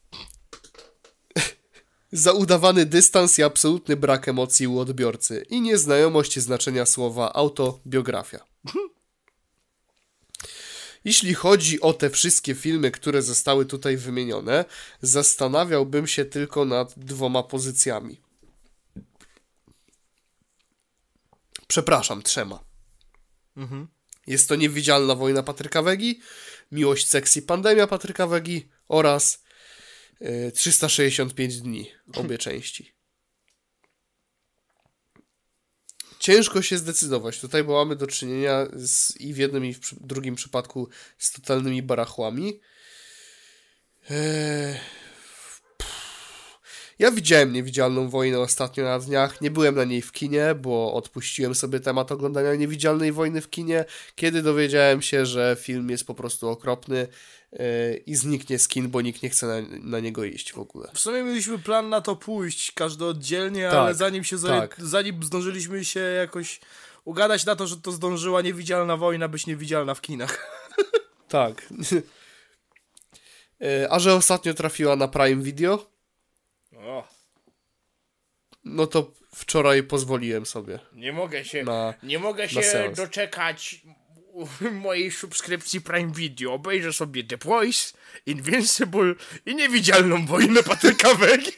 Za udawany dystans i absolutny brak emocji u odbiorcy i nieznajomość znaczenia słowa autobiografia. Jeśli chodzi o te wszystkie filmy, które zostały tutaj wymienione, zastanawiałbym się tylko nad dwoma pozycjami. Przepraszam, trzema. Mhm. Jest to Niewidzialna wojna Patryka Wegi, Miłość, seks i pandemia Patryka Wegi oraz y, trzysta sześćdziesiąt pięć dni, obie części. Ciężko się zdecydować. Tutaj bo mamy do czynienia z, i w jednym i w przy, drugim przypadku z totalnymi barachłami. Eee, Ja widziałem Niewidzialną wojnę ostatnio na dniach. Nie byłem na niej w kinie, bo odpuściłem sobie temat oglądania Niewidzialnej wojny w kinie, kiedy dowiedziałem się, że film jest po prostu okropny yy, i zniknie z kin, bo nikt nie chce na, na niego iść w ogóle. W sumie mieliśmy plan na to pójść, każdy oddzielnie, Tak, ale zanim się zaje... tak. zanim zdążyliśmy się jakoś ugadać na to, że to zdążyła Niewidzialna wojna być niewidzialna w kinach. Tak. Yy, A że ostatnio trafiła na Prime Video, O, no to wczoraj pozwoliłem sobie nie mogę się, na... nie mogę na się seans. doczekać mojej subskrypcji Prime Video. Obejrzę sobie The Voice, Invincible i Niewidzialną wojnę Patryka Wegi.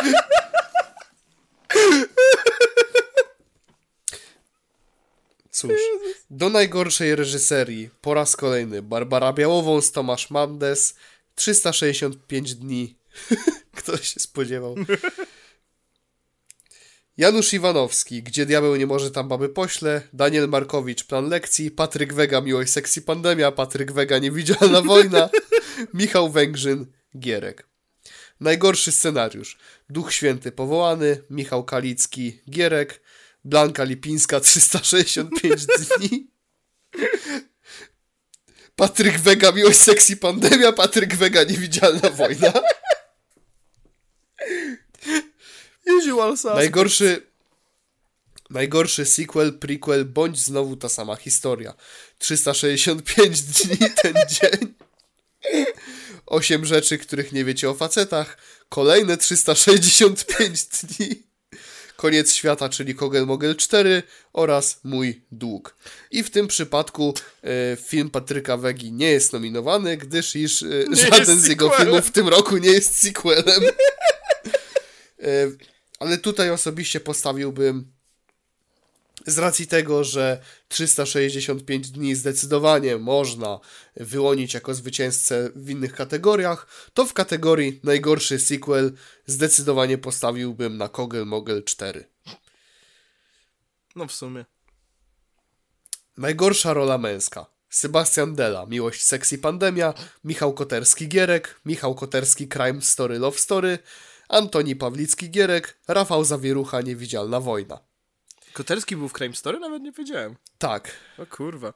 Cóż, do najgorszej reżyserii po raz kolejny Barbara Białowąs, Tomasz Mandes, trzysta sześćdziesiąt pięć dni. Kto się spodziewał? Janusz Iwanowski, Gdzie diabeł nie może, tam baby pośle, Daniel Markowicz, Plan lekcji, Patryk Wega, Miłość, seks i pandemia, Patryk Wega, Niewidzialna wojna, Michał Węgrzyn, Gierek. Najgorszy scenariusz: Duch Święty powołany, Michał Kalicki, Gierek, Blanka Lipińska, trzysta sześćdziesiąt pięć dni, Patryk Wega, Miłość, seks i pandemia, Patryk Wega, Niewidzialna wojna. Usual suspect. Najgorszy, najgorszy sequel, prequel, bądź znowu ta sama historia. trzysta sześćdziesiąt pięć dni ten dzień. Osiem rzeczy, których nie wiecie o facetach. Kolejne trzysta sześćdziesiąt pięć dni. Koniec świata, czyli Kogel Mogel cztery oraz Mój dług. I w tym przypadku e, film Patryka Wegi nie jest nominowany, gdyż iż e, żaden z jego sequelem. filmów w tym roku nie jest sequelem. e, ale tutaj osobiście postawiłbym, z racji tego, że trzysta sześćdziesiąt pięć dni zdecydowanie można wyłonić jako zwycięzcę w innych kategoriach, to w kategorii najgorszy sequel zdecydowanie postawiłbym na Kogel Mogel cztery. No w sumie. Najgorsza rola męska: Sebastian Della, Miłość, seks i pandemia, Michał Koterski, Gierek, Michał Koterski, Crime Story, Love Story, Antoni Pawlicki, Gierek, Rafał Zawierucha, Niewidzialna wojna. Koterski był w Crime Story? Nawet nie wiedziałem. Tak. O kurwa.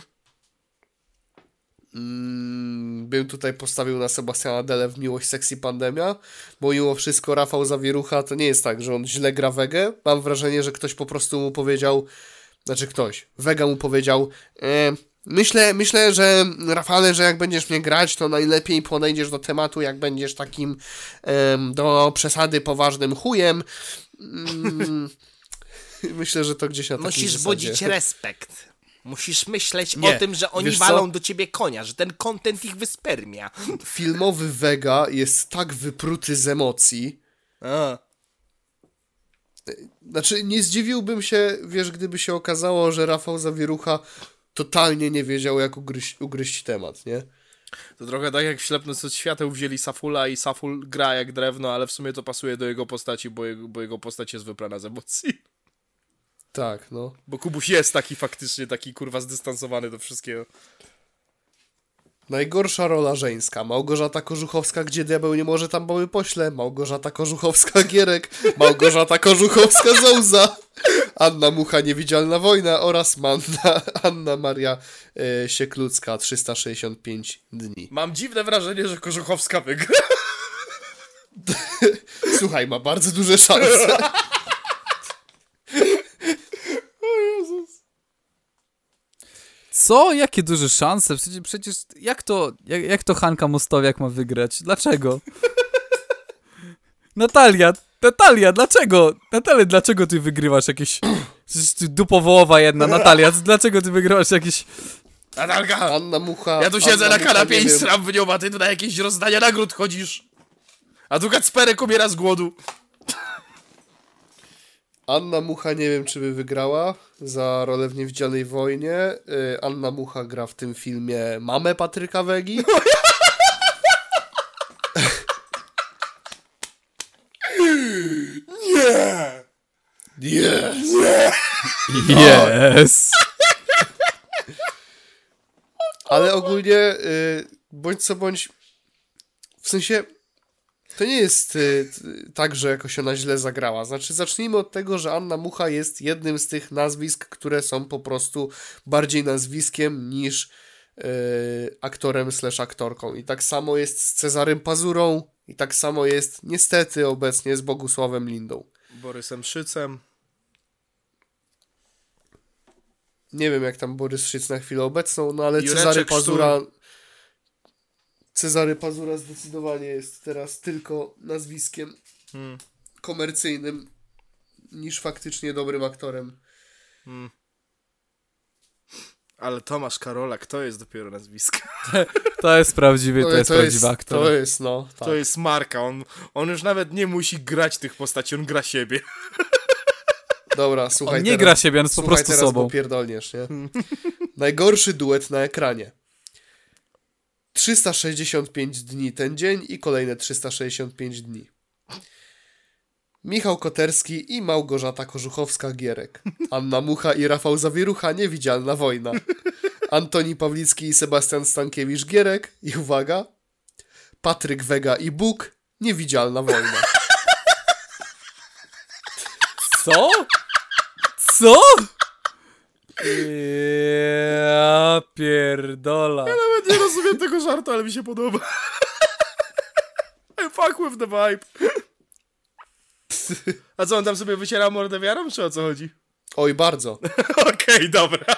Mm, bym tutaj postawił na Sebastiana Dellę w Miłość, seks i pandemia, bo mimo wszystko Rafał Zawierucha to nie jest tak, że on źle gra Wegę. Mam wrażenie, że ktoś po prostu mu powiedział, znaczy ktoś, Wega mu powiedział, e, Myślę, myślę, że Rafale, że jak będziesz mnie grać, to najlepiej podejdziesz do tematu, jak będziesz takim em, do przesady poważnym chujem. Mm, myślę, że to gdzieś na takiej Musisz zasadzie. budzić respekt. Musisz myśleć Nie, o tym, że oni wiesz co? walą do ciebie konia, że ten content ich wyspermia. Filmowy Vega jest tak wypruty z emocji. A. Znaczy, nie zdziwiłbym się, wiesz, gdyby się okazało, że Rafał Zawierucha totalnie nie wiedział, jak ugryźć, ugryźć temat, nie? To trochę tak jak w Ślepnąc od świateł wzięli Safula i Saful gra jak drewno, ale w sumie to pasuje do jego postaci, bo jego, bo jego postać jest wyprana z emocji. Tak, no. Bo Kubuś jest taki faktycznie, taki kurwa zdystansowany do wszystkiego. Najgorsza rola żeńska. Małgorzata Kożuchowska, gdzie diabeł nie może, tam bały pośle. Małgorzata Kożuchowska Gierek. Małgorzata Kożuchowska Zołza. Anna Mucha Niewidzialna Wojna oraz Manna, Anna Maria e, Sieklucka trzysta sześćdziesiąt pięć dni. Mam dziwne wrażenie, że Kożuchowska wygra. Słuchaj, ma bardzo duże szanse. Co? Jakie duże szanse? Przecież, przecież jak to, jak, jak to Hanka Mostowiak ma wygrać? Dlaczego? Natalia, Natalia, dlaczego? Natalia, dlaczego ty wygrywasz jakieś... Przecież ty dupowołowa jedna, Natalia, dlaczego ty wygrywasz jakieś... Natalka, Anna Mucha... ja tu siedzę Anna na kanapie Mucha, i nie wiem. sram w nią, a ty tu na jakieś rozdania nagród chodzisz. A tu Kacperek umiera z głodu. Anna Mucha nie wiem, czy by wygrała za rolę w Niewidzialnej Wojnie. Y, Anna Mucha gra w tym filmie mamę Patryka Wegi. Nie! Nie! Yes! Ale ogólnie, y, bądź co bądź, w sensie, to nie jest y, t- tak, że jakoś ona źle zagrała. Znaczy, zacznijmy od tego, że Anna Mucha jest jednym z tych nazwisk, które są po prostu bardziej nazwiskiem niż y, aktorem slash aktorką. I tak samo jest z Cezarym Pazurą i tak samo jest niestety obecnie z Bogusławem Lindą. Borysem Szycem. Nie wiem, jak tam Borys Szyc na chwilę obecną, no ale Jureczek Cezary Pazura... Cezary Pazura zdecydowanie jest teraz tylko nazwiskiem Hmm. komercyjnym niż faktycznie dobrym aktorem. Ale Tomasz Karolak, to jest dopiero nazwisko. To jest prawdziwy, to, No, jest prawdziwy aktor. To jest, no, tak. To jest marka, on, on już nawet nie musi grać tych postaci, on gra siebie. Dobra, słuchaj On nie teraz, gra siebie, on jest po słuchaj prostu teraz, sobą. bo pierdolniesz, nie? Najgorszy duet na ekranie. trzysta sześćdziesiąt pięć dni ten dzień i kolejne trzysta sześćdziesiąt pięć dni. Michał Koterski i Małgorzata Kożuchowska-Gierek. Anna Mucha i Rafał Zawierucha, Niewidzialna Wojna. Antoni Pawlicki i Sebastian Stankiewicz-Gierek. I uwaga, Patryk Wega i Bóg, Niewidzialna Wojna. Co? Co? Ja pierdola. Nawet nie rozumiem tego żartu, ale mi się podoba. I fuck with the vibe. A co, on tam sobie wyciera mordę wiarą, czy o co chodzi? Oj, bardzo. Okej, dobra.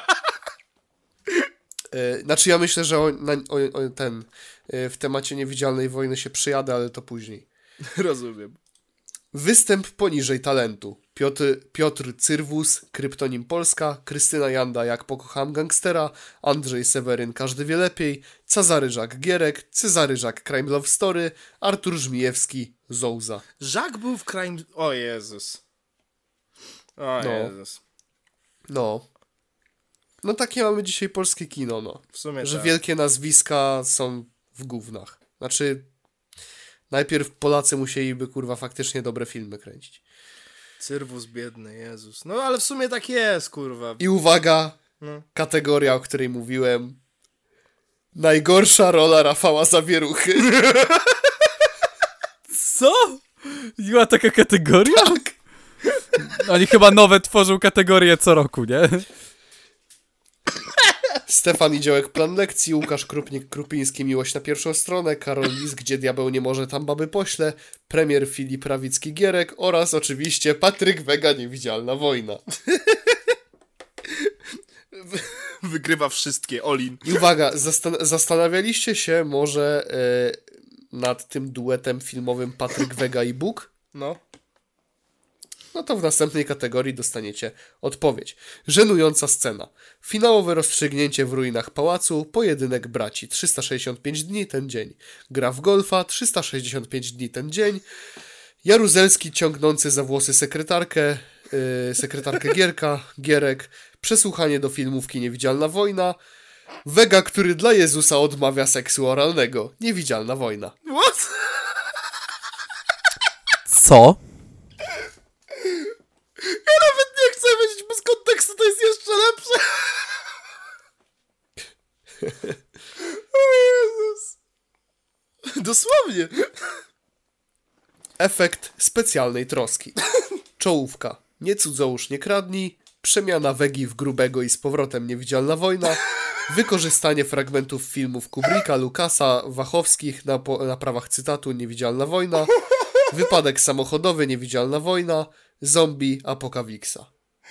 E, Znaczy ja myślę, że o, na, o, o ten e, w temacie Niewidzialnej Wojny się przyjadę, ale to później. Rozumiem. Występ poniżej talentu. Piotr, Piotr Cyrwus, Kryptonim Polska, Krystyna Janda, Jak pokocham gangstera, Andrzej Seweryn, Każdy wie lepiej, Cezary Żak Gierek, Cezary Żak Crime Love Story, Artur Żmijewski, Zołza. Żak był w crime... O Jezus. O No. Jezus. No. No takie mamy dzisiaj polskie kino, no. W sumie Że tak. wielkie nazwiska są w gównach. Znaczy, najpierw Polacy musieliby, kurwa, faktycznie dobre filmy kręcić. Cyrwus biedny, Jezus. No ale w sumie tak jest, kurwa. I uwaga, No. kategoria, o której mówiłem. Najgorsza rola Rafała Zawieruchy. Co? Była taka kategoria? Tak. Oni chyba nowe tworzą kategorie co roku, nie? Stefan Idziołek, Plan lekcji, Łukasz Krupnik-Krupiński, Miłość na pierwszą stronę, Karol Lis, Gdzie diabeł nie może, tam baby pośle, premier Filip Rawicki-Gierek oraz oczywiście Patryk Wega, Niewidzialna Wojna. Wygrywa wszystkie, Olin. I uwaga, zastan- zastanawialiście się może e, nad tym duetem filmowym Patryk Wega i Bóg? No. No to w następnej kategorii dostaniecie odpowiedź. Żenująca scena. Finałowe rozstrzygnięcie w ruinach pałacu, pojedynek braci, trzysta sześćdziesiąt pięć dni ten dzień. Gra w golfa, trzysta sześćdziesiąt pięć dni ten dzień. Jaruzelski ciągnący za włosy sekretarkę, yy, sekretarkę Gierka, Gierek. Przesłuchanie do filmówki Niewidzialna wojna. Wega, który dla Jezusa odmawia seksu oralnego. Niewidzialna wojna. What? Co? Ja nawet nie chcę wiedzieć bez kontekstu, to jest jeszcze lepsze. O Jezus. Dosłownie. Efekt specjalnej troski. Czołówka. Nie cudzołóż, nie kradnij. Przemiana Wegi w grubego i z powrotem Niewidzialna wojna. Wykorzystanie fragmentów filmów Kubricka, Lucasa, Wachowskich na, po, na prawach cytatu Niewidzialna wojna. Wypadek samochodowy Niewidzialna wojna. Zombie Apokaliksa.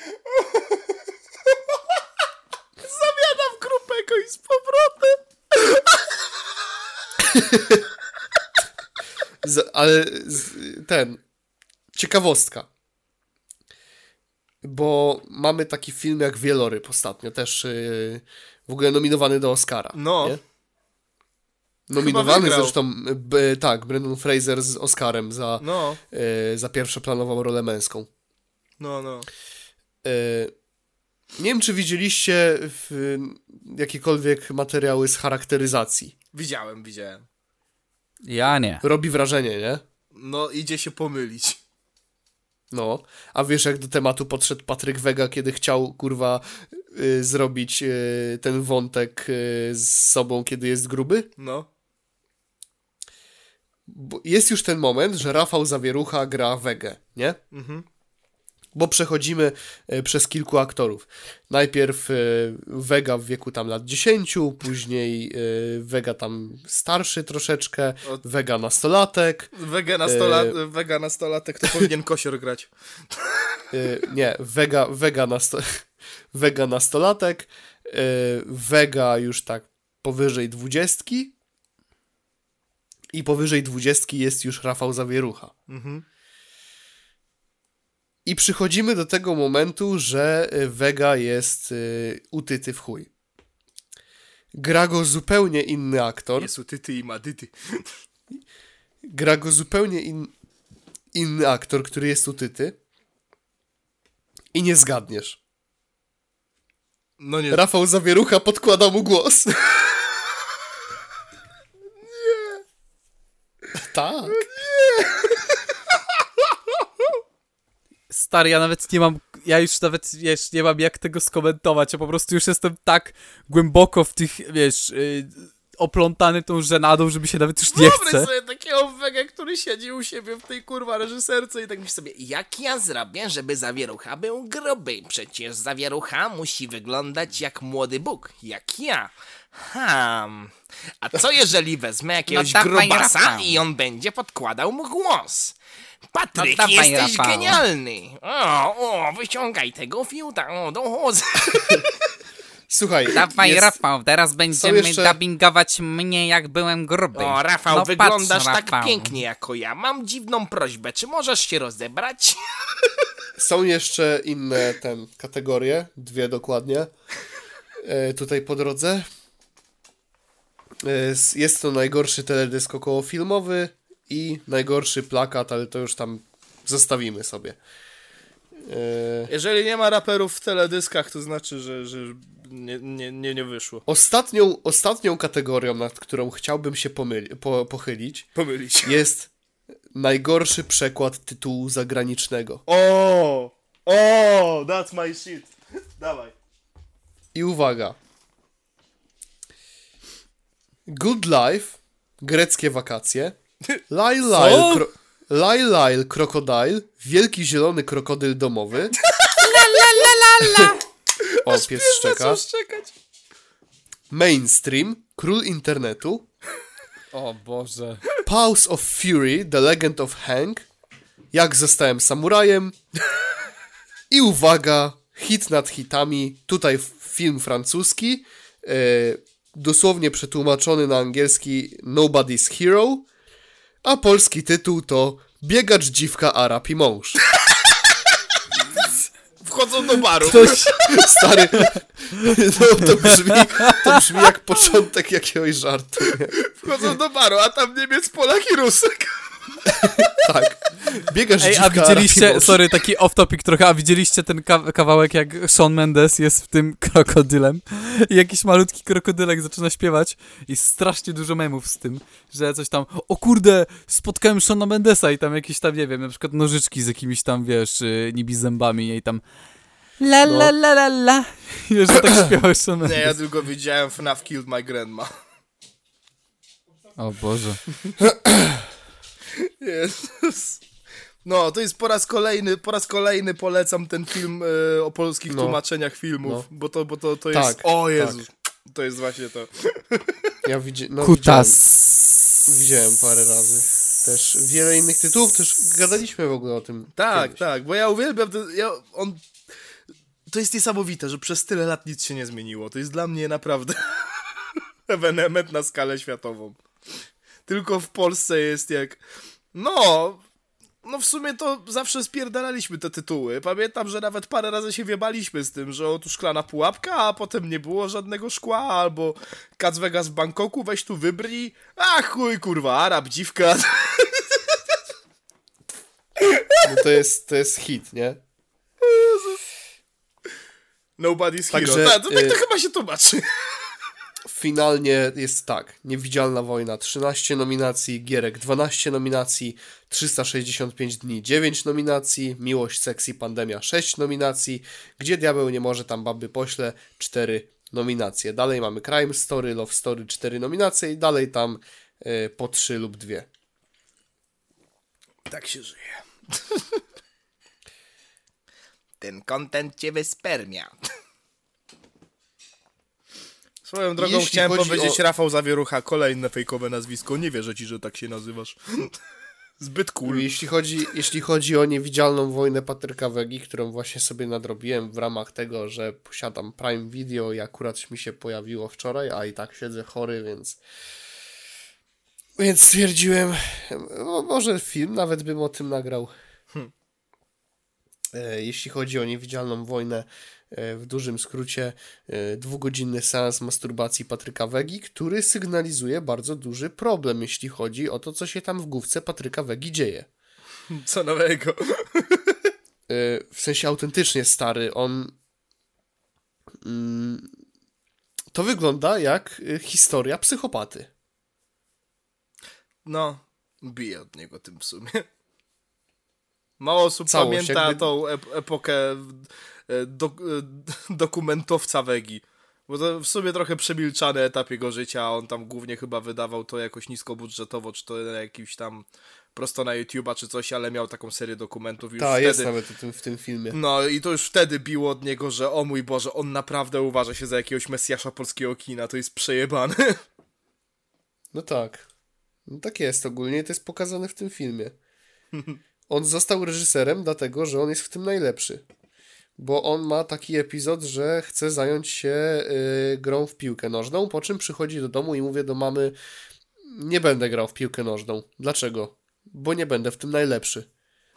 Zamiana w grubego i z powrotem. Z, ale z, ten... Ciekawostka. Bo mamy taki film jak Wieloryb ostatnio, też yy, w ogóle nominowany do Oscara. No. Nie? Nominowany wygrał. zresztą, b, tak, Brendan Fraser z Oscarem za, No, yy, za pierwszoplanową rolę męską. no, no. Yy, nie wiem, czy widzieliście w, jakiekolwiek materiały z charakteryzacji. Widziałem, widziałem. Ja nie. Robi wrażenie, nie? No, idzie się pomylić. No, a wiesz jak do tematu podszedł Patryk Wega, kiedy chciał, kurwa, y, zrobić y, ten wątek y, z sobą, kiedy jest gruby? No. Bo jest już ten moment, że Rafał Zawierucha gra Wegę, nie? Mhm. Bo przechodzimy y, przez kilku aktorów. Najpierw y, Wega w wieku tam lat dziesięciu, później y, Wega tam starszy troszeczkę, Od- Wega nastolatek, Wega nastola... E- Wega nastolatek to powinien kosior grać. Y, nie, Wega, Wega, nasto, Wega nastolatek, y, Wega już tak powyżej dwudziestki i powyżej dwudziestki jest już Rafał Zawierucha. Mhm. I przychodzimy do tego momentu, że y, Wega jest y, utyty w chuj. Gra go zupełnie inny aktor. Jesu, tyty i madyty. Gra go zupełnie in, inny aktor, który jest utyty. I nie zgadniesz. No nie. Rafał Zawierucha podkłada mu głos. Nie. Tak. Stary, ja nawet nie mam, ja już nawet, wiesz, nie mam jak tego skomentować, ja po prostu już jestem tak głęboko w tych, wiesz, yy, oplątany tą żenadą, że mi się nawet już nie Wyobraź chce. sobie takiego Wegę, który siedzi u siebie w tej kurwa reżyserce i tak myśli sobie, jak ja zrobię, żeby Zawierucha był gruby? Przecież Zawierucha musi wyglądać jak młody Bóg, jak ja. Hmm. A co jeżeli wezmę jakiegoś No dawaj, grubasa Rafał. i on będzie podkładał mu głos? Patryk, No dawaj, jesteś Rafał. genialny! O, o, wyciągaj tego fiuta, o, dochodzę. Słuchaj, Dawaj, jest, Rafał, teraz będziemy jeszcze- dubbingować mnie, jak byłem gruby. O, Rafał, no, wyglądasz patrz, tak Rafał. pięknie jako ja. Mam dziwną prośbę, czy możesz się rozebrać? są jeszcze inne ten, kategorie, dwie dokładnie, e, tutaj po drodze. E, s- jest to najgorszy teledysk okołofilmowy i najgorszy plakat, ale to już tam zostawimy sobie. E, Jeżeli nie ma raperów w teledyskach, to znaczy, że, że nie, nie, nie, nie wyszło. ostatnią, ostatnią kategorią, nad którą chciałbym się pomyli, po, pochylić, Pomylić. jest najgorszy przekład tytułu zagranicznego. O, o, that's my shit. Dawaj. I uwaga. Good Life, greckie wakacje. Lyle Lyle, kro, Lyle Lyle Crocodile, wielki zielony krokodyl domowy. O, pies szczeka. szczekać. Mainstream, król internetu. O Boże. Pulse of Fury, The Legend of Hank. Jak zostałem samurajem. I uwaga, hit nad hitami. Tutaj film francuski, e, dosłownie przetłumaczony na angielski Nobody's Hero, a polski tytuł to Biegacz, dziwka, Arab i mąż. Wchodzą do baru. Ktoś, stary, to, to, brzmi, to brzmi jak początek jakiegoś żartu. Nie? Wchodzą do baru, a tam Niemiec, Polak i Rusek. Tak. Biegasz, Ej, a dziwka, widzieliście, Arab i mąż. sorry, taki off-topic trochę, a widzieliście ten ka- kawałek, jak Shawn Mendes jest w tym krokodylem i jakiś malutki krokodylek zaczyna śpiewać i strasznie dużo memów z tym, że coś tam, o kurde, spotkałem Shawna Mendesa i tam jakieś tam, nie wiem, na przykład nożyczki z jakimiś tam, wiesz, y, nibi zębami i tam la la la la la. I wiesz, że tak śpiewał Shawn Mendes. Nie, ja tylko widziałem F N A F Killed My Grandma. O Boże. Jezus. No, to jest po raz kolejny, po raz kolejny polecam ten film e, o polskich No. tłumaczeniach filmów, No. bo to, bo to, to jest... Tak, o Jezus, to jest właśnie to. Ja widzi- no, Kutas. Widziałem, widziałem parę razy. Też wiele innych tytułów, też gadaliśmy w ogóle o tym. Tak, kiedyś. tak, bo ja uwielbiam, to, ja, on... To jest niesamowite, że przez tyle lat nic się nie zmieniło. To jest dla mnie naprawdę ewenement na skalę światową. Tylko w Polsce jest jak... No... No w sumie to zawsze spierdalaliśmy te tytuły. Pamiętam, że nawet parę razy się wiebaliśmy z tym, że oto szklana pułapka, a potem nie było żadnego szkła, albo Cats Vegas w Bangkoku, weź tu wybrnij. A chuj, kurwa, Arab, dziwka. No to jest, to jest hit, nie? Nobody's Także, Hero. Tak, to, tak to y- chyba się tłumaczy. Finalnie jest tak. Niewidzialna wojna, trzynaście nominacji, Gierek dwanaście nominacji, trzysta sześćdziesiąt pięć dni, dziewięć nominacji, Miłość, seks i pandemia, sześć nominacji, Gdzie diabeł nie może, tam baby pośle, cztery nominacje. Dalej mamy Crime Story, Love Story, cztery nominacje i dalej tam y, po trzy lub dwie. Tak się żyje. Ten content cię wyspermia. Swoją drogą Jeśli chciałem chodzi powiedzieć o- Rafał Zawierucha, kolejne fejkowe nazwisko. Nie wierzę ci, że tak się nazywasz. Zbyt cool. Jeśli chodzi, jeśli chodzi o Niewidzialną wojnę Patryka Wegi, którą właśnie sobie nadrobiłem w ramach tego, że posiadam Prime Video i akurat mi się pojawiło wczoraj, a i tak siedzę chory, więc więc stwierdziłem, no, może film, nawet bym o tym nagrał. Hmm. E, Jeśli chodzi o Niewidzialną wojnę, e, w dużym skrócie, e, dwugodzinny seans masturbacji Patryka Wegi, który sygnalizuje bardzo duży problem, jeśli chodzi o to, co się tam w główce Patryka Wegi dzieje. Co nowego? Y, w sensie autentycznie stary, on mm, to wygląda jak y, historia psychopaty. No, bije od niego tym w sumie. Mało osób Całość, pamięta jakby- tą ep- epokę e, do, e, dokumentowca Wegi. Bo to w sumie trochę przemilczany etap jego życia, a on tam głównie chyba wydawał to jakoś niskobudżetowo, czy to na jakimś tam prosto na YouTube'a czy coś, ale miał taką serię dokumentów już Tak, wtedy. jest nawet w tym, w tym filmie. No i to już wtedy biło od niego, że o mój Boże, on naprawdę uważa się za jakiegoś mesjasza polskiego kina, to jest przejebane. No tak. No tak jest ogólnie, to jest pokazane w tym filmie. On został reżyserem dlatego, że on jest w tym najlepszy. Bo on ma taki epizod, że chce zająć się y, grą w piłkę nożną, po czym przychodzi do domu i mówi do mamy: nie będę grał w piłkę nożną. Dlaczego? Bo nie będę w tym najlepszy.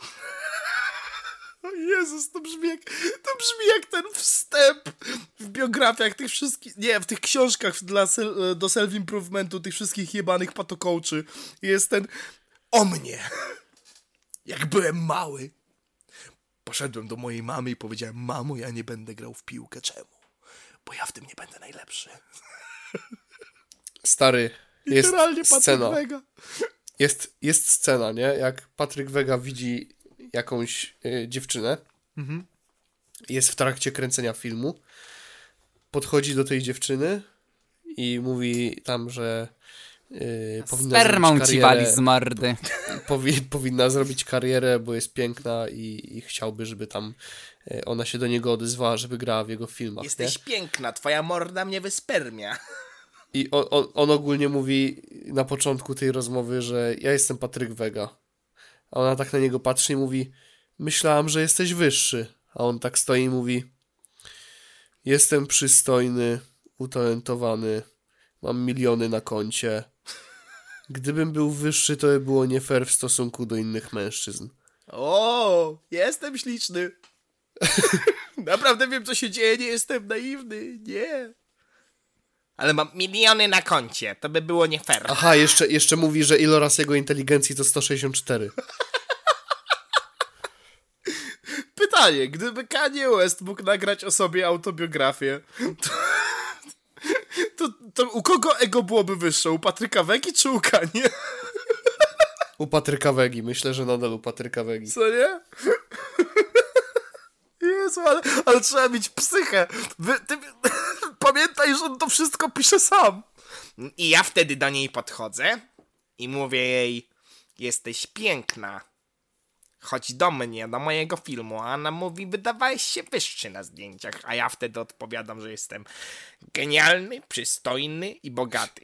O Jezus, to brzmi jak, to brzmi jak ten wstęp w biografiach tych wszystkich, nie, w tych książkach dla sel, do self-improvementu, tych wszystkich jebanych patokołczy. Jest ten o mnie. Jak byłem mały, poszedłem do mojej mamy i powiedziałem: mamo, ja nie będę grał w piłkę. Czemu? Bo ja w tym nie będę najlepszy. Stary, jest Literalnie Patryk scena. Wega. Jest, jest scena, nie? Jak Patryk Wega widzi jakąś y, dziewczynę, Mhm. jest w trakcie kręcenia filmu, podchodzi do tej dziewczyny i mówi tam, że y, powinna Spermą zrobić ci karierę, wali z mordy. powi, powinna zrobić karierę, bo jest piękna i, i chciałby, żeby tam y, ona się do niego odezwała, żeby grała w jego filmach. Jesteś Nie? piękna, twoja morda mnie wyspermia. I on, on, on ogólnie mówi na początku tej rozmowy, że ja jestem Patryk Wega. A ona tak na niego patrzy i mówi: myślałam, że jesteś wyższy. A on tak stoi i mówi: Jestem przystojny, utalentowany, mam miliony na koncie. Gdybym był wyższy, to by było nie fair w stosunku do innych mężczyzn. O, jestem śliczny. Naprawdę wiem, co się dzieje, nie jestem naiwny, nie. Ale mam miliony na koncie, to by było nie fair. Aha, jeszcze, jeszcze mówi, że iloraz jego inteligencji to sto sześćdziesiąt cztery. Pytanie, gdyby Kanye West mógł nagrać o sobie autobiografię, to, to, to u kogo ego byłoby wyższe? U Patryka Wegi czy u Kanye? U Patryka Wegi, myślę, że nadal u Patryka Wegi. Co nie? Jezu, ale, ale trzeba mieć psychę. Wy, ty, pamiętaj, że on to wszystko pisze sam. I ja wtedy do niej podchodzę i mówię jej, jesteś piękna. Chodź do mnie, do mojego filmu. A ona mówi, wydawałeś się wyższy na zdjęciach. A ja wtedy odpowiadam, że jestem genialny, przystojny i bogaty.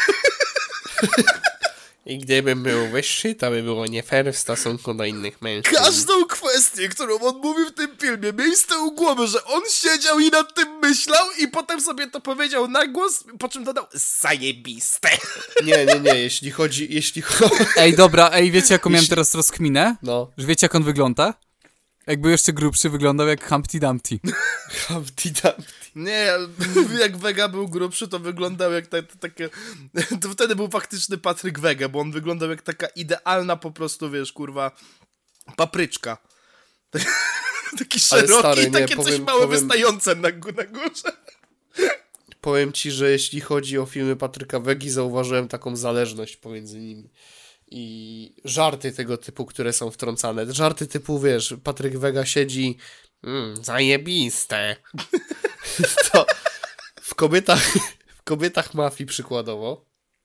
I gdybym był wyższy, to by było nie fair w stosunku do innych mężczyzn. Każdą kwestię, którą on mówi w tym filmie, miej z tyłu głowy, że on siedział i nad tym myślał i potem sobie to powiedział na głos, po czym dodał Zajebiste. Nie, nie, nie, jeśli chodzi, jeśli chodzi... Ej, dobra, ej, wiecie jaką miałem Jeśli- teraz rozkminę? No, Że wiecie jak on wygląda? Jak był jeszcze grubszy, wyglądał jak Humpty Dumpty. Humpty Dumpty. nie, jak Vega był grubszy, to wyglądał jak ta, ta, takie... To wtedy był faktyczny Patryk Wega, bo on wyglądał jak taka idealna po prostu, wiesz, kurwa, papryczka. Taki szeroki stary, i nie, takie coś powiem- małe powiem- wystające na, gó- na górze. Powiem ci, że jeśli chodzi o filmy Patryka Wegi, zauważyłem taką zależność pomiędzy nimi. I żarty tego typu, które są wtrącane. Żarty typu, wiesz, Patryk Wega siedzi... Mm, zajebiste. To w kobietach, w kobietach mafii przykładowo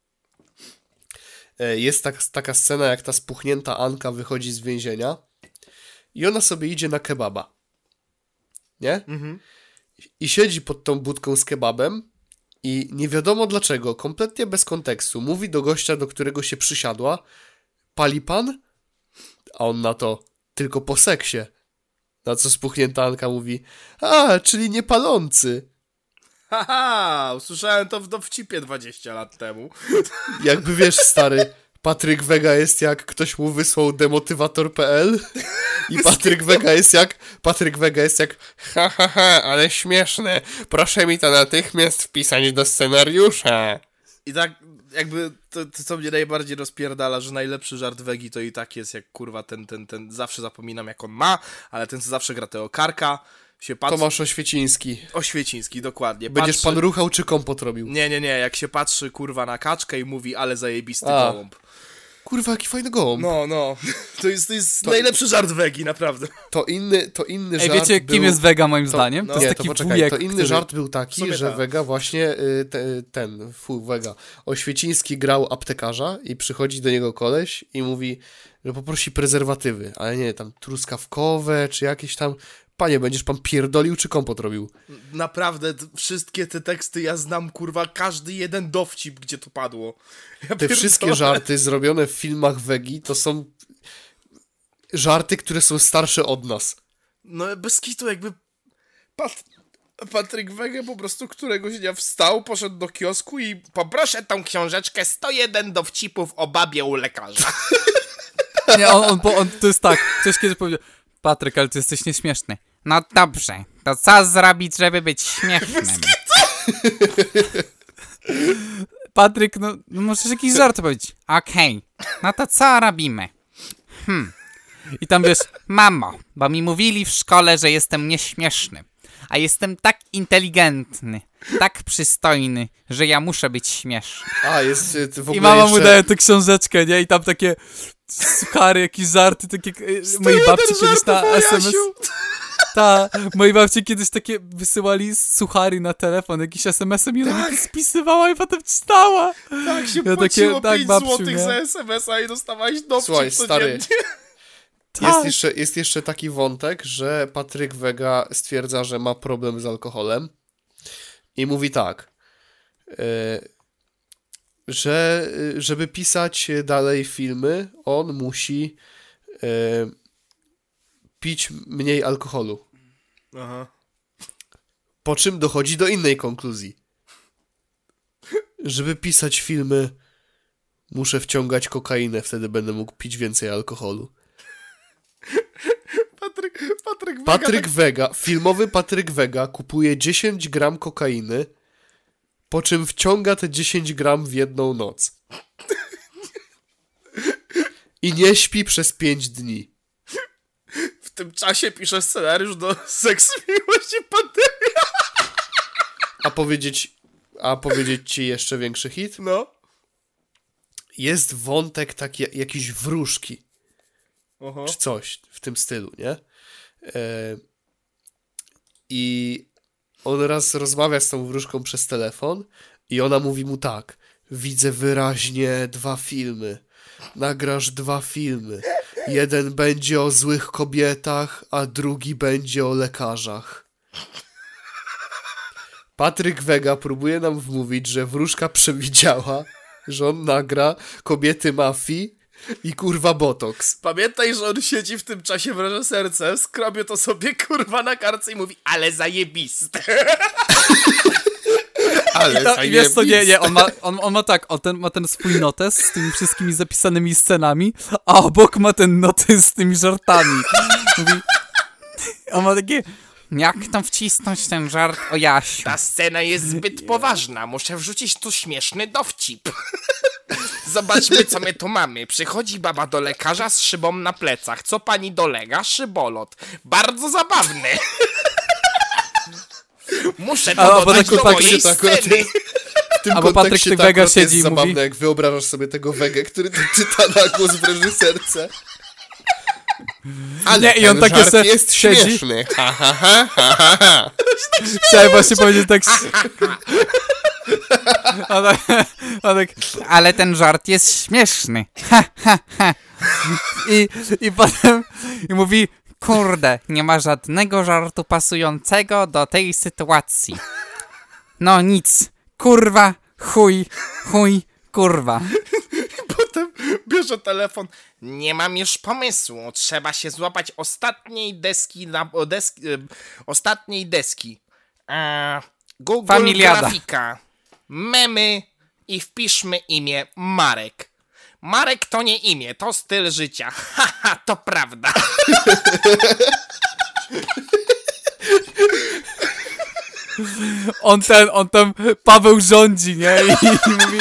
e, jest tak, taka scena, jak ta spuchnięta Anka wychodzi z więzienia i ona sobie idzie na kebaba. Nie? Mhm. I siedzi pod tą budką z kebabem i nie wiadomo dlaczego, kompletnie bez kontekstu, mówi do gościa, do którego się przysiadła, pali pan? A on na to, tylko po seksie. Na co spuchnięta Anka mówi, a, czyli nie palący. Haha, usłyszałem to w dowcipie dwadzieścia lat temu. Jakby wiesz, stary, Patryk Wega jest jak ktoś mu wysłał demotywator kropka p l i Patryk Wega jest jak, Patryk Wega jest jak, ha, ha, ha, ale śmieszne, proszę mi to natychmiast wpisać do scenariusza. I tak jakby to, to co mnie najbardziej rozpierdala, że najlepszy żart Wegi to i tak jest jak kurwa ten, ten, ten, zawsze zapominam jak on ma, ale ten co zawsze gra tego Karka, się patrzy... Tomasz Oświeciński. Oświeciński, dokładnie. Będziesz patrzy... pan ruchał czy kompot robił? Nie, nie, nie, jak się patrzy kurwa na kaczkę i mówi, ale zajebisty A. gołąb. Kurwa, jaki fajny gołąb. No, no, to jest, to jest To- najlepszy żart Wegi, naprawdę. To inny, to inny Ej, żart wiecie był... kim jest Vega moim zdaniem? no. To Nie, jest to taki poczekaj, wujek, to inny który... żart był W taki, sumie że tak. Wega właśnie, y, te, ten, fu, Wega, Oświeciński grał aptekarza i przychodzi do niego koleś i mówi, że poprosi prezerwatywy, ale nie, tam truskawkowe, czy jakieś tam, panie, będziesz pan pierdolił, czy kompot robił? Naprawdę, t- wszystkie te teksty ja znam, kurwa, każdy jeden dowcip, gdzie to padło. Ja Te pierdolę. wszystkie żarty zrobione w filmach Wegi to są żarty, które są starsze od nas. No bez kitu jakby Pat... Patryk Wege po prostu któregoś dnia wstał, poszedł do kiosku i Poproszę tą książeczkę sto jeden dowcipów o babie u lekarza. Nie, on, on, bo on, to jest tak, ktoś kiedyś powiedział, Patryk, ale ty jesteś nieśmieszny. No dobrze, to co zrobić, żeby być śmiesznym? Patryk, no, no możesz jakiś żart powiedzieć. Okej, no to co robimy? Hmm. I tam wiesz, mamo, bo mi mówili w szkole, że jestem nieśmieszny. A jestem tak inteligentny, tak przystojny, że ja muszę być śmieszny. A, jest y, w ogóle I mama jeszcze... mu daje tę książeczkę, nie? I tam takie suchary, jakieś żarty, takie... e, Mojej babci kiedyś na es em es... Ta, mojej babci kiedyś takie wysyłali suchary na telefon, jakiś es em esem i ona mi to spisywała i potem czytała. tak się Ja płaciło takie, tak, pięć babciu, złotych nie? za es em es a i dostawałeś dowcip Słuchaj, stary, codziennie. Jest Tak. jeszcze, jest jeszcze taki wątek, że Patryk Wega stwierdza, że ma problem z alkoholem i mówi tak, e, że e, żeby pisać dalej filmy, on musi e, pić mniej alkoholu. Aha. Po czym dochodzi do innej konkluzji. Żeby pisać filmy, muszę wciągać kokainę, wtedy będę mógł pić więcej alkoholu. Patryk, Patryk Wega. Patryk tak... Wega, filmowy Patryk Wega kupuje dziesięć gram kokainy, po czym wciąga te dziesięć gram w jedną noc. I nie śpi przez pięć dni. W tym czasie pisze scenariusz do Seks, Miłość i Pandemia. A powiedzieć, a powiedzieć ci jeszcze większy hit? No. Jest wątek taki, jakiś wróżki, Oho. czy coś w tym stylu, nie? E... I on raz rozmawia z tą wróżką przez telefon i ona mówi mu tak: widzę wyraźnie dwa filmy. Nagrasz dwa filmy. Jeden będzie o złych kobietach, a drugi będzie o lekarzach. Patryk Wega próbuje nam wmówić, że wróżka przewidziała, że on nagra Kobiety Mafii i kurwa Botox. Pamiętaj, że on siedzi w tym czasie w reżyserce, skrobie to sobie kurwa na kartce i mówi, ale zajebiste. Ale To, i wiesz co, nie, nie, on ma, on, on ma tak, on ten, ma ten swój notes z tymi wszystkimi zapisanymi scenami, a obok ma ten notes z tymi żartami. Mówi, on ma takie, jak tam wcisnąć ten żart o Jasiu? Ta scena jest zbyt poważna. Muszę wrzucić tu śmieszny dowcip. Zobaczmy, co my tu mamy. Przychodzi baba do lekarza z szybą na plecach. Co pani dolega? Szybolot. Bardzo zabawny. Muszę to A, bo dodać tak- do tak mojej się tak akurat- sceny. W tym Albo kontekście Patryk to Wega akurat jest siedzi i mówi- zabawne, jak wyobrażasz sobie tego Wegę, który to czyta na głos w reżyserce. Ale Nie, i on ten takie żart se jest siedzi. śmieszny. Ha, ha, ha, ha, ha, ha. Chciałem właśnie powiedzieć tak... On tak, on tak, ale ten żart jest śmieszny. Ha, ha, ha. I, I potem i mówi, kurde, nie ma żadnego żartu pasującego do tej sytuacji. No nic, kurwa, chuj, chuj, kurwa. Potem bierze telefon. Nie mam już pomysłu. Trzeba się złapać ostatniej deski na o deski, e, ostatniej deski. E, Google Familiada. grafika. Memy i wpiszmy imię Marek. Marek to nie imię, to styl życia. Haha, to prawda. On ten, on tam, Paweł rządzi, nie? I, i mówi...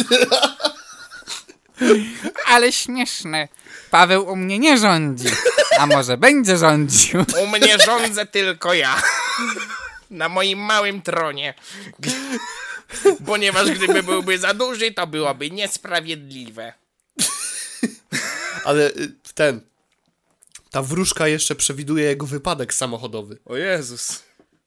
Ale śmieszne. Paweł u mnie nie rządzi. A może będzie rządził? U mnie rządzę tylko ja. Na moim małym tronie. Ponieważ gdyby byłby za duży, to byłoby niesprawiedliwe. Ale y, ten... Ta wróżka jeszcze przewiduje jego wypadek samochodowy. O Jezus.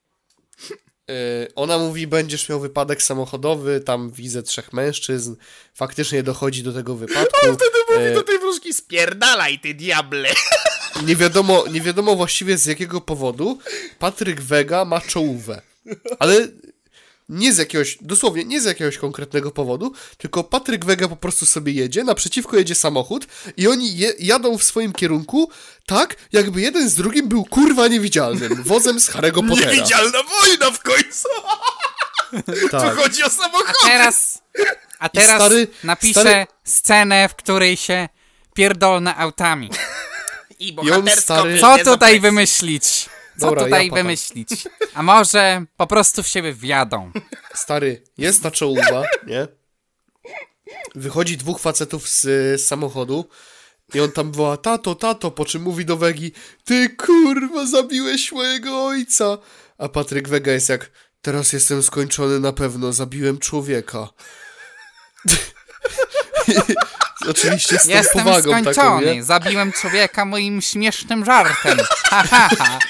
Y, ona mówi, będziesz miał wypadek samochodowy, tam widzę trzech mężczyzn. Faktycznie dochodzi do tego wypadku. Wtedy mówi Y, do tej wróżki, Pierdalaj, ty diable. nie, wiadomo, nie wiadomo właściwie z jakiego powodu Patryk Wega ma czołówę. Ale nie z jakiegoś, dosłownie nie z jakiegoś konkretnego powodu, tylko Patryk Wega po prostu sobie jedzie, naprzeciwko jedzie samochód i oni je, jadą w swoim kierunku tak, jakby jeden z drugim był kurwa niewidzialnym, wozem z Harry'ego Pottera. niewidzialna wojna w końcu. Tak. Tu chodzi o samochody. Teraz, a teraz stary- napiszę stary- scenę, w której się pierdolne autami. I I on bohatersko stary- wyjdzie Co za tutaj plecy. wymyślić? Co Dobra, tutaj ja patam. wymyślić? A może po prostu w siebie wjadą? Stary, jest ta czołówa, nie? Wychodzi dwóch facetów z, z samochodu i on tam woła, tato, tato, po czym mówi do Wegi, ty kurwa, zabiłeś mojego ojca. A Patryk Wega jest jak, teraz jestem skończony na pewno, zabiłem człowieka. Oczywiście z tą Jestem powagą taką, skończony. nie? Zabiłem człowieka moim śmiesznym żartem. Ha, ha, ha.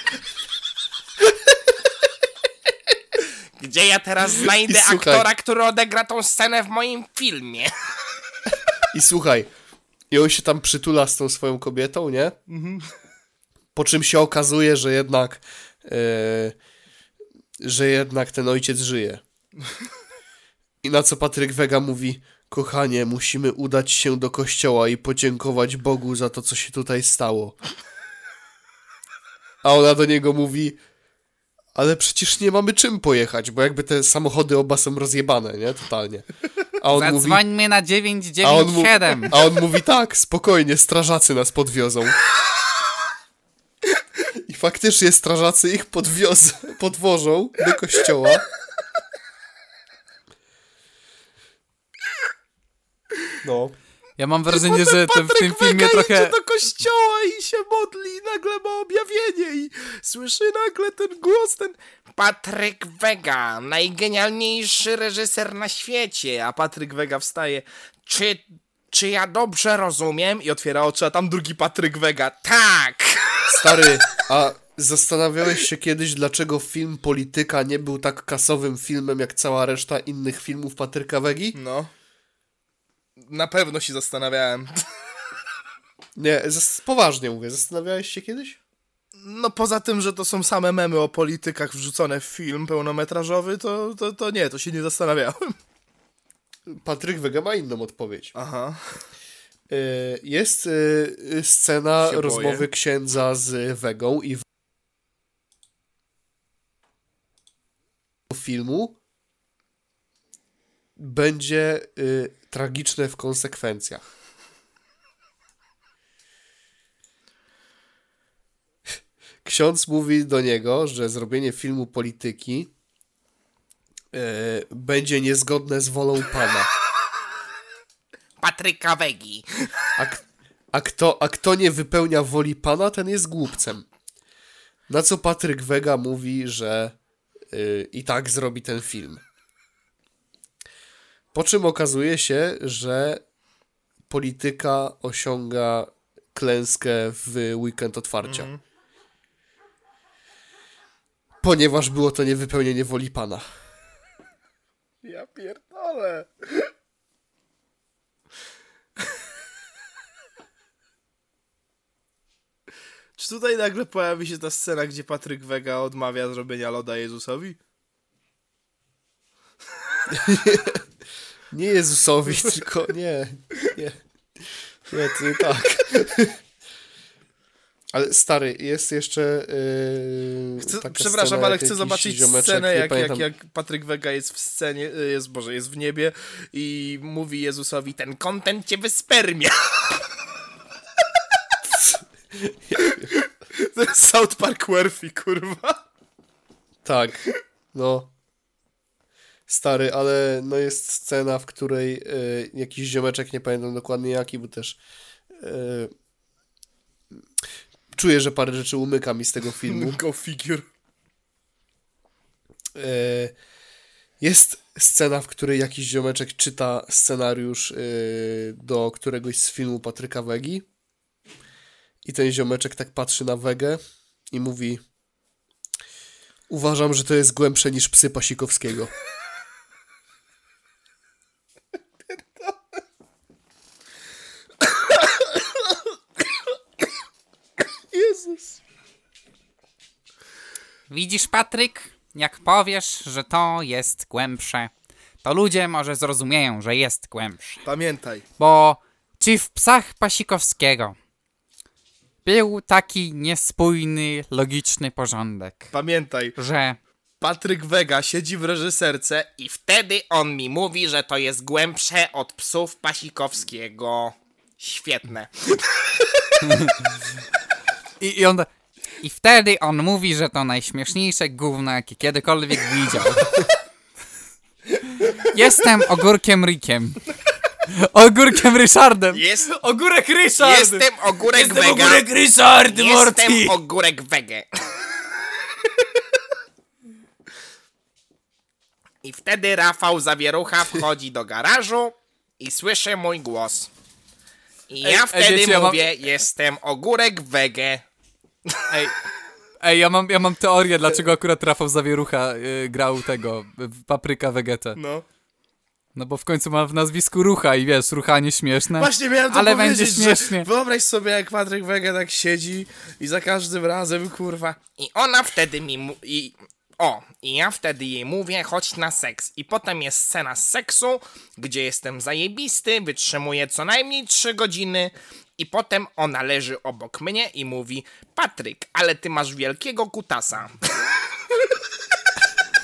Gdzie ja teraz znajdę I słuchaj. aktora, który odegra tą scenę w moim filmie? I słuchaj, i on się tam przytula z tą swoją kobietą, nie? Po czym się okazuje, że jednak e, że jednak ten ojciec żyje. I na co Patryk Wega mówi, kochanie, musimy udać się do kościoła i podziękować Bogu za to, co się tutaj stało. A ona do niego mówi, ale przecież nie mamy czym pojechać, bo jakby te samochody oba są rozjebane, nie? Totalnie. A on mówi, Zadzwońmy na dziewięć a on, dziewięć mu, siedem. a on mówi tak, spokojnie, strażacy nas podwiozą. I faktycznie strażacy ich podwiozą, podwożą do kościoła. No. Ja mam wrażenie, że to w tym filmie Vega trochę... idzie do kościoła i się modli i nagle ma objawienie i słyszy nagle ten głos, ten... Patryk Wega, najgenialniejszy reżyser na świecie. A Patryk Wega wstaje. Czy, czy ja dobrze rozumiem? I otwiera oczy, a tam drugi Patryk Wega. Tak! Stary, a zastanawiałeś się kiedyś, dlaczego film Polityka nie był tak kasowym filmem, jak cała reszta innych filmów Patryka Wegi? No. Na pewno się zastanawiałem. Nie, zas- poważnie mówię, zastanawiałeś się kiedyś? No poza tym, że to są same memy o politykach wrzucone w film pełnometrażowy, to, to, to nie, to się nie zastanawiałem. Patryk Wega ma inną odpowiedź. Aha. Y, Jest y, scena Się rozmowy boję. księdza z Wegą i w filmu będzie y, tragiczne w konsekwencjach. Ksiądz mówi do niego, że zrobienie filmu Polityki y, będzie niezgodne z wolą Pana. Patryka Wegi. A, k- a, kto, a kto nie wypełnia woli Pana, ten jest głupcem. Na co Patryk Wega mówi, że y, i tak zrobi ten film. Po czym okazuje się, że Polityka osiąga klęskę w weekend otwarcia. Mhm. Ponieważ było to niewypełnienie woli Pana. Ja pierdolę. Czy tutaj nagle pojawi się ta scena, gdzie Patryk Wega odmawia zrobienia loda Jezusowi? Nie Jezusowi, tylko nie. Nie, nie to nie tak. Ale stary, jest jeszcze yy, Chcę, taka przepraszam, scena, ale jak chcę jakiś zobaczyć ziomeczek, scenę, nie jak, jak, pamiętam- jak Patryk Wega jest w scenie, jest, Boże, jest w niebie i mówi Jezusowi, ten kontent cię wyspermia. To jest South Park Werfi, kurwa. Tak, no. Stary, ale no jest scena, w której y, jakiś ziomeczek, nie pamiętam dokładnie jaki, bo też y, czuję, że parę rzeczy umyka mi z tego filmu. Go figure. Y, jest scena, w której jakiś ziomeczek czyta scenariusz y, do któregoś z filmu Patryka Wegi i ten ziomeczek tak patrzy na Wegę i mówi: uważam, że to jest głębsze niż Psy Pasikowskiego. Jezus. Widzisz, Patryk? Jak powiesz, że to jest głębsze, to ludzie może zrozumieją, że jest głębsze. Pamiętaj. Bo czy w Psach Pasikowskiego był taki niespójny, logiczny porządek, Pamiętaj. że Patryk Wega siedzi w reżyserce I wtedy on mi mówi, że to jest głębsze od Psów Pasikowskiego. Świetne. I, i on... I wtedy on mówi, że to najśmieszniejsze gówno, jakie kiedykolwiek widział. Jestem ogórkiem Rickiem. Ogórkiem Ryszardem. Jest, Ogórek Ryszard. jestem ogórek Jestem Wega. ogórek Ryszard, Morty. Jestem ogórek Wege. I wtedy Rafał Zawierucha wchodzi do garażu i słyszy mój głos. I Ej, ja ej, wtedy wiecie, ja mam- mówię, jestem ogórek Wege. Ej, ej ja, mam, ja mam teorię, dlaczego akurat Rafał Zawierucha y, grał tego, w Papryka Vegetę. No. No bo w końcu ma w nazwisku Rucha i wiesz, ruchanie śmieszne. Właśnie miałem to ale powiedzieć, będzie że śmiesznie. wyobraź sobie, jak Patryk Wega tak siedzi i za każdym razem, kurwa... I ona wtedy mi mu- i O, i ja wtedy jej mówię, chodź na seks. I potem jest scena z seksu, gdzie jestem zajebisty, wytrzymuję co najmniej trzy godziny. I potem ona leży obok mnie i mówi: Patryk, ale ty masz wielkiego kutasa.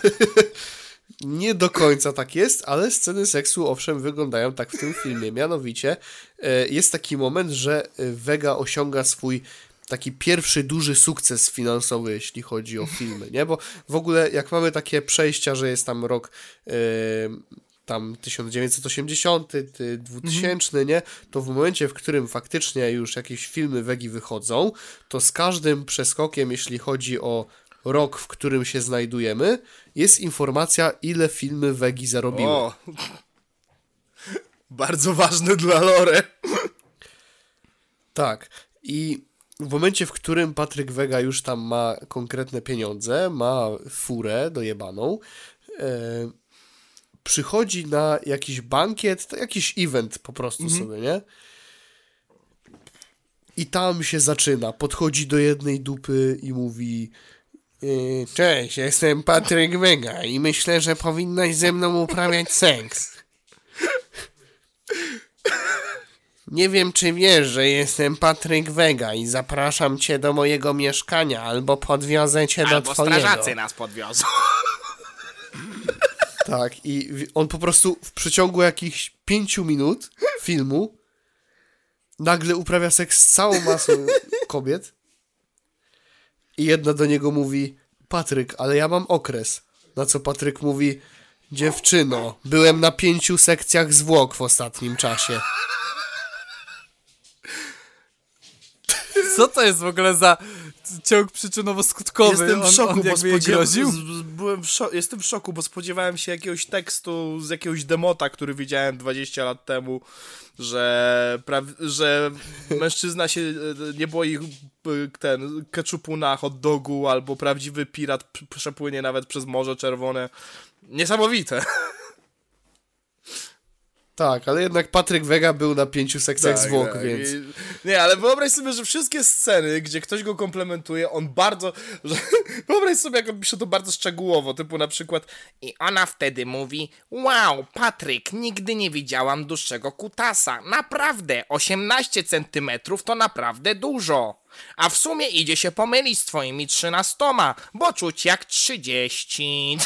Nie do końca tak jest, ale sceny seksu owszem wyglądają tak w tym filmie. Mianowicie e, jest taki moment, że Vega osiąga swój taki pierwszy duży sukces finansowy, jeśli chodzi o filmy, nie? Bo w ogóle jak mamy takie przejścia, że jest tam rok e, tam tysiąc dziewięćset osiemdziesiąty, dwutysięczny, mhm. nie? To w momencie, w którym faktycznie już jakieś filmy Vegi wychodzą, to z każdym przeskokiem, jeśli chodzi o rok, w którym się znajdujemy, jest informacja, ile filmy Vegi zarobiły. O! Bardzo ważne dla lore. Tak. I w momencie, w którym Patryk Vega już tam ma konkretne pieniądze, ma furę dojebaną, e, przychodzi na jakiś bankiet, to jakiś event po prostu mhm. sobie, nie? I tam się zaczyna. Podchodzi do jednej dupy i mówi: cześć, jestem Patryk Vega i myślę, że powinnaś ze mną uprawiać seks. Nie wiem, czy wiesz, że jestem Patryk Vega i zapraszam cię do mojego mieszkania, albo podwiozę cię albo do twojego. Albo strażacy nas podwiozą. Tak, i on po prostu w przeciągu jakichś pięciu minut filmu nagle uprawia seks z całą masą kobiet i jedna do niego mówi: Patryk, ale ja mam okres. Na co Patryk mówi: dziewczyno, byłem na pięciu sekcjach zwłok w ostatnim czasie. Co to jest w ogóle za ciąg przyczynowo-skutkowy? Jestem w on, szoku, on bo spodziewałem spodziewa- z- z- byłem w szo- jestem w szoku, bo spodziewałem się jakiegoś tekstu z jakiegoś demota, który widziałem dwadzieścia lat temu, że, pra- że mężczyzna się nie boi ten keczupu na hot dogu, albo prawdziwy pirat p- przepłynie nawet przez Morze Czerwone. Niesamowite. Tak, ale jednak Patryk Vega był na pięciu sekcjach Tak, zwłok, tak. więc... I, nie, ale wyobraź sobie, że wszystkie sceny, gdzie ktoś go komplementuje, on bardzo... Że, wyobraź sobie, jak on pisze to bardzo szczegółowo, typu na przykład: I ona wtedy mówi: wow, Patryk, nigdy nie widziałam dłuższego kutasa. Naprawdę, osiemnaście centymetrów to naprawdę dużo. A w sumie idzie się pomylić z twoimi trzynastoma, bo czuć jak trzydzieści.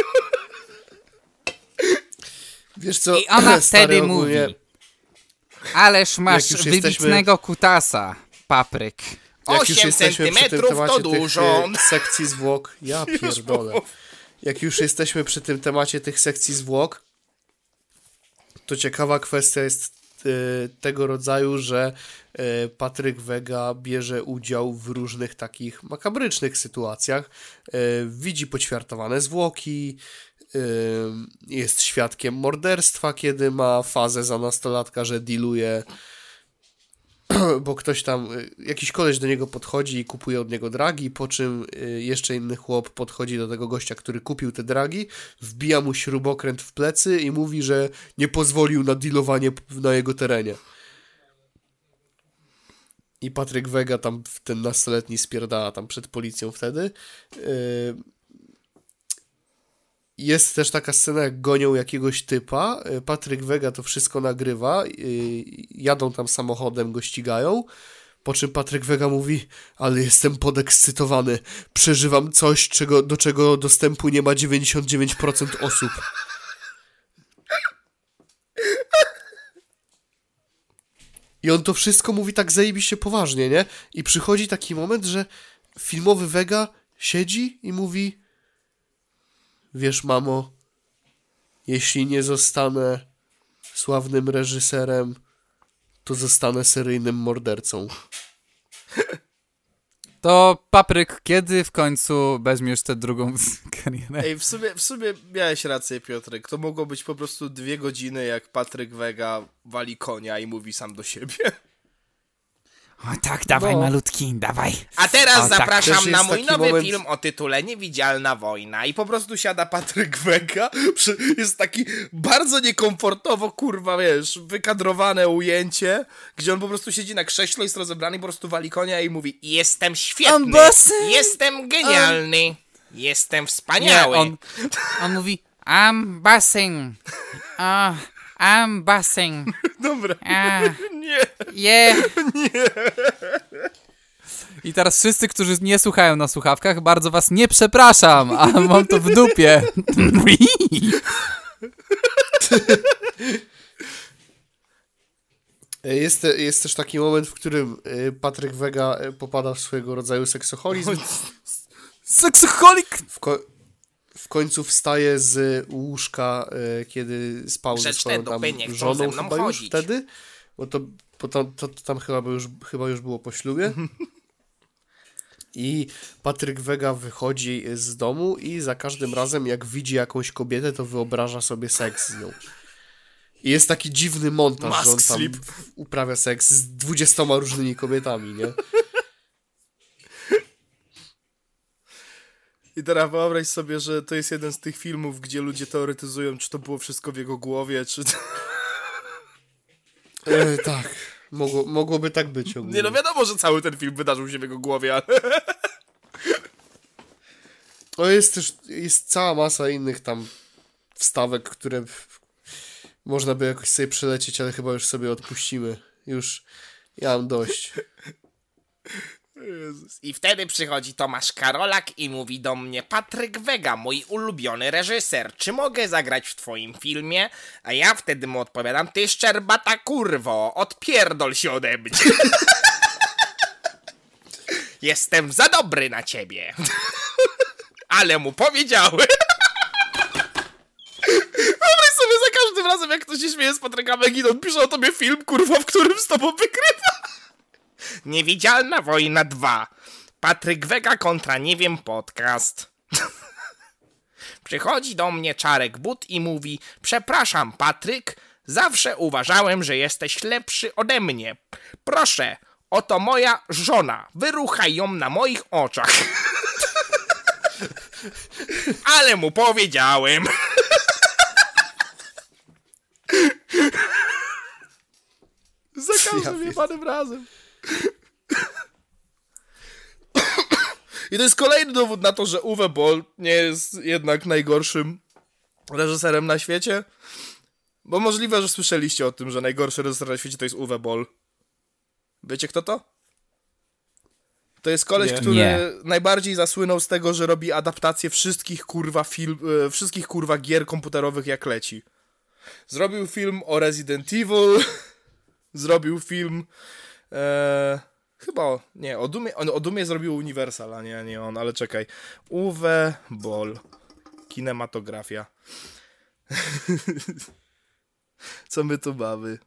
Wiesz co, I ona stary, wtedy ogólnie... mówi: ależ masz już wybitnego jesteśmy- kutasa, papryk. Jak już osiem jesteśmy przy tym centymetrów to temacie tych dużo. e, sekcji zwłok, ja pierdolę. Jak już jesteśmy przy tym temacie tych sekcji zwłok, to ciekawa kwestia jest e, tego rodzaju, że e, Patryk Vega bierze udział w różnych takich makabrycznych sytuacjach. E, widzi poćwiartowane zwłoki, e, jest świadkiem morderstwa, kiedy ma fazę za nastolatka, że dealuje, bo ktoś tam, jakiś koleś do niego podchodzi i kupuje od niego dragi, po czym jeszcze inny chłop podchodzi do tego gościa, który kupił te dragi, wbija mu śrubokręt w plecy i mówi, że nie pozwolił na dealowanie na jego terenie. I Patryk Vega tam, ten nastoletni, spierdala tam przed policją wtedy. Jest też taka scena, jak gonią jakiegoś typa, Patryk Vega to wszystko nagrywa, jadą tam samochodem, go ścigają, po czym Patryk Vega mówi: ale jestem podekscytowany, przeżywam coś, czego, do czego dostępu nie ma dziewięćdziesiąt dziewięć procent osób. I on to wszystko mówi tak zajebiście poważnie, nie? I przychodzi taki moment, że filmowy Vega siedzi i mówi: wiesz, mamo, jeśli nie zostanę sławnym reżyserem, to zostanę seryjnym mordercą. To Papryk, kiedy w końcu weźmiesz tę drugą karierę? Ej, w sumie, w sumie miałeś rację, Piotrek. To mogło być po prostu dwie godziny, jak Patryk Vega wali konia i mówi sam do siebie. O tak, dawaj No. malutki, dawaj. A teraz O, tak, zapraszam też na jest mój taki nowy moment- film o tytule Niewidzialna wojna. I I po prostu siada Patryk Vega, przy- jest taki bardzo niekomfortowo, kurwa, wiesz, wykadrowane ujęcie, gdzie on po prostu siedzi na krześle, jest rozebrany i po prostu wali konia i mówi: jestem świetny, Ambasy! jestem genialny, jestem Nie, wspaniały. on, On mówi: I'm bussing. Ah, I'm bussing. dobra, Ah, nie, yeah. I teraz wszyscy, którzy nie słuchają na słuchawkach, bardzo was nie przepraszam, a mam to w dupie. Jest, te- jest też taki moment, w którym y, Patryk Wega y, popada w swojego rodzaju seksoholizm. Seksoholik! W, ko- w końcu wstaje z łóżka, y, kiedy spał ze Grzeczne swoją tam dupy nie chcą ze żoną mną chyba już chodzić. wtedy. Bo to, bo to, to, to tam chyba już, chyba już było po ślubie. I Patryk Wega wychodzi z domu i za każdym razem, jak widzi jakąś kobietę, to wyobraża sobie seks z nią. I jest taki dziwny montaż, Mask że on tam slip. uprawia seks z dwudziestoma różnymi kobietami, nie? I teraz wyobraź sobie, że to jest jeden z tych filmów, gdzie ludzie teoretyzują, czy to było wszystko w jego głowie, czy... E, tak, mogło, mogłoby tak być ogólnie. Nie no wiadomo, że cały ten film wydarzył się w jego głowie, ale... No jest też, jest cała masa innych tam wstawek, które można by jakoś sobie przelecieć, ale chyba już sobie odpuścimy. Już ja mam dość. I wtedy przychodzi Tomasz Karolak i mówi do mnie: Patryk Wega, mój ulubiony reżyser, czy mogę zagrać w twoim filmie? A ja wtedy mu odpowiadam: ty szczerbata kurwo, odpierdol się ode mnie. Jestem za dobry na ciebie. Ale mu powiedziałem. Wyobraź sobie, za każdym razem jak ktoś się śmieje z Patryka Wegi, to on pisze o tobie film, kurwa, w którym z tobą wygrywa. Niewidzialna wojna dwa. Patryk Wega kontra nie wiem podcast. Przychodzi do mnie Czarek But i mówi: przepraszam, Patryk, zawsze uważałem, że jesteś lepszy ode mnie. Proszę, oto moja żona, wyruchaj ją na moich oczach. Ale mu powiedziałem. Za każdym Ja jebanym razem. I to jest kolejny dowód na to, że Uwe Boll nie jest jednak najgorszym reżyserem na świecie. Bo możliwe, że słyszeliście o tym, że najgorszy reżyser na świecie to jest Uwe Boll. Wiecie kto to? To jest koleś, Nie. który Nie. najbardziej zasłynął z tego, że robi adaptację wszystkich kurwa film, e, wszystkich kurwa gier komputerowych jak leci. Zrobił film o Resident Evil, zrobił film e, chyba, o, nie, o Dumie, o, o Dumie zrobił Universal, a nie, nie on, ale czekaj. Uwe Boll. Kinematografia. Co my tu mamy?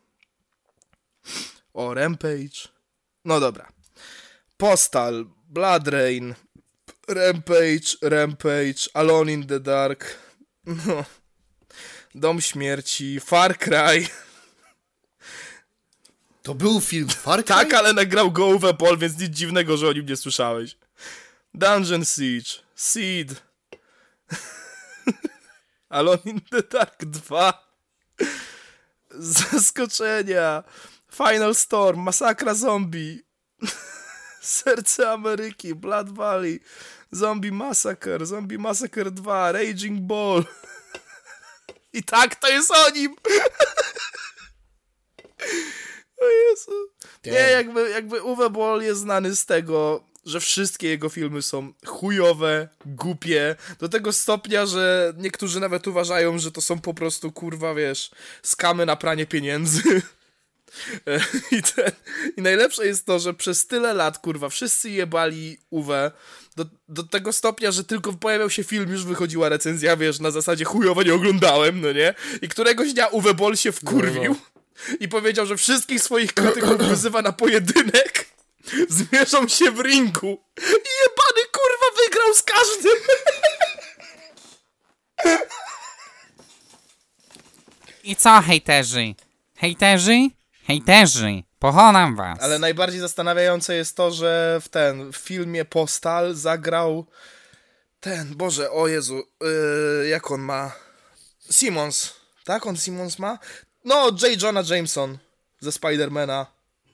O, Rampage. No dobra. Postal, Blood Rain, Rampage, Rampage, Alone in the Dark, no. Dom Śmierci, Far Cry. To był film Far Cry? Tak, ale nagrał go Uwe Boll, więc nic dziwnego, że o nim nie słyszałeś. Dungeon Siege, Seed, Alone in the Dark dwa, Zaskoczenia, Final Storm, Masakra Zombie, Serce Ameryki, Blood Valley, Zombie Massacre, Zombie Massacre dwa, Raging Ball. I tak, to jest o nim! O Jezu. Nie, jakby, jakby Uwe Boll jest znany z tego, że wszystkie jego filmy są chujowe, głupie, do tego stopnia, że niektórzy nawet uważają, że to są po prostu, kurwa, wiesz, skamy na pranie pieniędzy. I, ten, I najlepsze jest to, że przez tyle lat, kurwa, wszyscy jebali Uwe do, do tego stopnia, że tylko pojawiał się film, już wychodziła recenzja, wiesz, na zasadzie chujowo nie oglądałem, no nie? I któregoś dnia Uwe Boll się wkurwił No, i powiedział, że wszystkich swoich krytyków wyzywa na pojedynek, zmierzą się w ringu i jebany, kurwa, wygrał z każdym! I co, hejterzy? Hejterzy? Hejterzy, pochonam was. Ale najbardziej zastanawiające jest to, że w ten w filmie Postal zagrał ten, Boże, o Jezu, yy, jak on ma? Simmons, tak? On Simmons ma? No, J. Jonah Jameson ze Spidermana.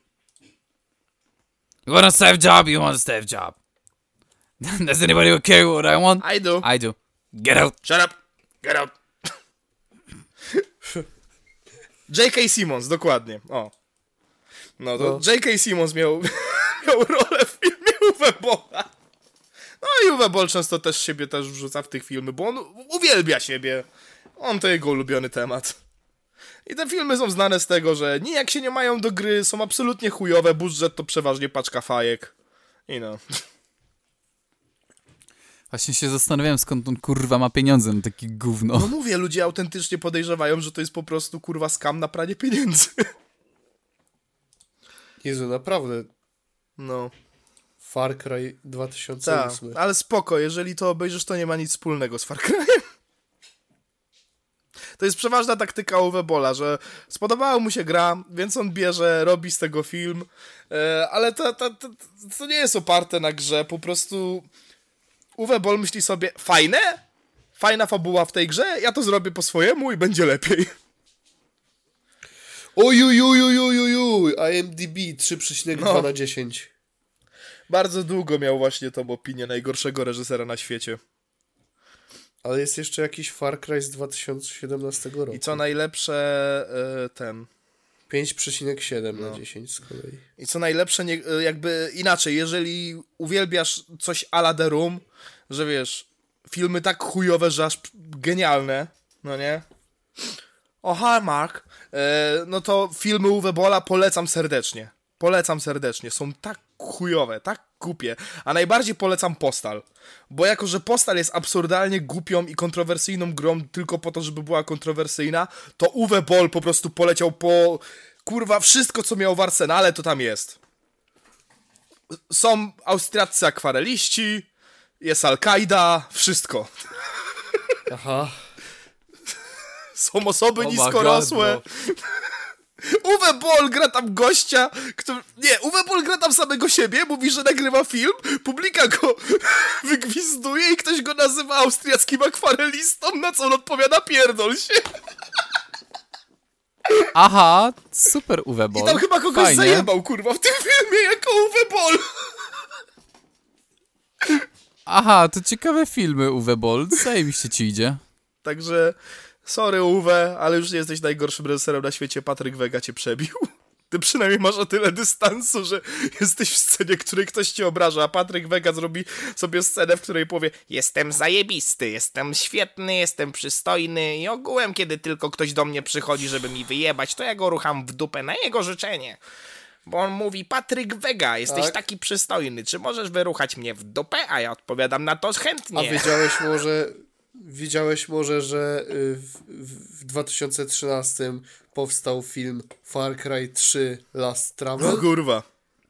You want a safe job? You want a safe job. Does anybody care what I want? I do. I do. Get out. Shut up! Get out! J K. Simmons, dokładnie. O. No to No. J K. Simmons miał, miał rolę w filmie Uwe Bolla. No i Uwe Boll często też siebie też wrzuca w tych filmy, bo on uwielbia siebie. On to jego ulubiony temat. I te filmy są znane z tego, że nijak się nie mają do gry, są absolutnie chujowe, budżet to przeważnie paczka fajek. I no. Właśnie się zastanawiałem, skąd on kurwa ma pieniądze na takie gówno. No mówię, ludzie autentycznie podejrzewają, że to jest po prostu kurwa skam na pranie pieniędzy. Jezu, naprawdę. No. Far Cry dwa tysiące Tak, osiem. ale spoko, jeżeli to obejrzysz, to nie ma nic wspólnego z Far Cry'em. To jest przeważna taktyka Uwe Bolla, że spodobała mu się gra, więc on bierze, robi z tego film, e, ale to, to, to, to nie jest oparte na grze, po prostu Uwe Boll myśli sobie, fajne? Fajna fabuła w tej grze, ja to zrobię po swojemu i będzie lepiej. Ojujujujujujuj, I M D B trzy przecinek dwa No. na dziesięć. Bardzo długo miał właśnie tą opinię najgorszego reżysera na świecie. Ale jest jeszcze jakiś Far Cry z dwa tysiące siedemnastego roku. I co najlepsze, e, ten... pięć przecinek siedem No. na dziesięć z kolei. I co najlepsze, nie, jakby inaczej, jeżeli uwielbiasz coś a la The Room, że wiesz, filmy tak chujowe, że aż genialne, no nie? O, Hallmark, e, no to filmy Uwe Bolla polecam serdecznie. Polecam serdecznie, są tak chujowe, tak głupie, a najbardziej polecam Postal, bo jako, że Postal jest absurdalnie głupią i kontrowersyjną grą tylko po to, żeby była kontrowersyjna, to Uwe Boll po prostu poleciał po... Kurwa, wszystko, co miał w arsenale, to tam jest. Są austriaccy akwareliści, jest Al-Kaida, wszystko. Aha. Są osoby Oh my niskorosłe. God, Uwe Boll gra tam gościa, który... Nie, Uwe Boll gra tam samego siebie, mówi, że nagrywa film, publika go wygwizduje i ktoś go nazywa austriackim akwarelistą, na co on odpowiada, pierdol się. Aha, super Uwe Boll. I tam chyba kogoś Fajnie. zajebał, kurwa, w tym filmie, jako Uwe Boll. Aha, to ciekawe filmy Uwe Boll. Zajebiście ci idzie. Także, sorry Uwe, ale już nie jesteś najgorszym reżyserem na świecie, Patryk Wega cię przebił. Ty przynajmniej masz o tyle dystansu, że jesteś w scenie, której ktoś cię obraża, a Patryk Wega zrobi sobie scenę, w której powie: Jestem zajebisty, jestem świetny, jestem przystojny i ogółem, kiedy tylko ktoś do mnie przychodzi, żeby mi wyjebać, to ja go rucham w dupę na jego życzenie. Bo on mówi: Patryk Wega, jesteś Tak. taki przystojny, czy możesz wyruchać mnie w dupę? A ja odpowiadam na to A chętnie. wiedziałeś może, wiedziałeś może, że y, w, w, w dwa tysiące trzynastym powstał film Far Cry trzy Last no Travel? kurwa.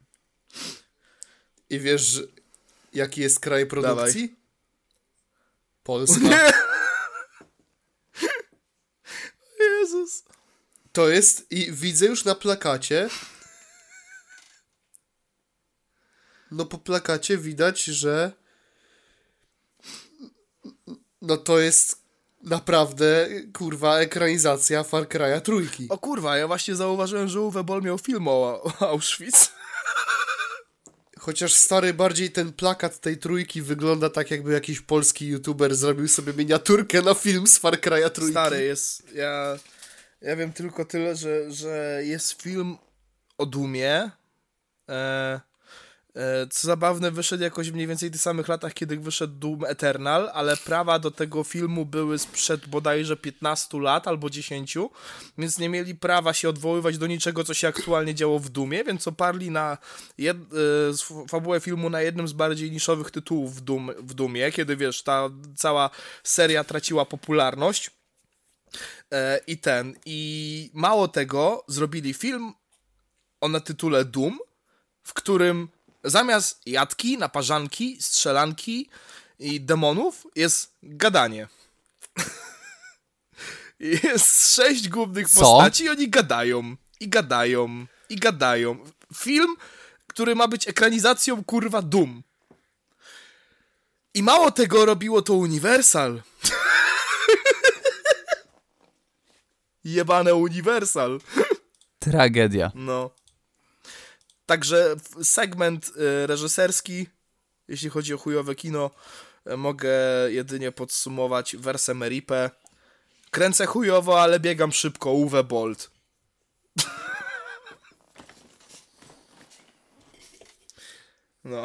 I wiesz, że- jaki jest kraj produkcji? Polska. Jezus. To jest, i widzę już na plakacie, no po plakacie widać, że no to jest naprawdę, kurwa, ekranizacja Far Cry'a trójki. O kurwa, ja właśnie zauważyłem, że Uwe Boll miał film o, o Auschwitz. Chociaż stary, bardziej ten plakat tej trójki wygląda tak, jakby jakiś polski youtuber zrobił sobie miniaturkę na film z Far Cry'a trójki. Stary, jest... Ja, ja wiem tylko tyle, że, że jest film o Doomie. E, e, co zabawne, wyszedł jakoś mniej więcej w tych samych latach, kiedy wyszedł Doom Eternal, ale prawa do tego filmu były sprzed bodajże piętnastu lat albo dziesięciu, więc nie mieli prawa się odwoływać do niczego, co się aktualnie działo w Doomie, więc oparli na jed, e, fabułę filmu na jednym z bardziej niszowych tytułów w, Doom, w Doomie, kiedy wiesz, ta cała seria traciła popularność. E, I ten, i mało tego, zrobili film o na tytule Doom, w którym zamiast jatki, naparzanki, strzelanki i demonów jest gadanie. I jest sześć głównych Co? postaci i oni gadają, i gadają, i gadają. Film, który ma być ekranizacją, kurwa, Doom. I mało tego, robiło to Universal. Jebane Universal. Tragedia. No. Także w- segment y, reżyserski, jeśli chodzi o chujowe kino, y, mogę jedynie podsumować wersem Ripę. Kręcę chujowo, ale biegam szybko. Uwe Bolt. No.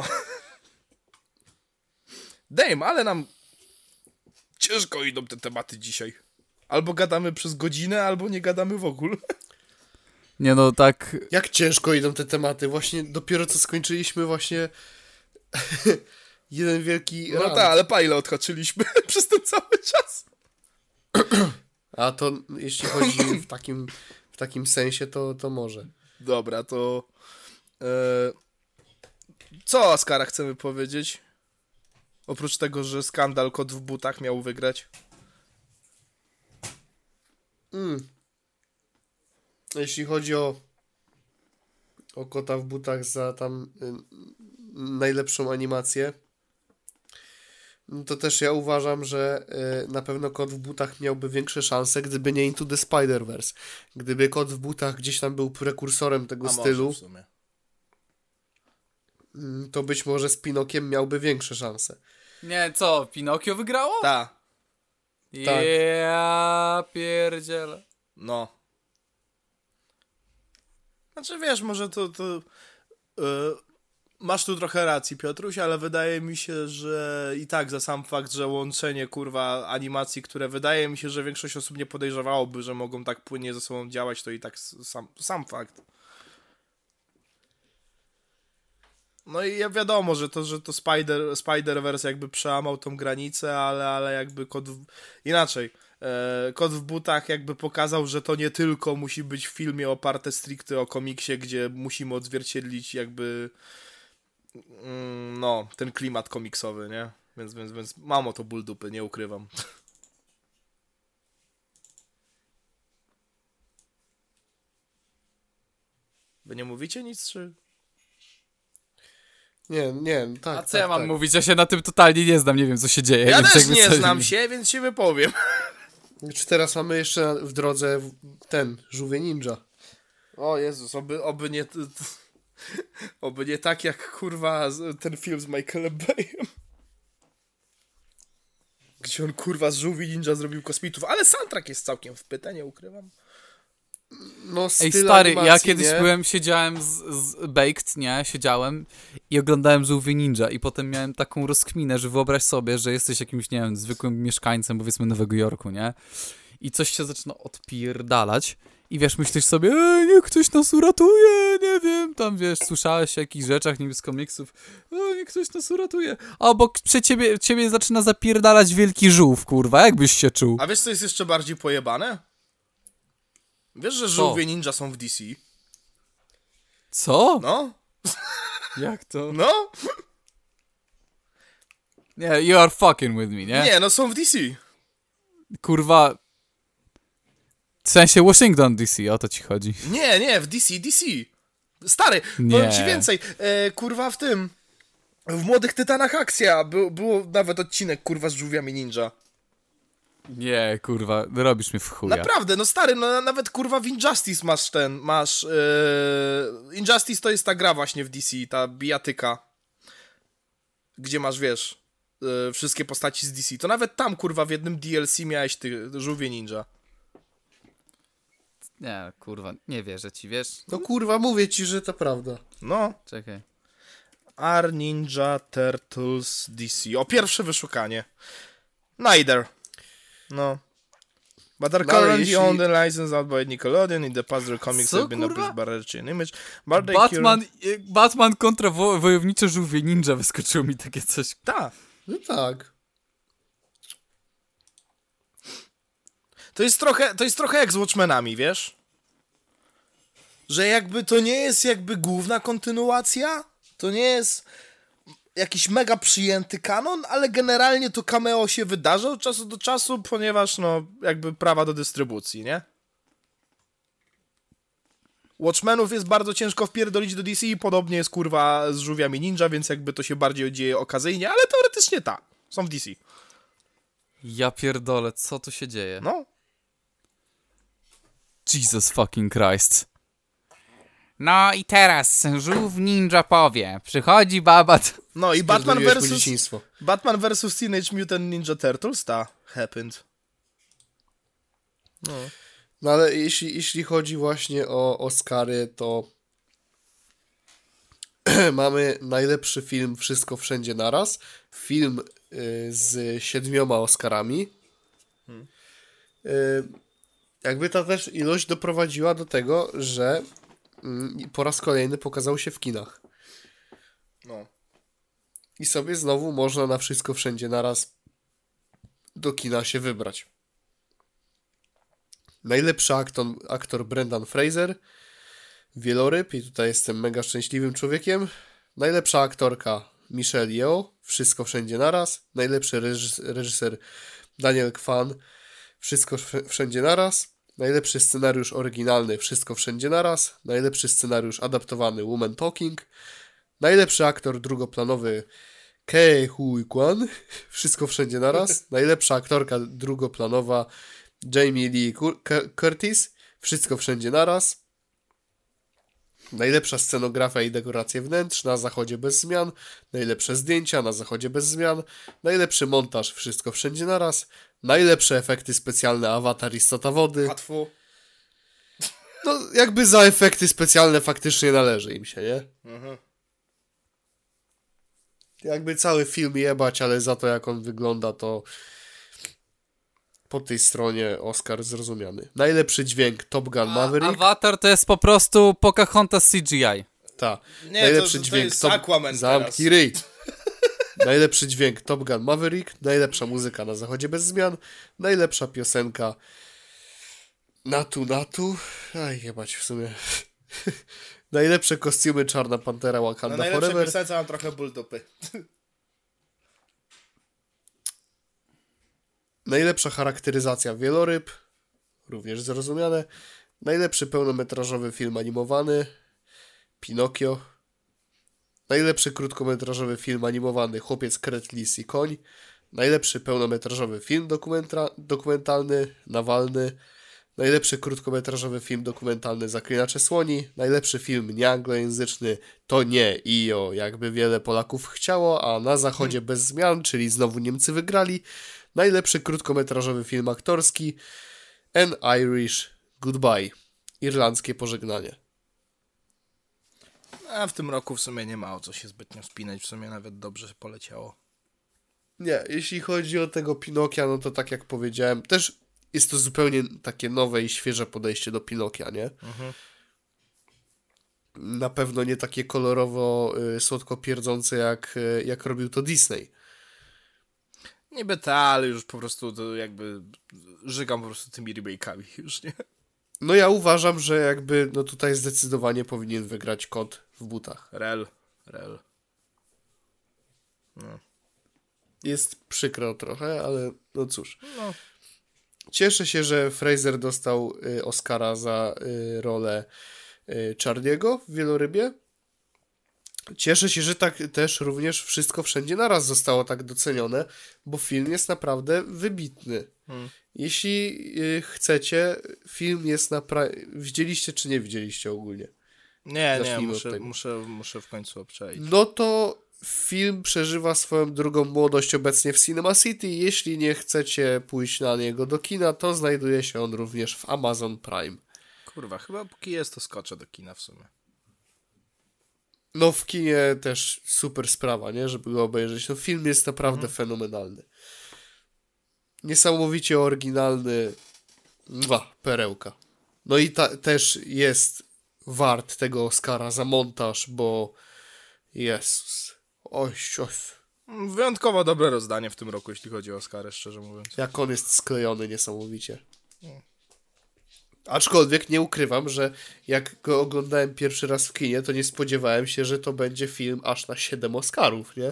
Dame, ale nam ciężko idą te tematy dzisiaj. Albo gadamy przez godzinę, albo nie gadamy w ogóle. Nie no, tak... Jak ciężko idą te tematy. Właśnie dopiero co skończyliśmy właśnie jeden wielki No rant. tak, ale pa ile odhaczyliśmy przez ten cały czas. A to jeśli chodzi w takim, w takim sensie, to, to może. Dobra, to... E, co o Oscarach chcemy powiedzieć? Oprócz tego, że skandal Kot w butach miał wygrać. Mm. Jeśli chodzi o o Kota w butach za tam y, najlepszą animację, no to też ja uważam, że y, na pewno Kot w butach miałby większe szanse, gdyby nie Into the Spider-Verse. Gdyby Kot w butach gdzieś tam był prekursorem tego A może stylu, w sumie. mm, to być może z Pinokiem miałby większe szanse. Nie, co? Pinokio wygrało? Ta, Tak. Ja pierdzielę. no. Znaczy wiesz, może to... to yy, masz tu trochę racji, Piotruś, ale wydaje mi się, że i tak za sam fakt, że łączenie, kurwa, animacji, które wydaje mi się, że większość osób nie podejrzewałoby, że mogą tak płynnie ze sobą działać, to i tak s- sam, sam fakt. No i ja wiadomo, że to, że to Spider, Spider-Verse jakby przełamał tą granicę, ale, ale jakby Kot w... Inaczej. E, Kot w butach jakby pokazał, że to nie tylko musi być w filmie oparte stricte o komiksie, gdzie musimy odzwierciedlić jakby mm, no, ten klimat komiksowy, nie? Więc, więc, więc mam o to ból dupy, nie ukrywam. Wy nie mówicie nic, czy... Nie, nie, tak. A co tak, ja mam tak. mówić? Ja się na tym totalnie nie znam, nie wiem co się dzieje. Ja więc też jakby nie co- znam się, więc się wypowiem. Czy teraz mamy jeszcze w drodze w- ten, Żółwie Ninja. O Jezus, oby, oby nie... t- t- Oby nie tak jak, kurwa, z- ten film z Michaelem Bayem. Gdzie on, kurwa, z żółwi ninja zrobił kosmitów, ale soundtrack jest całkiem wpyte, nie ukrywam. No, styl Ej stary, animacji, ja kiedyś nie? byłem, siedziałem z, z Baked, nie, siedziałem i oglądałem Żółwie Ninja i potem miałem taką rozkminę, że wyobraź sobie, że jesteś jakimś, nie wiem, zwykłym mieszkańcem, powiedzmy, Nowego Jorku, nie? I coś się zaczyna odpierdalać i wiesz, myślisz sobie, ej, niech ktoś nas uratuje, nie wiem, tam wiesz, słyszałeś o jakichś rzeczach, niby z komiksów, o, niech ktoś nas uratuje, a obok przy ciebie, ciebie zaczyna zapierdalać wielki żółw, kurwa, jakbyś się czuł? A wiesz, co jest jeszcze bardziej pojebane? Wiesz, że żółwie ninja są w D C? Co? No? Jak to? No? Nie, you are fucking with me, nie? Nie, no są w D C. Kurwa. W sensie Washington D C, o to ci chodzi. Nie, nie, w D C, D C. Stary, Nie. powiem ci więcej. E, kurwa, w tym... W Młodych Tytanach akcja. Był, było nawet odcinek, kurwa, z żółwiami ninja. Nie, kurwa, robisz mnie w chuja. Naprawdę, no stary, no nawet kurwa w Injustice masz ten, masz... Yy... Injustice to jest ta gra właśnie w D C, ta bijatyka. Gdzie masz, wiesz, yy, wszystkie postaci z D C. To nawet tam, kurwa, w jednym D L C miałeś ty, żółwie ninja. Nie, kurwa, nie wierzę ci, wiesz? No kurwa, mówię ci, że to prawda. No. Czekaj. Are Ninja Turtles D C. O, pierwsze wyszukanie. Neither. No. But are No, ale currently jeśli- owned and licensed out by Nickelodeon. In the past, their comics Co, have been kurwa? approved by Archie Image. But they Batman, current- y, Batman kontra wo wojownicze żółwie ninja, wyskoczyło mi takie coś. Ta. No tak. To jest trochę, to jest trochę jak z Watchmenami, wiesz? Że jakby to nie jest jakby główna kontynuacja, to nie jest jakiś mega przyjęty kanon, ale generalnie to cameo się wydarza od czasu do czasu, ponieważ no jakby prawa do dystrybucji, nie? Watchmenów jest bardzo ciężko wpierdolić do D C i podobnie jest kurwa z żółwiami ninja, więc jakby to się bardziej dzieje okazyjnie, ale teoretycznie tak, są w D C. Ja pierdolę, co tu się dzieje? No. Jesus fucking Christ. No i teraz żółw ninja powie. Przychodzi baba... t- No i Batman Pierdoliłeś mu versus... dzieciństwo. Batman versus Teenage Mutant Ninja Turtles, ta, happened. No. No ale jeśli, jeśli chodzi właśnie o Oscary, to mamy najlepszy film Wszystko Wszędzie Naraz. Film y, z siedmioma Oscarami. Hmm. Y, jakby ta też ilość doprowadziła do tego, że y, po raz kolejny pokazał się w kinach. No. I sobie znowu można na Wszystko Wszędzie Naraz do kina się wybrać. Najlepszy aktor, aktor Brendan Fraser, Wieloryb, i tutaj jestem mega szczęśliwym człowiekiem. Najlepsza aktorka Michelle Yeoh, Wszystko Wszędzie Naraz. Najlepszy reżys- reżyser Daniel Kwan, Wszystko Wszędzie Naraz. Najlepszy scenariusz oryginalny, Wszystko Wszędzie Naraz. Najlepszy scenariusz adaptowany, Woman Talking. Najlepszy aktor drugoplanowy, Ke Huy Quan, Wszystko Wszędzie Naraz. Najlepsza aktorka drugoplanowa, Jamie Lee Curtis, Wszystko Wszędzie Naraz. Najlepsza scenografia i dekoracje wnętrz, Na zachodzie bez zmian. Najlepsze zdjęcia, Na zachodzie bez zmian. Najlepszy montaż, Wszystko Wszędzie Naraz. Najlepsze efekty specjalne, Awatar, Istota Wody. Łatwo. No jakby za efekty specjalne faktycznie należy im się, nie? Mhm. Jakby cały film jebać, ale za to jak on wygląda, to po tej stronie Oscar zrozumiany. Najlepszy dźwięk, Top Gun Maverick. Avatar to jest po prostu Pocahontas C G I. Ta. Nie, Najlepszy to, to dźwięk, jest Top... Aquaman Zamknij ryj. Najlepszy dźwięk, Top Gun Maverick. Najlepsza muzyka, Na zachodzie bez zmian. Najlepsza piosenka, Natu Natu. Aj, jebać w sumie. Najlepsze kostiumy, Czarna Pantera, Na Wakanda najlepszej Forever. piosence mam trochę ból dupy. Najlepsza charakteryzacja, Wieloryb, również zrozumiane. Najlepszy pełnometrażowy film animowany, Pinokio. Najlepszy krótkometrażowy film animowany, Chłopiec, Kret, Lis i Koń. Najlepszy pełnometrażowy film dokumenta- dokumentalny, Nawalny. Najlepszy krótkometrażowy film dokumentalny, Zaklinacze Słoni. Najlepszy film nieanglojęzyczny, To nie i o, jakby wiele Polaków chciało, a Na zachodzie bez zmian, czyli znowu Niemcy wygrali. Najlepszy krótkometrażowy film aktorski, An Irish Goodbye, Irlandzkie Pożegnanie. A w tym roku w sumie nie ma o co się zbytnio spinać, w sumie nawet dobrze poleciało. Nie, jeśli chodzi o tego Pinokia, no to tak jak powiedziałem, też jest to zupełnie takie nowe i świeże podejście do Pinokia, nie? Mhm. Na pewno nie takie kolorowo y, słodko pierdzące jak, y, jak robił to Disney. Niby ta, ale już po prostu to jakby żygam po prostu tymi remake'ami już, nie? No ja uważam, że jakby no tutaj zdecydowanie powinien wygrać Kot w butach. Rel, rel. No. Jest przykro trochę, ale no cóż. No. Cieszę się, że Fraser dostał y, Oscara za y, rolę y, Charlie'ego w Wielorybie. Cieszę się, że tak też również Wszystko Wszędzie Naraz zostało tak docenione, bo film jest naprawdę wybitny. Hmm. Jeśli y, chcecie, film jest naprawdę... Widzieliście czy nie widzieliście ogólnie? Nie, nie, Zacznijmy od muszę, tego. muszę, muszę w końcu obczaić. No to film przeżywa swoją drugą młodość obecnie w Cinema City. Jeśli nie chcecie pójść na niego do kina, to znajduje się on również w Amazon Prime. Kurwa, chyba póki jest, to skoczę do kina w sumie. No w kinie też super sprawa, nie? Żeby go obejrzeć. No film jest naprawdę Mhm. fenomenalny. Niesamowicie oryginalny. Mwa, perełka. No i ta, też jest wart tego Oscara za montaż, bo Jezus. Oj, oj. Wyjątkowo dobre rozdanie w tym roku, jeśli chodzi o Oscary, szczerze mówiąc. Jak on jest sklejony niesamowicie. Aczkolwiek nie ukrywam, że jak go oglądałem pierwszy raz w kinie, to nie spodziewałem się, że to będzie film aż na siedem Oscarów, nie?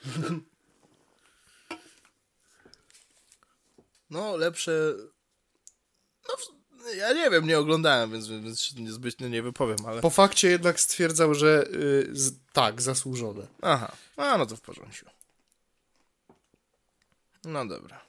No, lepsze... No, w- ja nie wiem, nie oglądałem, więc, więc się zbytnio nie wypowiem, ale... Po fakcie jednak stwierdzam, że y, z, tak, zasłużone. Aha, a no to w porządku. No dobra.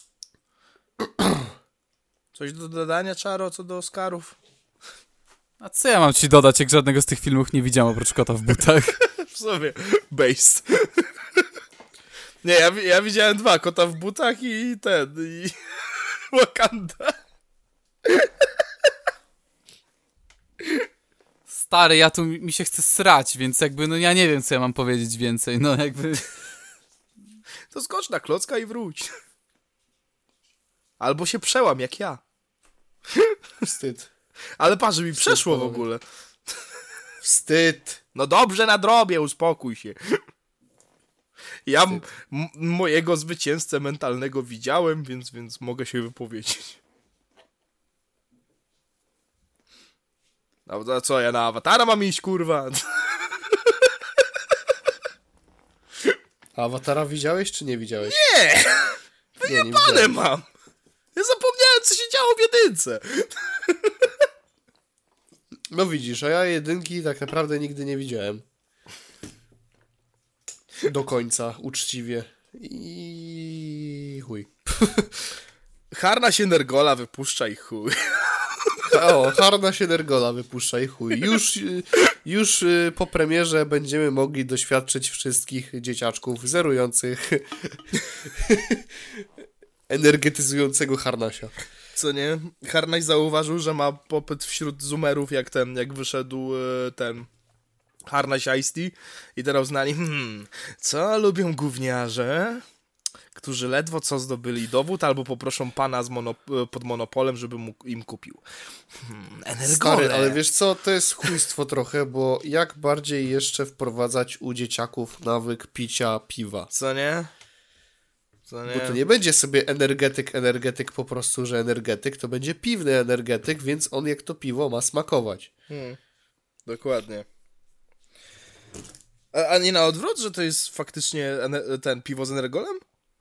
Coś do dodania, Czaro, co do Oscarów? A co ja mam ci dodać, jak żadnego z tych filmów nie widziałem oprócz Kota w butach? W sumie, based. Nie, ja, wi- ja widziałem dwa, Kota w butach i ten, i Wakanda. Stary, ja tu mi się chce srać, więc jakby, no ja nie wiem, co ja mam powiedzieć więcej, no jakby... To skocz na klocka i wróć. Albo się przełam, jak ja. Wstyd. Ale patrz, że mi przeszło w panowie. ogóle. Wstyd. No dobrze, na drobie, uspokój się. Ja m- m- mojego zwycięzcę mentalnego widziałem, więc, więc mogę się wypowiedzieć. No to co, ja na awatara mam iść, kurwa? A Awatara widziałeś, czy nie widziałeś? Nie! Nie, nie Ale widziałem. mam! Ja zapomniałem, co się działo w jedynce. No widzisz, a ja jedynki tak naprawdę nigdy nie widziałem. Do końca, uczciwie. I chuj. Harna się Nergola wypuszcza i chuj. O, Harna się Nergola wypuszcza i chuj. Już, y, już y, po premierze będziemy mogli doświadczyć wszystkich dzieciaczków zerujących energetyzującego harnasia. Co nie? Harnaś zauważył, że ma popyt wśród zoomerów, jak ten, jak wyszedł e, ten Harnaś Ice-T i teraz uznali, hmm, co lubią gówniarze, którzy ledwo co zdobyli dowód, albo poproszą pana z mono- pod monopolem, żeby mu, im kupił. Hmm, energole. Stary, ale wiesz co, to jest chujstwo trochę, bo jak bardziej jeszcze wprowadzać u dzieciaków nawyk picia piwa? Co nie? Co nie? Bo to nie będzie sobie energetyk, energetyk po prostu, że energetyk, to będzie piwny energetyk, więc on jak to piwo ma smakować. Hmm. Dokładnie. A, a nie na odwrót, że to jest faktycznie ener- ten piwo z energolem?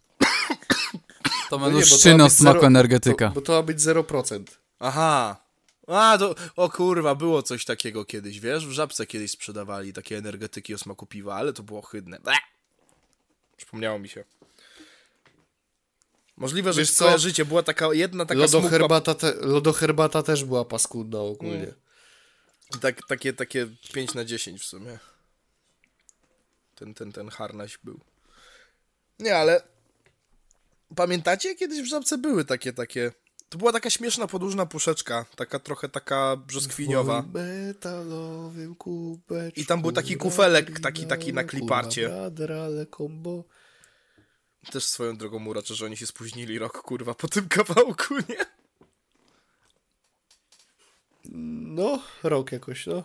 To No ma nie, bo to ma szczyno być smaku zero- energetyka. To, bo to ma być zero procent. Aha. A, to, o kurwa, było coś takiego kiedyś, wiesz? W Żabce kiedyś sprzedawali takie energetyki o smaku piwa, ale to było ohydne. Bleh. Przypomniało mi się. Możliwe, że Wiesz co? skojarzycie, była taka jedna taka smukła, Lodoherbata, te, lodoherbata też była paskudna ogólnie. tak, takie, takie pięć na dziesięć w sumie. Ten, ten, ten harnaś był. Nie, ale pamiętacie? Kiedyś w Żabce były takie, takie... To była taka śmieszna, podłużna puszeczka, taka trochę taka brzoskwiniowa. W metalowym kubeczku. I tam był taki kufelek, taki- taki na kurwa, kliparcie. Bradrale combo. Też swoją drogą uraczę, że oni się spóźnili rok, kurwa, po tym kawałku, nie? No, rok jakoś, no.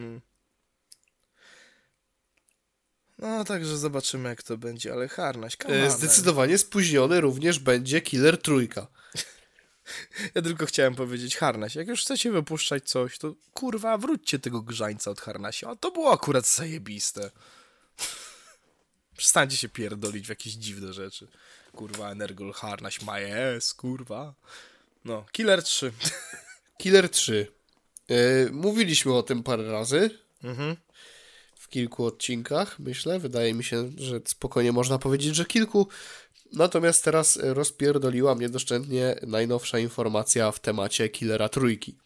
No, także zobaczymy, jak to będzie, ale harnaś, come E, on, Zdecydowanie spóźniony również będzie Killer Trójka. Ja tylko chciałem powiedzieć, harnaś, jak już chcecie wypuszczać coś, to kurwa, wróćcie tego grzańca od harnasia. A to było akurat zajebiste. Przestańcie się pierdolić w jakieś dziwne rzeczy. Kurwa, Energol, harnaś, majes, kurwa. No, Killer trzy. Killer trzy. E, mówiliśmy o tym parę razy. Mhm. W kilku odcinkach, myślę. Wydaje mi się, że spokojnie można powiedzieć, że kilku. Natomiast teraz e, rozpierdoliła mnie doszczętnie najnowsza informacja w temacie Killera Trójki.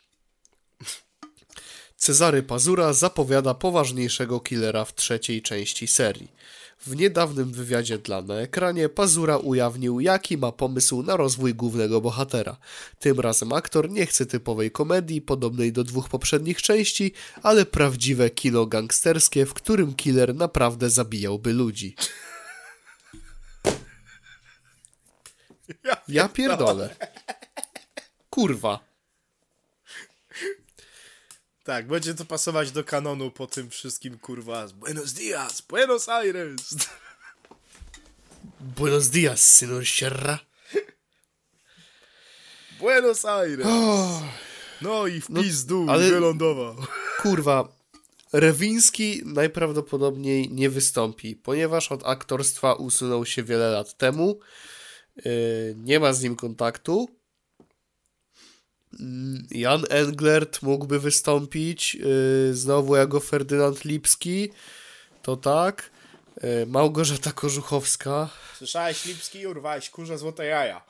Cezary Pazura zapowiada poważniejszego killera w trzeciej części serii. W niedawnym wywiadzie dla Na Ekranie Pazura ujawnił, jaki ma pomysł na rozwój głównego bohatera. Tym razem aktor nie chce typowej komedii, podobnej do dwóch poprzednich części, ale prawdziwe kino gangsterskie, w którym killer naprawdę zabijałby ludzi. Ja pierdolę. Kurwa. Tak, będzie to pasować do kanonu po tym wszystkim, kurwa, z Buenos Dias, Buenos Aires. Buenos dias, señor Sierra. Buenos Aires. No i w pizdu ale- wylądował. Kurwa, Rewiński najprawdopodobniej nie wystąpi, ponieważ od aktorstwa usunął się wiele lat temu. Yy, nie ma z nim kontaktu. Mm, Jan Englert mógłby wystąpić, yy, znowu jako Ferdynand Lipski, to tak. Yy, Małgorzata Korzuchowska. Słyszałeś, Lipski, urwałeś kurze złote jaja.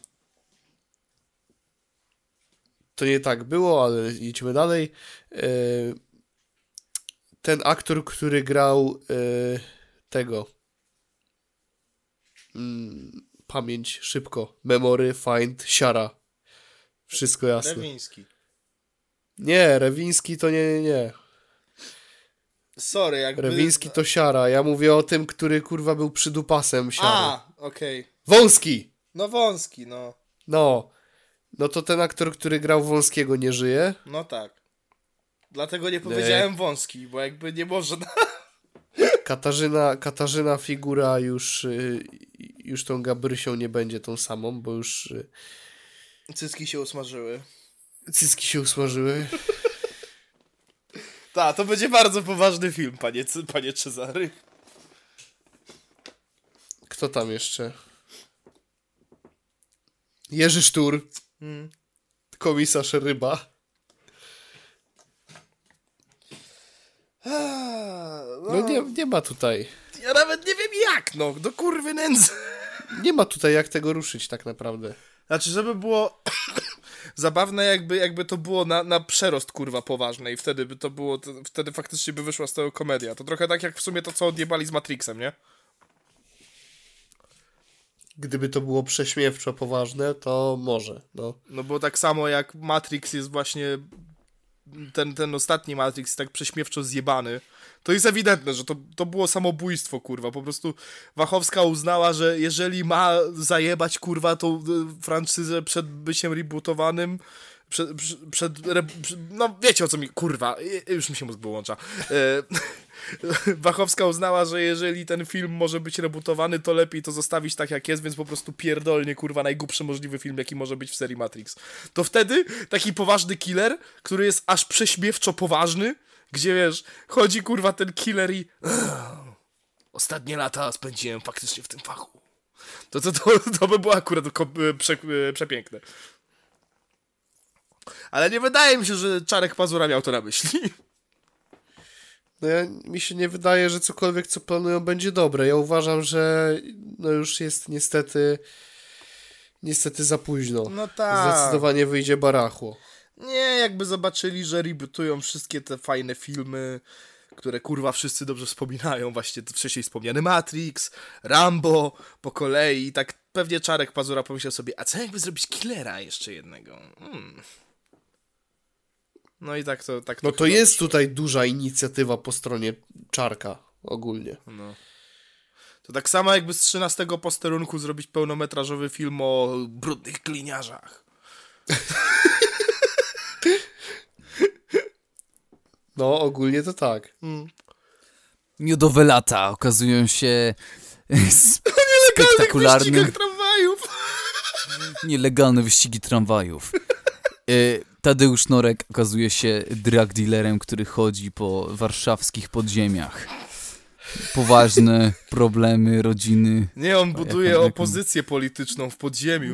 To nie tak było, ale idźmy dalej. Yy, ten aktor, który grał yy, tego. Mm, pamięć, szybko. Memory, find, siara. Wszystko jasne. Lewiński. Nie, Rewiński to nie, nie, nie. Sorry, jakby... Rewiński to siara. Ja mówię o tym, który kurwa był przydupasem siary. A, okej. Wąski! No wąski, no. No. No to ten aktor, który grał Wąskiego, nie żyje. No tak. Dlatego nie powiedziałem wąski, bo jakby nie można... Katarzyna, Katarzyna figura już, y, już tą Gabrysią nie będzie tą samą, bo już y, Cycki się usmażyły. cycki się usmażyły. Tak, to będzie bardzo poważny film, panie, C- panie Cezary. Kto tam jeszcze? Jerzy Sztur. Komisarz Ryba. No nie, nie ma tutaj. Ja nawet nie wiem jak, no, do kurwy nędzy. Nie ma tutaj jak tego ruszyć tak naprawdę. Znaczy, żeby było zabawne, jakby, jakby to było na, na przerost, kurwa, poważne i wtedy by to było, to, wtedy faktycznie by wyszła z tego komedia. To trochę tak jak w sumie to, co odjebali z Matrixem, nie? Gdyby to było prześmiewczo poważne, to może, no. No bo tak samo jak Matrix jest właśnie, ten, ten ostatni Matrix jest tak prześmiewczo zjebany, to jest ewidentne, że to, to było samobójstwo, kurwa. Po prostu Wachowska uznała, że jeżeli ma zajebać, kurwa, tą y, franczyzę przed byciem rebootowanym, przed, przed, przed re, no wiecie o co mi, kurwa, już mi się mózg wyłącza. E, Wachowska uznała, że jeżeli ten film może być rebootowany, to lepiej to zostawić tak jak jest, więc po prostu pierdolnie, kurwa, najgłupszy możliwy film, jaki może być w serii Matrix. To wtedy taki poważny killer, który jest aż prześmiewczo poważny, gdzie wiesz, chodzi kurwa ten killer i ostatnie lata spędziłem faktycznie w tym fachu. To, to, to, to by było akurat prze, przepiękne. Ale nie wydaje mi się, że Czarek Pazura miał to na myśli. No ja, mi się nie wydaje, że cokolwiek, co planują, będzie dobre. Ja uważam, że no już jest niestety niestety za późno. No tak. Zdecydowanie wyjdzie barachło. Nie, jakby zobaczyli, że rebootują wszystkie te fajne filmy, które kurwa wszyscy dobrze wspominają, właśnie ten wcześniej wspomniany Matrix, Rambo, po kolei i tak pewnie Czarek Pazura pomyślał sobie, a co jakby zrobić killera jeszcze jednego? Hmm. No i tak to... Tak No to chyba jest wyszło. tutaj duża inicjatywa po stronie Czarka ogólnie. No. To tak samo jakby z trzynastego posterunku zrobić pełnometrażowy film o brudnych gliniarzach. No ogólnie to tak. Miodowe lata okazują się W spektakularnym, wyścigach tramwajów! nielegalne wyścigi tramwajów. E, Tadeusz Norek okazuje się drug dealerem, który chodzi po warszawskich podziemiach. Poważne problemy rodziny. Nie, on buduje jaką- opozycję polityczną w podziemiu.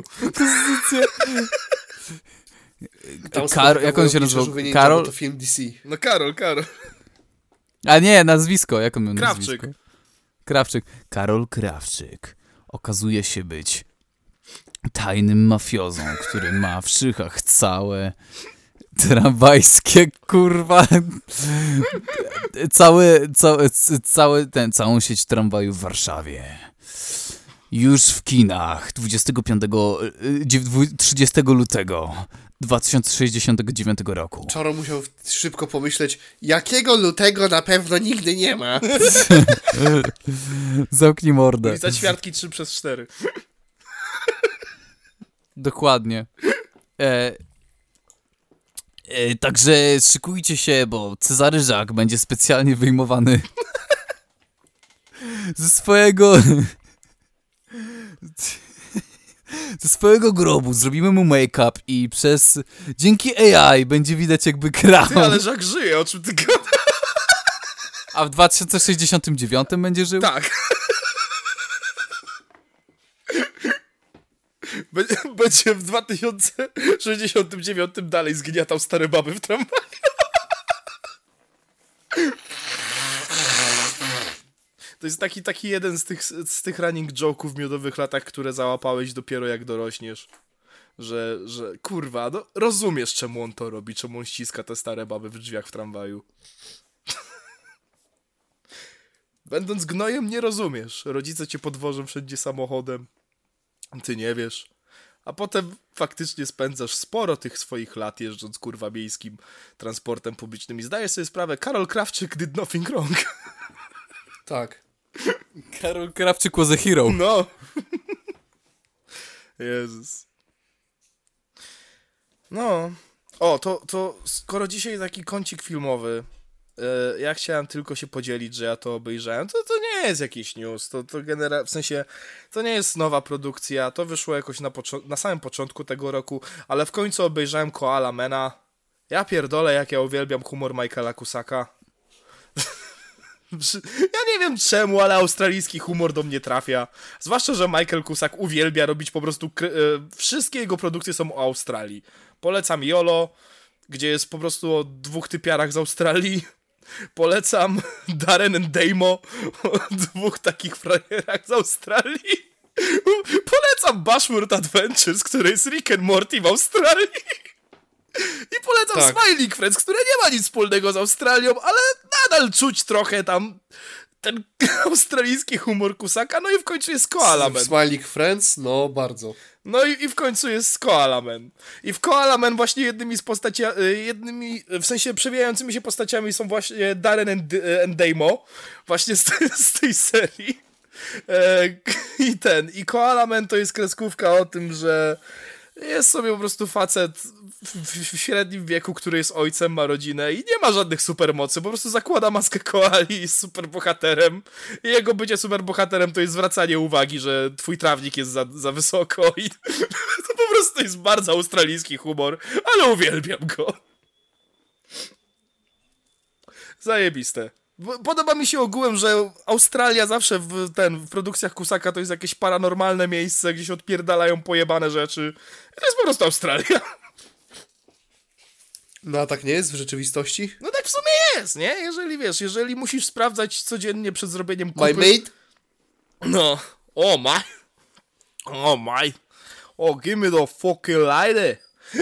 Tam Kar- jak on się nazywał? Karol? Karol? To film D C. No Karol, Karol. A nie, nazwisko. Jak on miał Krawczyk. nazwisko? Krawczyk. Karol Krawczyk okazuje się być tajnym mafiozą, który ma w szychach całe tramwajskie, kurwa, cały, cały, cały ten, całą sieć tramwajów w Warszawie. Już w kinach dwudziestego piątego, trzydziestego lutego dwa tysiące sześćdziesiątego dziewiątego roku. Czaro musiał szybko pomyśleć, jakiego lutego na pewno nigdy nie ma. Zamknij mordę. Ulica Ćwiartki trzy przez cztery. Dokładnie. E, e, także szykujcie się, bo Cezary Żak będzie specjalnie wyjmowany ze swojego ze swojego grobu. Zrobimy mu make-up i przez dzięki A I będzie widać jakby grał. Ty, ale Żak żyje, o czym ty gadasz? A w dwa tysiące sześćdziesiątym dziewiątym będzie żył? Tak. Będzie- Będzie w dwa tysiące sześćdziesiątym dziewiątym dalej zgniatał stare baby w tramwaju. To jest taki, taki jeden z tych, z tych running joke'ów w miodowych latach, które załapałeś dopiero jak dorośniesz. Że, że kurwa, no rozumiesz czemu on to robi, czemu on ściska te stare baby w drzwiach w tramwaju. Będąc gnojem nie rozumiesz. Rodzice cię podwożą wszędzie samochodem. Ty nie wiesz. a potem faktycznie spędzasz sporo tych swoich lat jeżdżąc kurwa miejskim transportem publicznym i zdajesz sobie sprawę, Karol Krawczyk did nothing wrong. Tak. Karol Krawczyk was a hero. No. Jezus. No. O, to, to skoro dzisiaj taki kącik filmowy, e, ja chciałem tylko się podzielić, że ja to obejrzałem, to, to nie jest jakiś news, to, to genera- w sensie, to nie jest nowa produkcja, to wyszło jakoś na, poczo- na samym początku tego roku, ale w końcu obejrzałem Koala Mana. Ja pierdolę, jak ja uwielbiam humor Michaela Cusacka. Ja nie wiem czemu, ale australijski humor do mnie trafia. Zwłaszcza, że Michael Cusack uwielbia robić po prostu... Kry- e, wszystkie jego produkcje są o Australii. Polecam YOLO, gdzie jest po prostu o dwóch typiarach z Australii. Polecam Darren and Damo, o dwóch takich frajerach z Australii. Polecam Bashworth Adventures, który jest Rick and Morty w Australii. I polecam Tak. Smiling Friends, które nie ma nic wspólnego z Australią, ale nadal czuć trochę tam ten australijski humor Cusacka. No i w końcu jest Koala Man. Smiling Friends? No, bardzo. No i, i w końcu jest Koala Man. I w Koala Man właśnie jednymi z postaci, jednymi, w sensie przewijającymi się postaciami są właśnie Darren and, and Damo, właśnie z, z tej serii. E, I ten, i Koala Man to jest kreskówka o tym, że jest sobie po prostu facet w, w średnim wieku, który jest ojcem, ma rodzinę i nie ma żadnych supermocy, po prostu zakłada maskę koali i jest superbohaterem. I jego bycie superbohaterem to jest zwracanie uwagi, że twój trawnik jest za, za wysoko i to po prostu jest bardzo australijski humor, ale uwielbiam go. Zajebiste. Podoba mi się ogółem, że Australia zawsze w, ten, w produkcjach Cusacka to jest jakieś paranormalne miejsce, gdzie się odpierdalają pojebane rzeczy. To jest po prostu Australia. No a tak nie jest w rzeczywistości? No tak w sumie jest, nie? Jeżeli wiesz, jeżeli musisz sprawdzać codziennie przed zrobieniem My kupy... mate? No. Oh my. Oh my. Oh, give me the fucking lighter.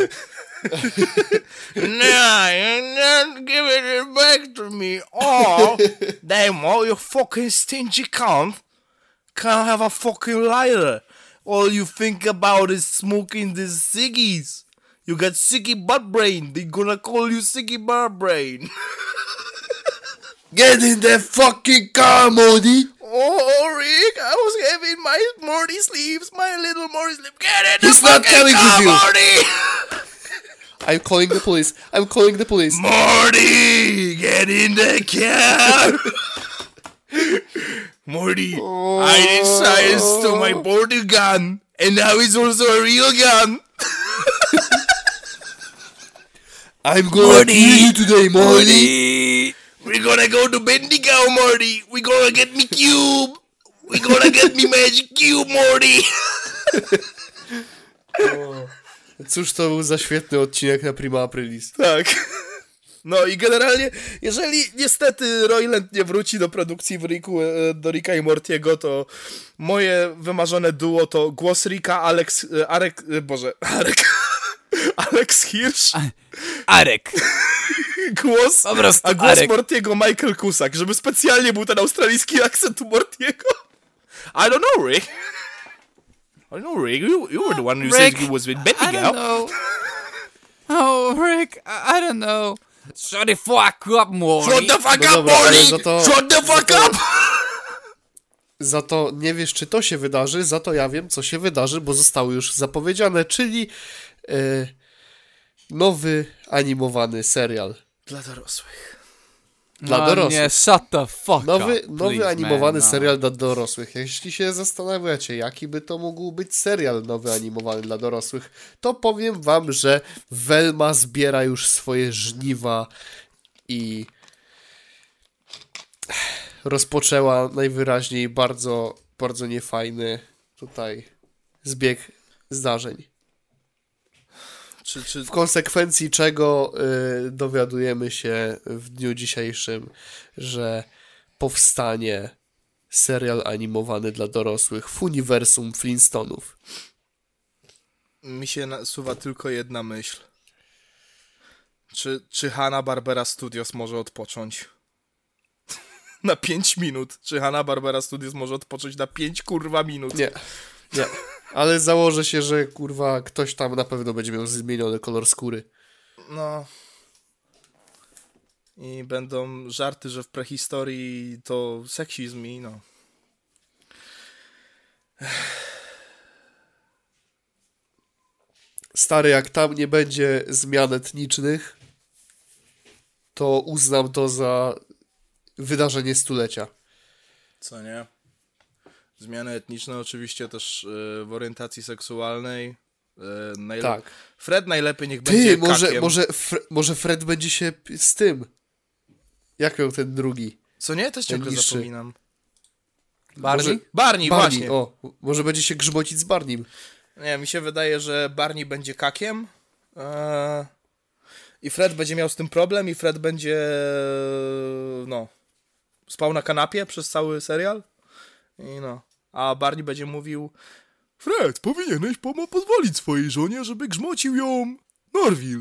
Nah, you're not giving it back to me. Oh, Damo, you fucking stingy cunt. Can't have a fucking lighter. All you think about is smoking these ciggies. You got ciggy butt brain. They're gonna call you ciggy butt brain. Get in the fucking car, Modi! Oh, Rick, I was having my Morty sleeves, my little Morty sleeves. Get in the He's not fucking coming car, with you. Morty! I'm calling the police. I'm calling the police. Morty, get in the car. Morty, I did science to my portal gun, and now it's also a real gun. I'm gonna Morty! kill you today, Morty! We're gonna go to Bendigo, Morty. We're gonna get me cube. We're gonna get me magic cube, Morty. Cóż to był za świetny odcinek na Prima Aprilis. Tak. No i generalnie, jeżeli niestety Roiland nie wróci do produkcji w Ricku, e, do Ricka i Mortiego, to moje wymarzone duo to głos Ricka, Alex, e, Arek, e, Boże, Arek, Alex Hirsch, Arek. głos, Po prostu a głos Arek. Mortiego Michael Cusack, żeby specjalnie był ten australijski akcent u Mortiego. I don't know, Rick. I don't know, Rick. You, you were the one who Rick, said he was with I Bendigo. don't know. Oh, Rick, I, I don't know. Shut the fuck up, Morty. Shut the fuck No up, dobra, ale Morty! za to- Shut the fuck za to- up! Za to nie wiesz, czy to się wydarzy, za to ja wiem, co się wydarzy, bo zostało już zapowiedziane, czyli e, nowy animowany serial Dla dorosłych. dla No dorosłych. nie, shut the fuck Nowy, up, nowy please, animowany man, no. serial dla dorosłych. Jeśli się zastanawiacie, jaki by to mógł być serial nowy animowany dla dorosłych, to powiem wam, że Velma zbiera już swoje żniwa i rozpoczęła najwyraźniej bardzo, bardzo niefajny tutaj zbieg zdarzeń. Czy, czy... W konsekwencji czego y, dowiadujemy się w dniu dzisiejszym, że powstanie serial animowany dla dorosłych w uniwersum Flintstonów. Mi się nasuwa tylko jedna myśl. Czy, czy Hanna-Barbera Studios może odpocząć? Na pięć minut. Czy Hanna-Barbera Studios może odpocząć na pięć kurwa minut? Nie, nie. Ale założę się, że kurwa ktoś tam na pewno będzie miał zmieniony kolor skóry. No. I będą żarty, że w prehistorii to seksizm i no. Stary, jak tam nie będzie zmian etnicznych, to uznam to za wydarzenie stulecia. Co nie? Zmiany etniczne oczywiście też yy, w orientacji seksualnej. Yy, najle- Tak. Fred najlepiej niech będzie Ty, może, kakiem. może, Fre- może Fred będzie się p- z tym. Jak miał ten drugi? Co nie? Też ciągle Najniższy. zapominam. Barney? Może- Barney, Barney, właśnie. o. Może będzie się grzmocić z Barnim. Nie, mi się wydaje, że Barney będzie kakiem. Eee, I Fred będzie miał z tym problem i Fred będzie no spał na kanapie przez cały serial. I no. A Barney będzie mówił: Fred, powinieneś pomo pozwolić swojej żonie, żeby grzmocił ją Norville.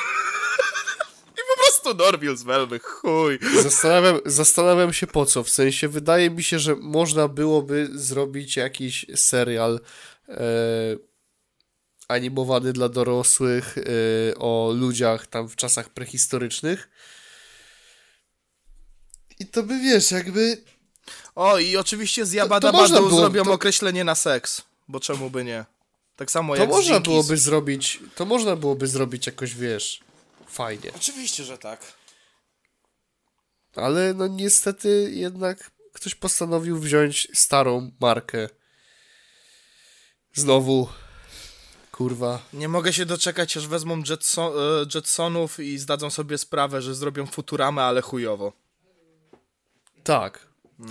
I po prostu Norville z Welby, chuj. Zastanawiam, zastanawiam się po co. W sensie wydaje mi się, że można byłoby zrobić jakiś serial e, animowany dla dorosłych e, o ludziach tam w czasach prehistorycznych. I to by, wiesz, jakby... O, i oczywiście z To- Jabba to można Dabba było- zrobią to- określenie na seks. Bo czemu by nie? Tak samo To jak z można Jinkies. byłoby zrobić... To można byłoby zrobić jakoś, wiesz, fajnie. Oczywiście, że tak. Ale no niestety jednak ktoś postanowił wziąć starą markę. Znowu... Kurwa... Nie mogę się doczekać, aż wezmą Jetson, e, Jetsonów i zdadzą sobie sprawę, że zrobią Futuramę, ale chujowo. Tak.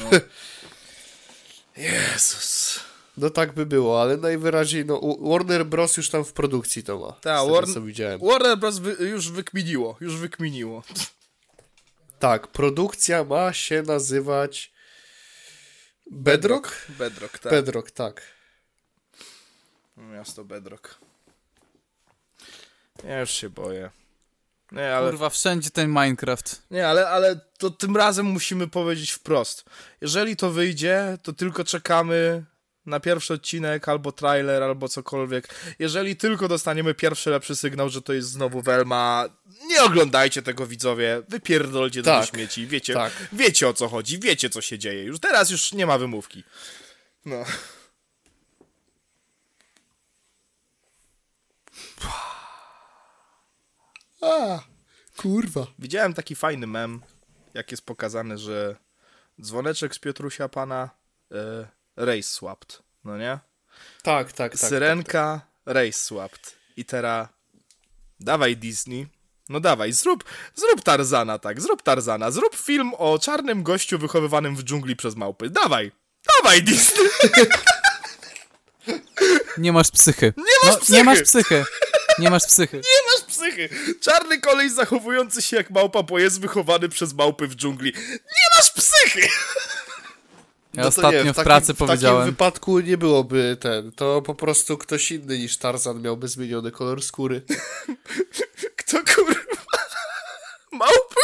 Jezus. No tak by było, ale najwyraźniej no U- Warner Bros. Już tam w produkcji to ma. Ta, z tego, Warn- co widziałem. Warner Bros. Wy, już wykminiło, już wykminiło. Tak, produkcja ma się nazywać Bedrock? Bedrock, tak. Bedrock, tak. Miasto Bedrock. Ja już się boję. Nie, ale, Kurwa, wszędzie ten Minecraft. nie, ale, ale to tym razem musimy powiedzieć wprost. Jeżeli to wyjdzie, to tylko czekamy na pierwszy odcinek, albo trailer, albo cokolwiek. Jeżeli tylko dostaniemy pierwszy lepszy sygnał, że to jest znowu Velma, nie oglądajcie tego, widzowie. Wypierdolcie do Tak, śmieci. Wiecie, tak. wiecie o co chodzi, wiecie co się dzieje. Już teraz już nie ma wymówki. No. A, kurwa. Widziałem taki fajny mem, jak jest pokazane, że dzwoneczek z Piotrusia Pana e, race swapped, no nie? Tak, tak, tak. Syrenka race swapped. I teraz dawaj Disney, no dawaj, zrób, zrób Tarzana, tak, zrób Tarzana, zrób film o czarnym gościu wychowywanym w dżungli przez małpy. Dawaj, dawaj Disney. Nie masz psychy. Nie masz no, psychy. Nie masz psychy. Nie masz psychy. Nie masz psychy. Czarny koleś zachowujący się jak małpa, bo jest wychowany przez małpy w dżungli. Nie masz psychy. Ja No to ostatnio nie, w, takim- pracy W powiedziałem. takim wypadku nie byłoby ten. To po prostu ktoś inny niż Tarzan miałby zmieniony kolor skóry. Kto kurwa? Małpy?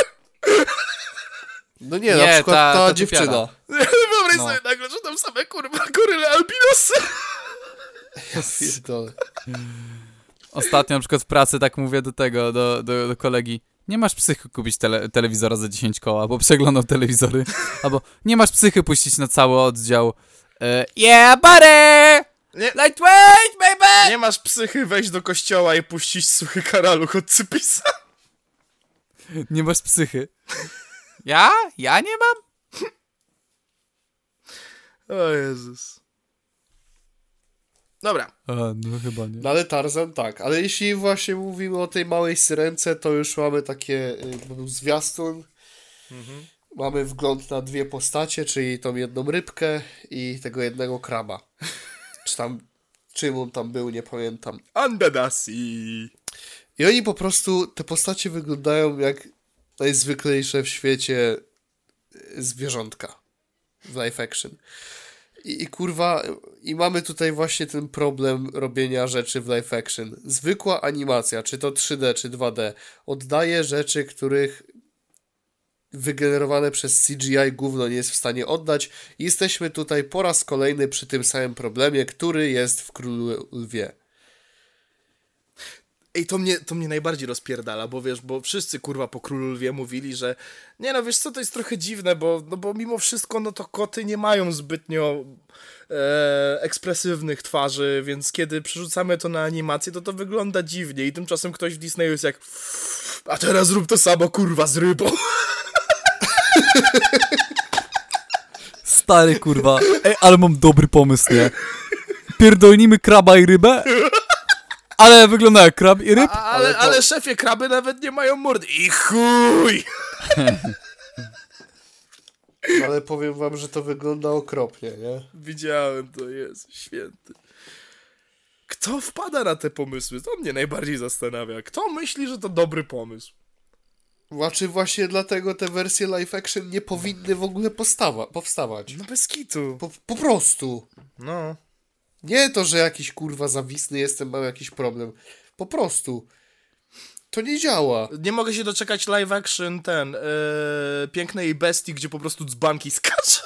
No nie, Nie, na przykład ta- ta, ta dziewczyna. typiara. Wyobraź No. sobie nagle, że tam same kurwa goryle albinosy. Pierdolę. Ostatnio na przykład w pracy tak mówię do tego, do, do, do kolegi. Nie masz psychy kupić tele, telewizora za dziesięć koła, bo przeglądał telewizory. Albo nie masz psychy puścić na cały oddział. E, yeah, buddy! Nie, Lightweight, baby! nie masz psychy wejść do kościoła i puścić suchy karaluch od Cypisa. Nie masz psychy. Ja? Ja nie mam? O Jezus. Dobra. A, no chyba nie. No ale Tarzan tak, ale jeśli właśnie mówimy o tej małej syrence, to już mamy takie, y, bo był zwiastun, mamy wgląd na dwie postacie, czyli tą jedną rybkę i tego jednego kraba. Czy tam, czym on tam był, nie pamiętam. Under the sea. I oni po prostu, te postacie wyglądają jak najzwyklejsze w świecie y, zwierzątka w live action. I, I kurwa, i mamy tutaj właśnie ten problem robienia rzeczy w live action. Zwykła animacja, czy to trzy D, czy dwa D, oddaje rzeczy, których wygenerowane przez C G I gówno nie jest w stanie oddać. I jesteśmy tutaj po raz kolejny przy tym samym problemie, który jest w Królu Lwie. Ej, to mnie, to mnie najbardziej rozpierdala, bo wiesz, bo wszyscy kurwa po Królu Lwie mówili, że nie no, wiesz co, to jest trochę dziwne, bo, no bo mimo wszystko, no to koty nie mają zbytnio e, ekspresywnych twarzy, więc kiedy przerzucamy to na animację, to to wygląda dziwnie i tymczasem ktoś w Disneyu jest jak a teraz rób to samo, kurwa, z rybą. Stary kurwa. Ej, ale mam dobry pomysł, nie? Pierdolnimy kraba i rybę? Ale wygląda jak krab i ryb? A, ale, Ale to- ale szefie, kraby nawet nie mają mordy. I chuj! Ale powiem wam, że to wygląda okropnie, nie? Widziałem to, jest święty. Kto wpada na te pomysły? To mnie najbardziej zastanawia. Kto myśli, że to dobry pomysł? Znaczy właśnie dlatego te wersje live action nie powinny w ogóle postawa- powstawać. No bez kitu. Po, po prostu. No. Nie to, że jakiś kurwa zawisny jestem, mam jakiś problem. Po prostu. To nie działa. Nie mogę się doczekać live action ten, ee, Pięknej Bestii, gdzie po prostu dzbanki skaczą.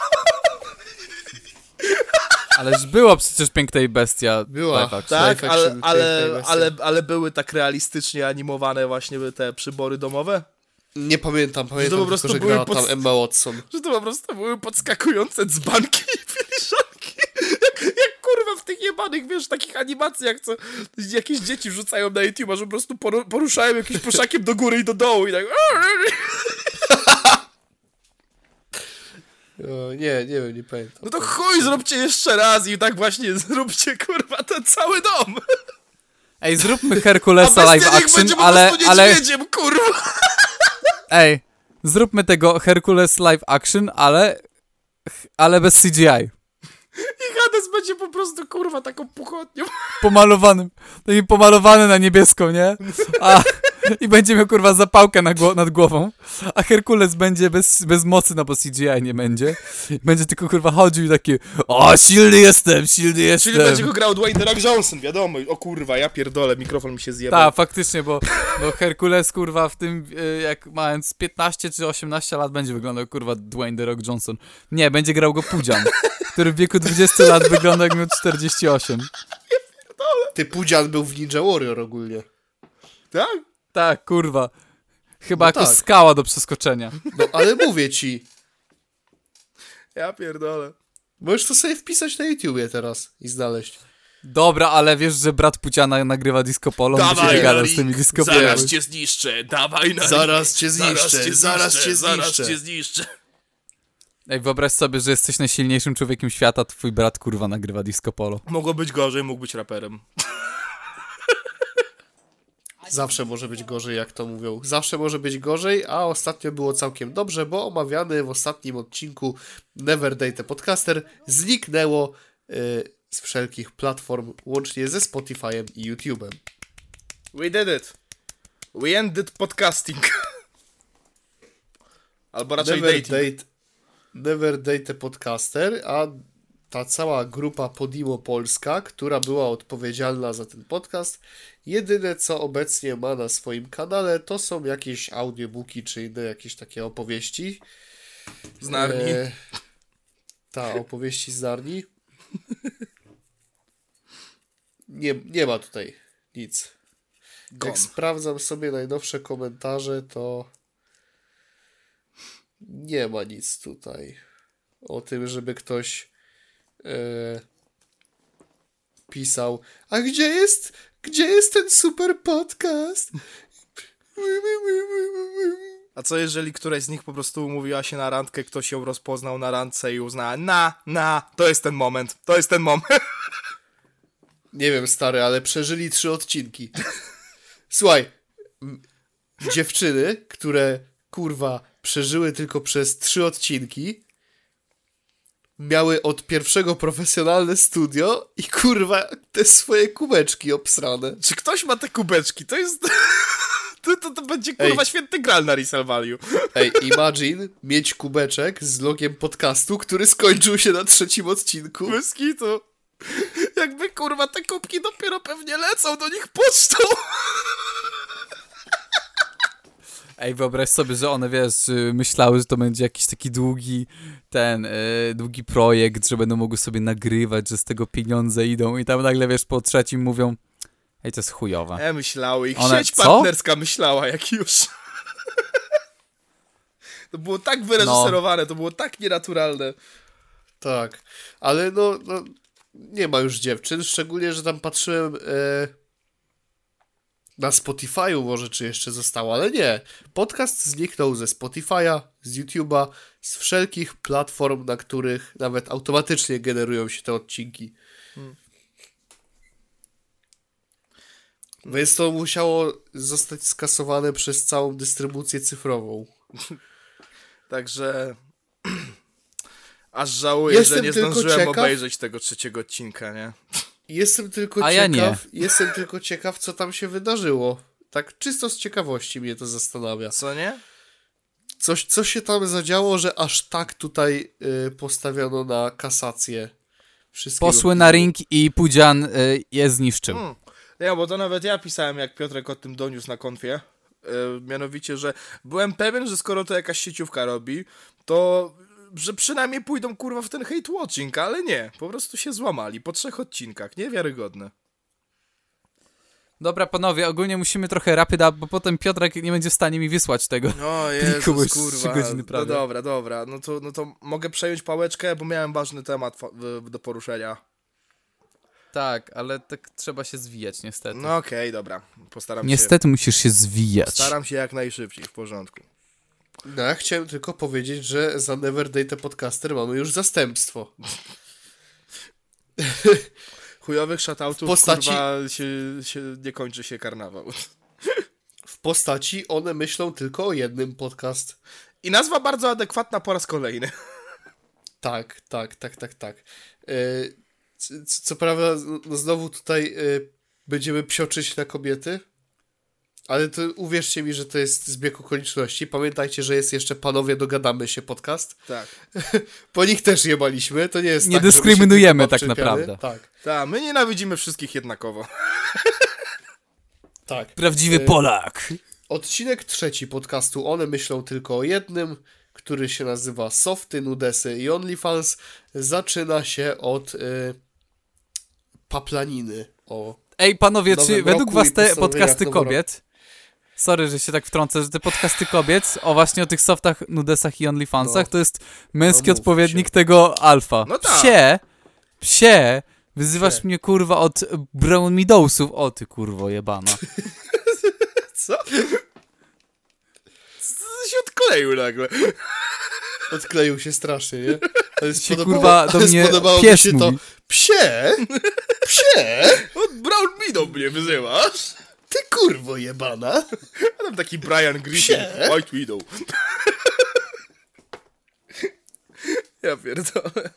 Ależ była przecież Piękna i Bestia. Była. live action. Tak, Live ale, action ale, Pięknej Bestii. ale, ale były tak realistycznie animowane właśnie te przybory domowe? Nie pamiętam, pamiętam po tylko, prostu że były grała pod- tam Emma Watson. Że to po prostu były podskakujące dzbanki i filiżanki. Jak, jak kurwa w tych jebanych, wiesz, takich animacjach, co jakieś dzieci wrzucają na YouTube, że po prostu poru- poruszają jakimś poszakiem do góry i do dołu i tak... O, nie, nie wiem, nie pamiętam. No to chuj, zróbcie jeszcze raz i tak właśnie zróbcie, kurwa, ten cały dom. Ej, zróbmy A Herkulesa live bestia niech action, będzie po ale, prostu ale, niedźwiedziem, kurwa. ej, zróbmy tego Herkules live action, ale, ale bez C G I. I Hades będzie po prostu, kurwa, taką puchotnią. Pomalowanym, taki pomalowany na niebiesko, nie? A, i będzie miał kurwa zapałkę na gło- nad głową, a Herkules będzie bez, bez mocy, no bo C G I nie będzie. Będzie tylko kurwa chodził i taki, o silny jestem, silny jestem. Czyli będzie go grał Dwayne The Rock Johnson, wiadomo. O kurwa, ja pierdolę, mikrofon mi się zjebał. Tak, faktycznie, bo, bo Herkules kurwa w tym, y, jak mając piętnaście czy osiemnaście lat będzie wyglądał kurwa Dwayne The Rock Johnson. Nie, będzie grał go Pudzian, który w wieku dwudziestu lat wygląda jak miał czterdzieści osiem. Ty Pudzian był w Ninja Warrior ogólnie. Tak? Tak, kurwa. Chyba No jako tak. skała do przeskoczenia. No ale mówię ci, Ja pierdolę. możesz to sobie wpisać na YouTubie teraz i znaleźć. Dobra, ale wiesz, że brat Puciana nagrywa disco polo? On by się nie gadał z tymi disco polo. zaraz cię zniszczę, dawaj na Zaraz cię zaraz zniszczę, cię zaraz cię zaraz zniszczę. cię zniszczę. Ej, wyobraź sobie, że jesteś najsilniejszym człowiekiem świata, twój brat kurwa nagrywa disco polo. Mogło być gorzej, mógł być raperem. Zawsze może być gorzej, jak to mówią. Zawsze może być gorzej, a ostatnio było całkiem dobrze, bo omawiany w ostatnim odcinku Never Date a Podcaster zniknęło y, z wszelkich platform, łącznie ze Spotify'em i YouTube'em. We did it. We ended podcasting. Albo raczej Never dating. date, never Date a Podcaster, a ta cała grupa Podimo Polska, która była odpowiedzialna za ten podcast, jedyne co obecnie ma na swoim kanale, to są jakieś audiobooki czy inne jakieś takie opowieści. Z Narni. E, ta, opowieści z Narni. Nie, nie ma tutaj nic. Gone. Jak sprawdzam sobie najnowsze komentarze, to nie ma nic tutaj o tym, żeby ktoś e, pisał, a gdzie jest, gdzie jest ten super podcast? A co jeżeli któraś z nich po prostu umówiła się na randkę, ktoś ją rozpoznał na randce i uznała, na, na, to jest ten moment, to jest ten moment. Nie wiem, stary, ale przeżyli trzy odcinki. Słuchaj, m- dziewczyny, które, kurwa, przeżyły tylko przez trzy odcinki, miały od pierwszego profesjonalne studio i, kurwa, te swoje kubeczki obsrane. Czy ktoś ma te kubeczki? To jest... To, to, to będzie kurwa Ej. święty gral na resale value. Ej, imagine mieć kubeczek z logiem podcastu, który skończył się na trzecim odcinku. Bez kitu. Jakby kurwa te kubki dopiero pewnie lecą do nich pocztą. Ej, wyobraź sobie, że one, wiesz, y, myślały, że to będzie jakiś taki długi, ten, y, długi projekt, że będą mogły sobie nagrywać, że z tego pieniądze idą i tam nagle, wiesz, po trzecim mówią, ej, to jest chujowe. E, myślały, ich One- sieć co? partnerska myślała, jak już. To było tak wyreżyserowane, to było tak nienaturalne. Tak, ale no, no nie ma już dziewczyn, szczególnie, że tam patrzyłem e, na Spotify'u może, czy jeszcze zostało, ale nie. Podcast zniknął ze Spotify'a, z YouTube'a, z wszelkich platform, na których nawet automatycznie generują się te odcinki. Hmm. Więc to musiało zostać skasowane przez całą dystrybucję cyfrową. Także aż żałuję, Jestem że nie tylko zdążyłem ciekaw- obejrzeć tego trzeciego odcinka, nie? Jestem tylko A ja ciekaw, jestem tylko ciekaw, co tam się wydarzyło. Tak czysto z ciekawości mnie to zastanawia. Co nie? Coś, co się tam zadziało, że aż tak tutaj y, postawiono na kasację wszystkiego. Poszły na ring i Pudzian y, je zniszczył. Hmm. Nie, bo to nawet ja pisałem, jak Piotrek o tym doniósł na konfie. Yy, mianowicie, że byłem pewien, że skoro to jakaś sieciówka robi, to że przynajmniej pójdą kurwa w ten hate watching, ale nie. Po prostu się złamali po trzech odcinkach. Niewiarygodne. Dobra, panowie, ogólnie musimy trochę rapid up, bo potem Piotrek nie będzie w stanie mi wysłać tego. No Pliku, bo Jezus, już kurwa. trzy godziny No prawie. dobra, dobra. No to, no to mogę przejąć pałeczkę, bo miałem ważny temat fa- w- do poruszenia. Tak, ale tak trzeba się zwijać niestety. No okej, dobra. Postaram się. Niestety musisz się zwijać. Staram się jak najszybciej, w porządku. No, ja chciałem tylko powiedzieć, że za Never Date Podcaster mamy już zastępstwo. Chujowych shoutoutów, postaci- kurwa, się, się, nie kończy się karnawał. W postaci one myślą tylko o jednym podcast. I nazwa bardzo adekwatna po raz kolejny. Tak, tak, tak, tak, tak. Y, c- c- co prawda, no znowu tutaj y, będziemy psioczyć na kobiety, ale to uwierzcie mi, że to jest zbieg okoliczności. Pamiętajcie, że jest jeszcze Panowie Dogadamy się podcast. Tak. Po nich też jebaliśmy, to nie jest Nie tak, że my się dyskryminujemy tylko tak podczepiamy. naprawdę. Tak, Tak, my nienawidzimy wszystkich jednakowo. tak. Prawdziwy Y, Polak. Odcinek trzeci podcastu One myślą tylko o jednym, który się nazywa Softy, Nudesy i OnlyFans, zaczyna się od y, paplaniny o Ej, panowie, nowym czy według roku was i te postanowieniach podcasty noworocznych. kobiet, sorry, że się tak wtrącę, że te podcasty kobiet o właśnie o tych softach, nudesach i OnlyFansach, No. to jest męski No mów odpowiednik się. tego alfa. No tak. Psie, psie, wyzywasz Psie. mnie kurwa od Brown Meadowsów, o ty kurwo jebana. Co? Co się odkleił nagle. Odkleił się strasznie, nie? Ale Się, spodobało- kurwa, do ale mnie spodobało mi pies się mówi. to. Psie! Psie! Od Brown Meadow mnie wyzywasz? Ty kurwo jebana! A tam taki Brian Griffin, Psie? White Widow. Ja pierdolę.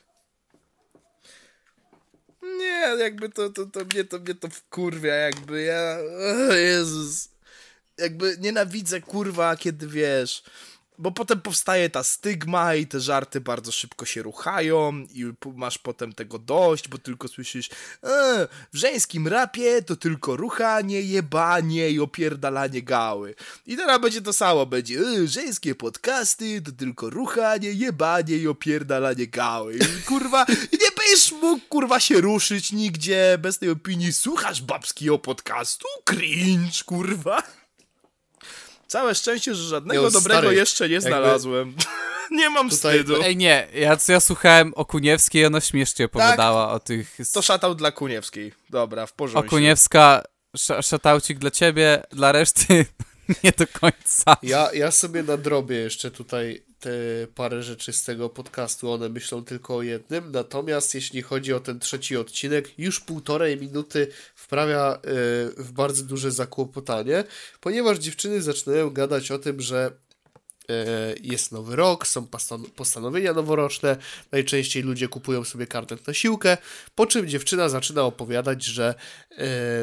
Nie, jakby to, to, to mnie to mnie to wkurwia, jakby ja... O Jezus. Jakby nienawidzę, kurwa, kiedy wiesz... Bo potem powstaje ta stygma i te żarty bardzo szybko się ruchają i p- masz potem tego dość, bo tylko słyszysz e, w żeńskim rapie to tylko ruchanie, jebanie i opierdalanie gały. I teraz będzie to samo, będzie e, żeńskie podcasty to tylko ruchanie, jebanie i opierdalanie gały. I, kurwa, nie będziesz mógł, kurwa, się ruszyć nigdzie bez tej opinii. Słuchasz babskiego podcastu? Cringe, kurwa. Całe szczęście, że żadnego Jo, dobrego stary, jeszcze nie jakby- znalazłem. Nie mam Tutaj- wstydu. Ej nie, ja, co ja słuchałem o Kuniewskiej, ona śmiesznie opowiadała o tych... To szatał dla Kuniewskiej. Dobra, w porządku. Okuniewska, sz- szataucik dla ciebie, dla reszty nie do końca. Ja, ja sobie nadrobię jeszcze tutaj te parę rzeczy z tego podcastu, one myślą tylko o jednym, natomiast jeśli chodzi o ten trzeci odcinek, już półtorej minuty wprawia y, w bardzo duże zakłopotanie, ponieważ dziewczyny zaczynają gadać o tym, że y, jest nowy rok, są pastan- postanowienia noworoczne, najczęściej ludzie kupują sobie karnet na siłkę, po czym dziewczyna zaczyna opowiadać, że y,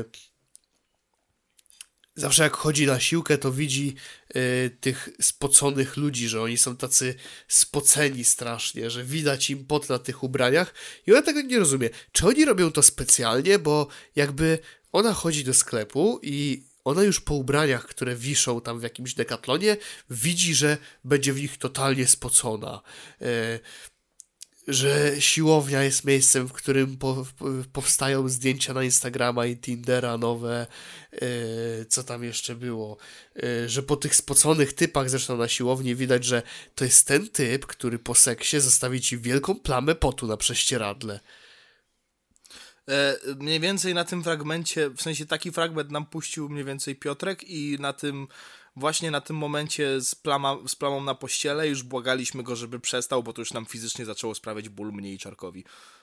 zawsze jak chodzi na siłkę, to widzi y, tych spoconych ludzi, że oni są tacy spoceni strasznie, że widać im pot na tych ubraniach i ona tego nie rozumie. Czy oni robią to specjalnie, bo jakby ona chodzi do sklepu i ona już po ubraniach, które wiszą tam w jakimś dekatlonie, widzi, że będzie w nich totalnie spocona. E, że siłownia jest miejscem, w którym po, po, powstają zdjęcia na Instagrama i Tindera nowe, e, co tam jeszcze było, e, że po tych spoconych typach zresztą na siłowni widać, że to jest ten typ, który po seksie zostawi ci wielką plamę potu na prześcieradle. E, mniej więcej na tym fragmencie, w sensie taki fragment nam puścił mniej więcej Piotrek i na tym, właśnie na tym momencie z, plama, z plamą na pościele już błagaliśmy go, żeby przestał, bo to już nam fizycznie zaczęło sprawiać ból mnie i Czarkowi.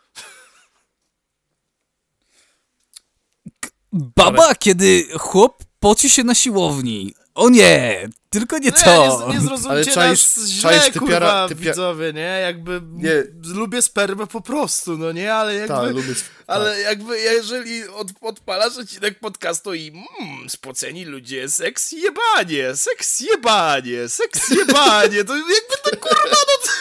Baba, ale... kiedy chłop poci się na siłowni. O nie, tylko nie to. Nie, nie, nie zrozumcie czaisz, nas źle, czaisz, ty kurwa, piara, ty pia... widzowie, nie? Jakby nie. lubię spermę po prostu, no nie? Ale jakby, Ta, lubię sp... ale tak. jakby jeżeli od, odpalasz odcinek podcastu i mmm, spoceni ludzie, seks jebanie, seks jebanie, seks jebanie, to jakby to kurwa, no to...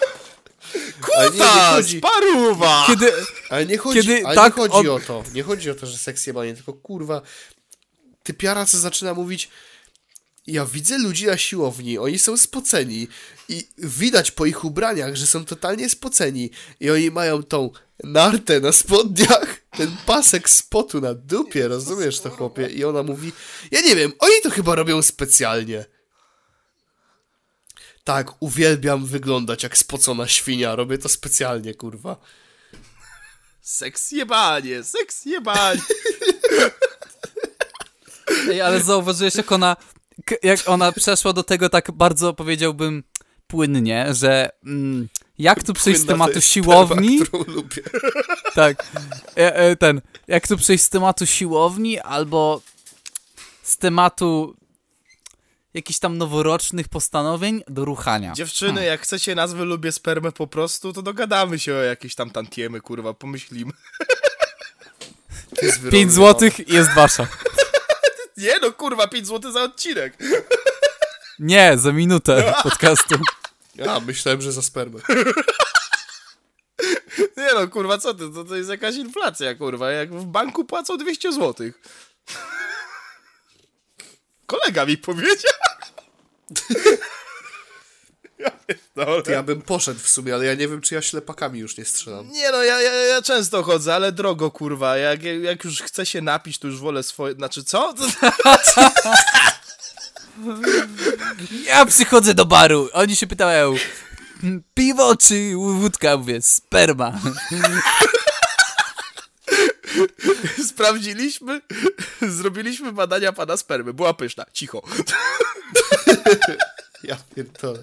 Kuta, sparuwa! Kiedy, ale nie chodzi, kiedy ale tak nie chodzi od... o to. Nie chodzi o to, że seks jebanie, tylko kurwa, typiara, co zaczyna mówić, ja widzę ludzi na siłowni, oni są spoceni i widać po ich ubraniach, że są totalnie spoceni i oni mają tą nartę na spodniach, ten pasek spotu na dupie, rozumiesz to, chłopie? I ona mówi, ja nie wiem, oni to chyba robią specjalnie. Tak, uwielbiam wyglądać jak spocona świnia, robię to specjalnie, kurwa. Seks jebanie, seks jebanie. Ej, ale zauważyłeś, jak ona, jak ona przeszła do tego tak bardzo, powiedziałbym, płynnie, że mm, jak tu przejść z tematu siłowni... Sperma, którą lubię. Tak, e, e, ten, jak tu przejść z tematu siłowni, albo z tematu jakichś tam noworocznych postanowień do ruchania. Dziewczyny, hmm. jak chcecie nazwy lubię spermę po prostu, to dogadamy się o jakieś tam tantiemy, kurwa, pomyślimy. Pięć złotych jest wasza. Nie no, kurwa, pięć złotych za odcinek. Nie, za minutę podcastu. Ja myślałem, że za spermę. Nie no, kurwa, co ty, to, to jest jakaś inflacja, kurwa, jak w banku płacą dwieście złotych. Kolega mi powiedział. Ja pierdolę. Ja bym poszedł w sumie, ale ja nie wiem, czy ja ślepakami już nie strzelam. Nie no, ja, ja, ja często chodzę, ale drogo, kurwa. Jak, jak już chcę się napić, to już wolę swoje... Znaczy, co? Ja przychodzę do baru. Oni się pytają, piwo czy wódka? Mówię, sperma. Sprawdziliśmy, zrobiliśmy badania pana spermy. Była pyszna. Cicho. Ja pierdolę.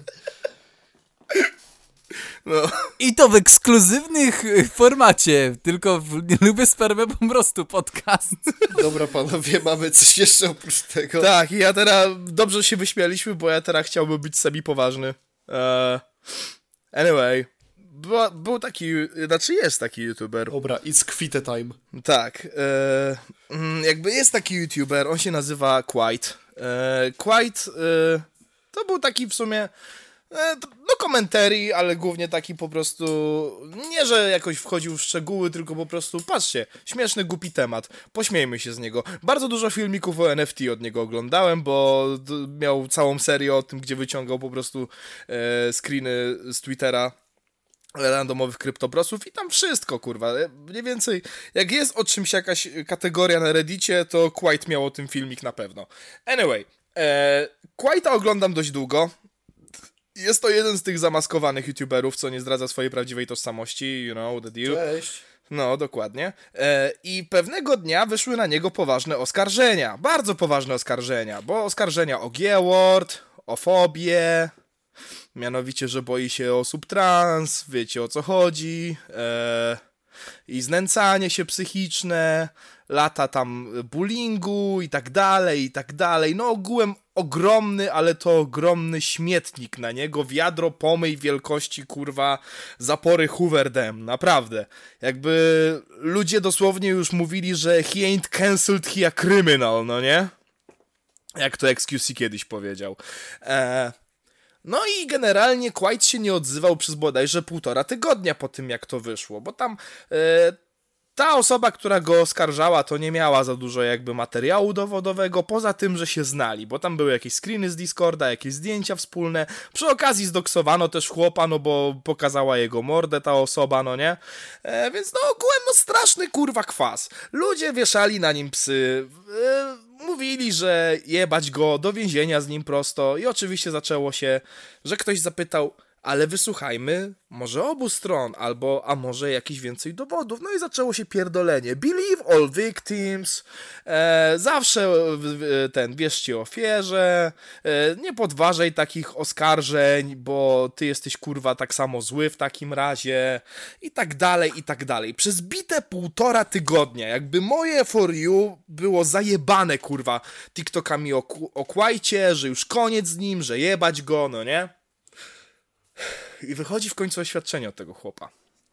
No. I to w ekskluzywnych formacie. Tylko w Nie lubię spermę po prostu podcast. Dobra, panowie, mamy coś jeszcze oprócz tego. Tak, i ja teraz dobrze się wyśmialiśmy, bo ja teraz chciałbym być semi poważny. Uh, anyway. Była, był taki, znaczy jest taki youtuber. Dobra, it's quite time. Tak. E, jakby jest taki youtuber, on się nazywa Quite. E, Quite e, to był taki w sumie e, no komentarii, ale głównie taki po prostu, nie że jakoś wchodził w szczegóły, tylko po prostu, patrzcie, śmieszny, głupi temat, pośmiejmy się z niego. Bardzo dużo filmików o N F T od niego oglądałem, bo miał całą serię o tym, gdzie wyciągał po prostu e, screeny z Twittera randomowych kryptobrosów i tam wszystko, kurwa. Mniej więcej, jak jest o czymś jakaś kategoria na Reddicie, to Quite miał o tym filmik na pewno. Anyway, e, Quite'a oglądam dość długo. Jest to jeden z tych zamaskowanych youtuberów, co nie zdradza swojej prawdziwej tożsamości, you know, the deal. Cześć. No, dokładnie. E, I pewnego dnia wyszły na niego poważne oskarżenia. Bardzo poważne oskarżenia, bo oskarżenia o G-word, o fobię, mianowicie, że boi się osób trans, wiecie o co chodzi, e, i znęcanie się psychiczne, lata tam bullyingu i tak dalej, i tak dalej. No ogółem ogromny, ale to ogromny śmietnik na niego, wiadro pomyj wielkości, kurwa, zapory Hoover Dam, naprawdę. Jakby ludzie dosłownie już mówili, że he ain't cancelled, he a criminal, no nie? Jak to X Q C kiedyś powiedział. Eee, No i generalnie Quite się nie odzywał przez bodajże półtora tygodnia po tym, jak to wyszło, bo tam e, Ta osoba, która go oskarżała, to nie miała za dużo jakby materiału dowodowego, poza tym, że się znali, bo tam były jakieś screeny z Discorda, jakieś zdjęcia wspólne. Przy okazji zdoksowano też chłopa, no bo pokazała jego mordę ta osoba, no nie? E, więc no ogółem no straszny kurwa kwas. Ludzie wieszali na nim psy, e, mówili, że jebać go, do więzienia z nim prosto i oczywiście zaczęło się, że ktoś zapytał, ale wysłuchajmy może obu stron, albo a może jakiś więcej dowodów. No i zaczęło się pierdolenie. Believe all victims, e, zawsze e, ten, wierzcie ofierze, e, nie podważaj takich oskarżeń, bo ty jesteś kurwa tak samo zły w takim razie i tak dalej, i tak dalej. Przez bite półtora tygodnia, jakby moje for you było zajebane kurwa TikTokami o, o Kłajcie, że już koniec z nim, że jebać go, no nie? I wychodzi w końcu oświadczenie od tego chłopa.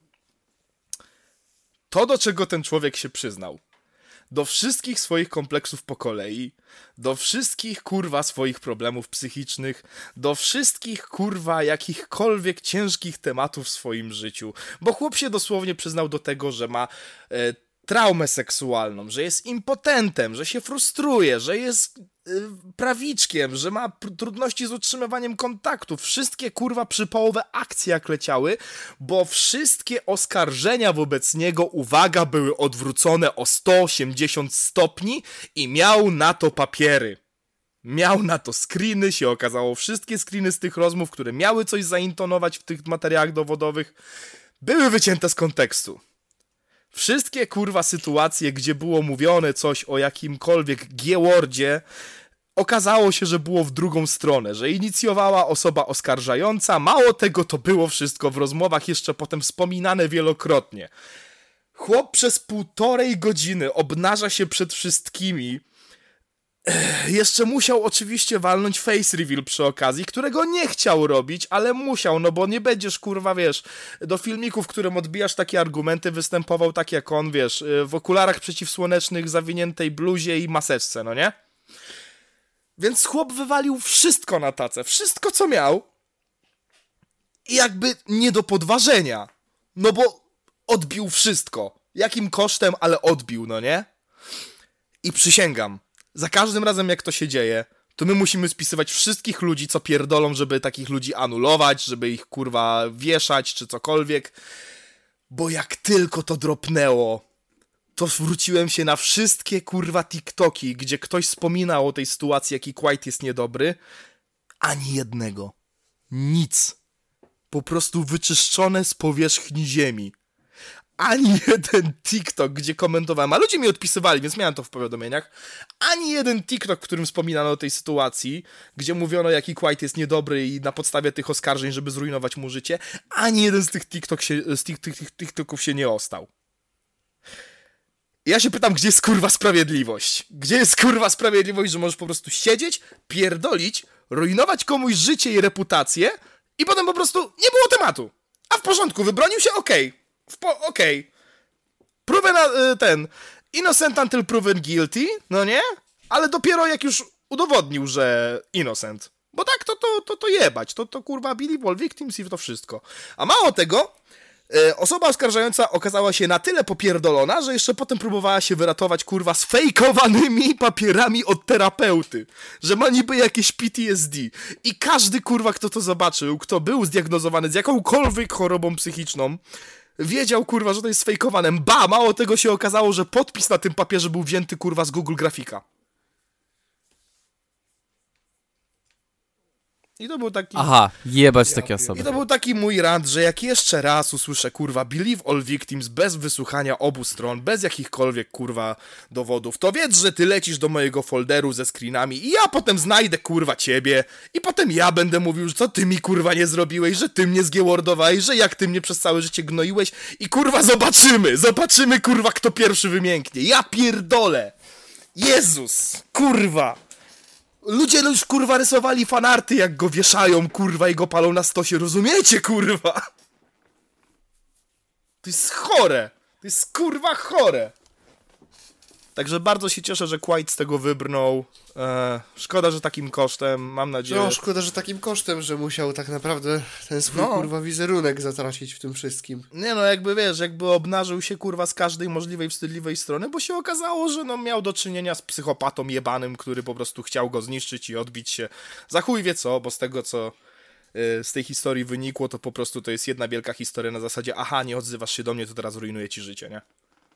To, do czego ten człowiek się przyznał, do wszystkich swoich kompleksów po kolei, do wszystkich, kurwa, swoich problemów psychicznych, do wszystkich, kurwa, jakichkolwiek ciężkich tematów w swoim życiu, bo chłop się dosłownie przyznał do tego, że ma e, traumę seksualną, że jest impotentem, że się frustruje, że jest y, prawiczkiem, że ma pr- trudności z utrzymywaniem kontaktów. Wszystkie kurwa przypałowe akcje jak leciały, bo wszystkie oskarżenia wobec niego, uwaga, były odwrócone o sto osiemdziesiąt stopni i miał na to papiery. Miał na to screeny, się okazało, wszystkie screeny z tych rozmów, które miały coś zaintonować w tych materiałach dowodowych, były wycięte z kontekstu. Wszystkie kurwa sytuacje, gdzie było mówione coś o jakimkolwiek G-wordzie, okazało się, że było w drugą stronę, że inicjowała osoba oskarżająca, mało tego, to było wszystko w rozmowach jeszcze potem wspominane wielokrotnie. Chłop przez półtorej godziny obnaża się przed wszystkimi. Ech, jeszcze musiał oczywiście walnąć face reveal przy okazji, którego nie chciał robić, ale musiał, no bo nie będziesz, kurwa, wiesz, do filmików, w którym odbijasz takie argumenty, występował tak jak on, wiesz, w okularach przeciwsłonecznych, zawiniętej bluzie i maseczce, no nie? Więc chłop wywalił wszystko na tacę, wszystko co miał i jakby nie do podważenia, no bo odbił wszystko, jakim kosztem, ale odbił, no nie? I przysięgam, za każdym razem jak to się dzieje, to my musimy spisywać wszystkich ludzi, co pierdolą, żeby takich ludzi anulować, żeby ich kurwa wieszać, czy cokolwiek. Bo jak tylko to dropnęło, to zwróciłem się na wszystkie kurwa TikToki, gdzie ktoś wspominał o tej sytuacji, jaki Quiet jest niedobry. Ani jednego. Nic. Po prostu wyczyszczone z powierzchni ziemi. Ani jeden TikTok, gdzie komentowałem, a ludzie mi odpisywali, więc miałem to w powiadomieniach, ani jeden TikTok, w którym wspominano o tej sytuacji, gdzie mówiono, jaki Quiet jest niedobry i na podstawie tych oskarżeń, żeby zrujnować mu życie, ani jeden z tych, TikTok się, z tych, tych, tych TikToków się nie ostał. I ja się pytam, gdzie jest kurwa sprawiedliwość? Gdzie jest kurwa sprawiedliwość, że możesz po prostu siedzieć, pierdolić, rujnować komuś życie i reputację i potem po prostu nie było tematu. A w porządku, wybronił się, okej. Okay. Okej. Okay. Proven y, ten. Innocent until proven guilty, no nie? Ale dopiero jak już udowodnił, że innocent. Bo tak, to, to, to, to jebać. To, to kurwa believe all victims i to wszystko. A mało tego, y, osoba oskarżająca okazała się na tyle popierdolona, że jeszcze potem próbowała się wyratować kurwa z fejkowanymi papierami od terapeuty. Że ma niby jakieś P T S D. I każdy kurwa, kto to zobaczył, kto był zdiagnozowany z jakąkolwiek chorobą psychiczną, wiedział, kurwa, że to jest sfejkowane. Ba, mało tego się okazało, że podpis na tym papierze był wzięty, kurwa, z Google Grafika. I to był taki... Aha, jebać takie osoby. I to był taki mój rant, że jak jeszcze raz usłyszę, kurwa, believe all victims bez wysłuchania obu stron, bez jakichkolwiek, kurwa, dowodów, to wiedz, że ty lecisz do mojego folderu ze screenami i ja potem znajdę, kurwa, ciebie i potem ja będę mówił, że co ty mi, kurwa, nie zrobiłeś, że ty mnie zgiewordowałeś, że jak ty mnie przez całe życie gnoiłeś i, kurwa, zobaczymy, zobaczymy, kurwa, kto pierwszy wymięknie. Ja pierdolę. Jezus, kurwa. Ludzie już, kurwa, rysowali fanarty, jak go wieszają, kurwa, i go palą na stosie, rozumiecie, kurwa? To jest chore. To jest, kurwa, chore. Także bardzo się cieszę, że Quiet z tego wybrnął. E, szkoda, że takim kosztem, mam nadzieję... No, szkoda, że takim kosztem, że musiał tak naprawdę ten swój No. kurwa wizerunek zatracić w tym wszystkim. Nie no, jakby wiesz, jakby obnażył się kurwa z każdej możliwej, wstydliwej strony, bo się okazało, że no miał do czynienia z psychopatą jebanym, który po prostu chciał go zniszczyć i odbić się za chuj wie co, bo z tego co y, z tej historii wynikło, to po prostu to jest jedna wielka historia na zasadzie aha, nie odzywasz się do mnie, to teraz rujnuję ci życie, nie?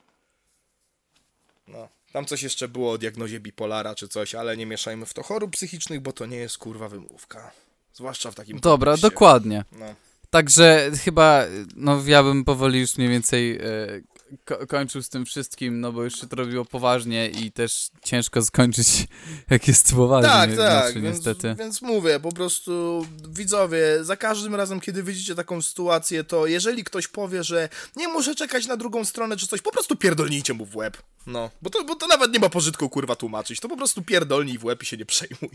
No. Tam coś jeszcze było o diagnozie bipolara czy coś, ale nie mieszajmy w to chorób psychicznych, bo to nie jest kurwa wymówka. Zwłaszcza w takim Dobra, kontekście. dokładnie. No. Także chyba, no ja bym powoli już mniej więcej e, ko- kończył z tym wszystkim, no bo już się to robiło poważnie i też ciężko skończyć, jak jest poważnie. Tak, tak, znaczy, więc, niestety. więc mówię, po prostu widzowie, za każdym razem, kiedy widzicie taką sytuację, to jeżeli ktoś powie, że nie muszę czekać na drugą stronę czy coś, po prostu pierdolnijcie mu w łeb. No, bo to, bo to nawet nie ma pożytku kurwa tłumaczyć, to po prostu pierdolnij w łeb i się nie przejmuj.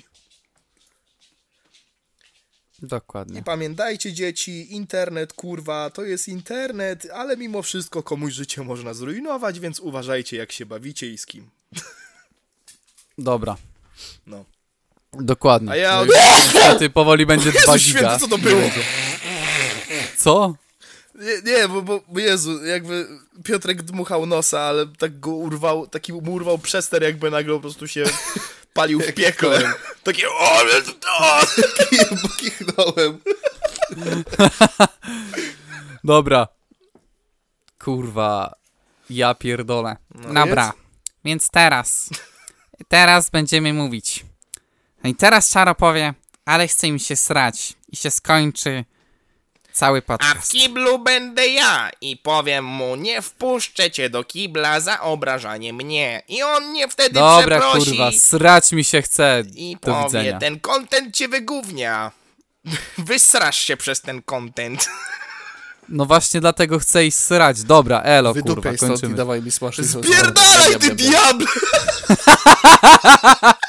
Dokładnie. I pamiętajcie dzieci, internet kurwa, to jest internet, ale mimo wszystko komuś życie można zrujnować, więc uważajcie jak się bawicie i z kim. Dobra. No. Dokładnie. A ja- No już niestety powoli będzie dwa Jezu giga. święty, co to było? Co? Nie, nie bo, bo, bo Jezu, jakby Piotrek dmuchał nosa, ale tak go urwał, taki mu urwał przester, jakby nagle po prostu się palił w piekle. Takie o, o! Kichnąłem. Dobra. Kurwa. Ja pierdolę. Dobra, więc teraz, teraz będziemy mówić. No i teraz Czaro powie, ale chce im się srać i się skończy cały A w podcast. kiblu będę ja i powiem mu, nie wpuszczę cię do kibla za obrażanie mnie. I on mnie wtedy Dobra, przeprosi kurwa, srać mi się chce. i Do powie, widzenia. ten content cię wygównia. Wysrasz się przez ten content. No właśnie dlatego chcę iść srać. Dobra, elo, kurwa, Wydupiaj stąd i kończymy. dawaj mi smaczny sos. Pierdalaj ty diable!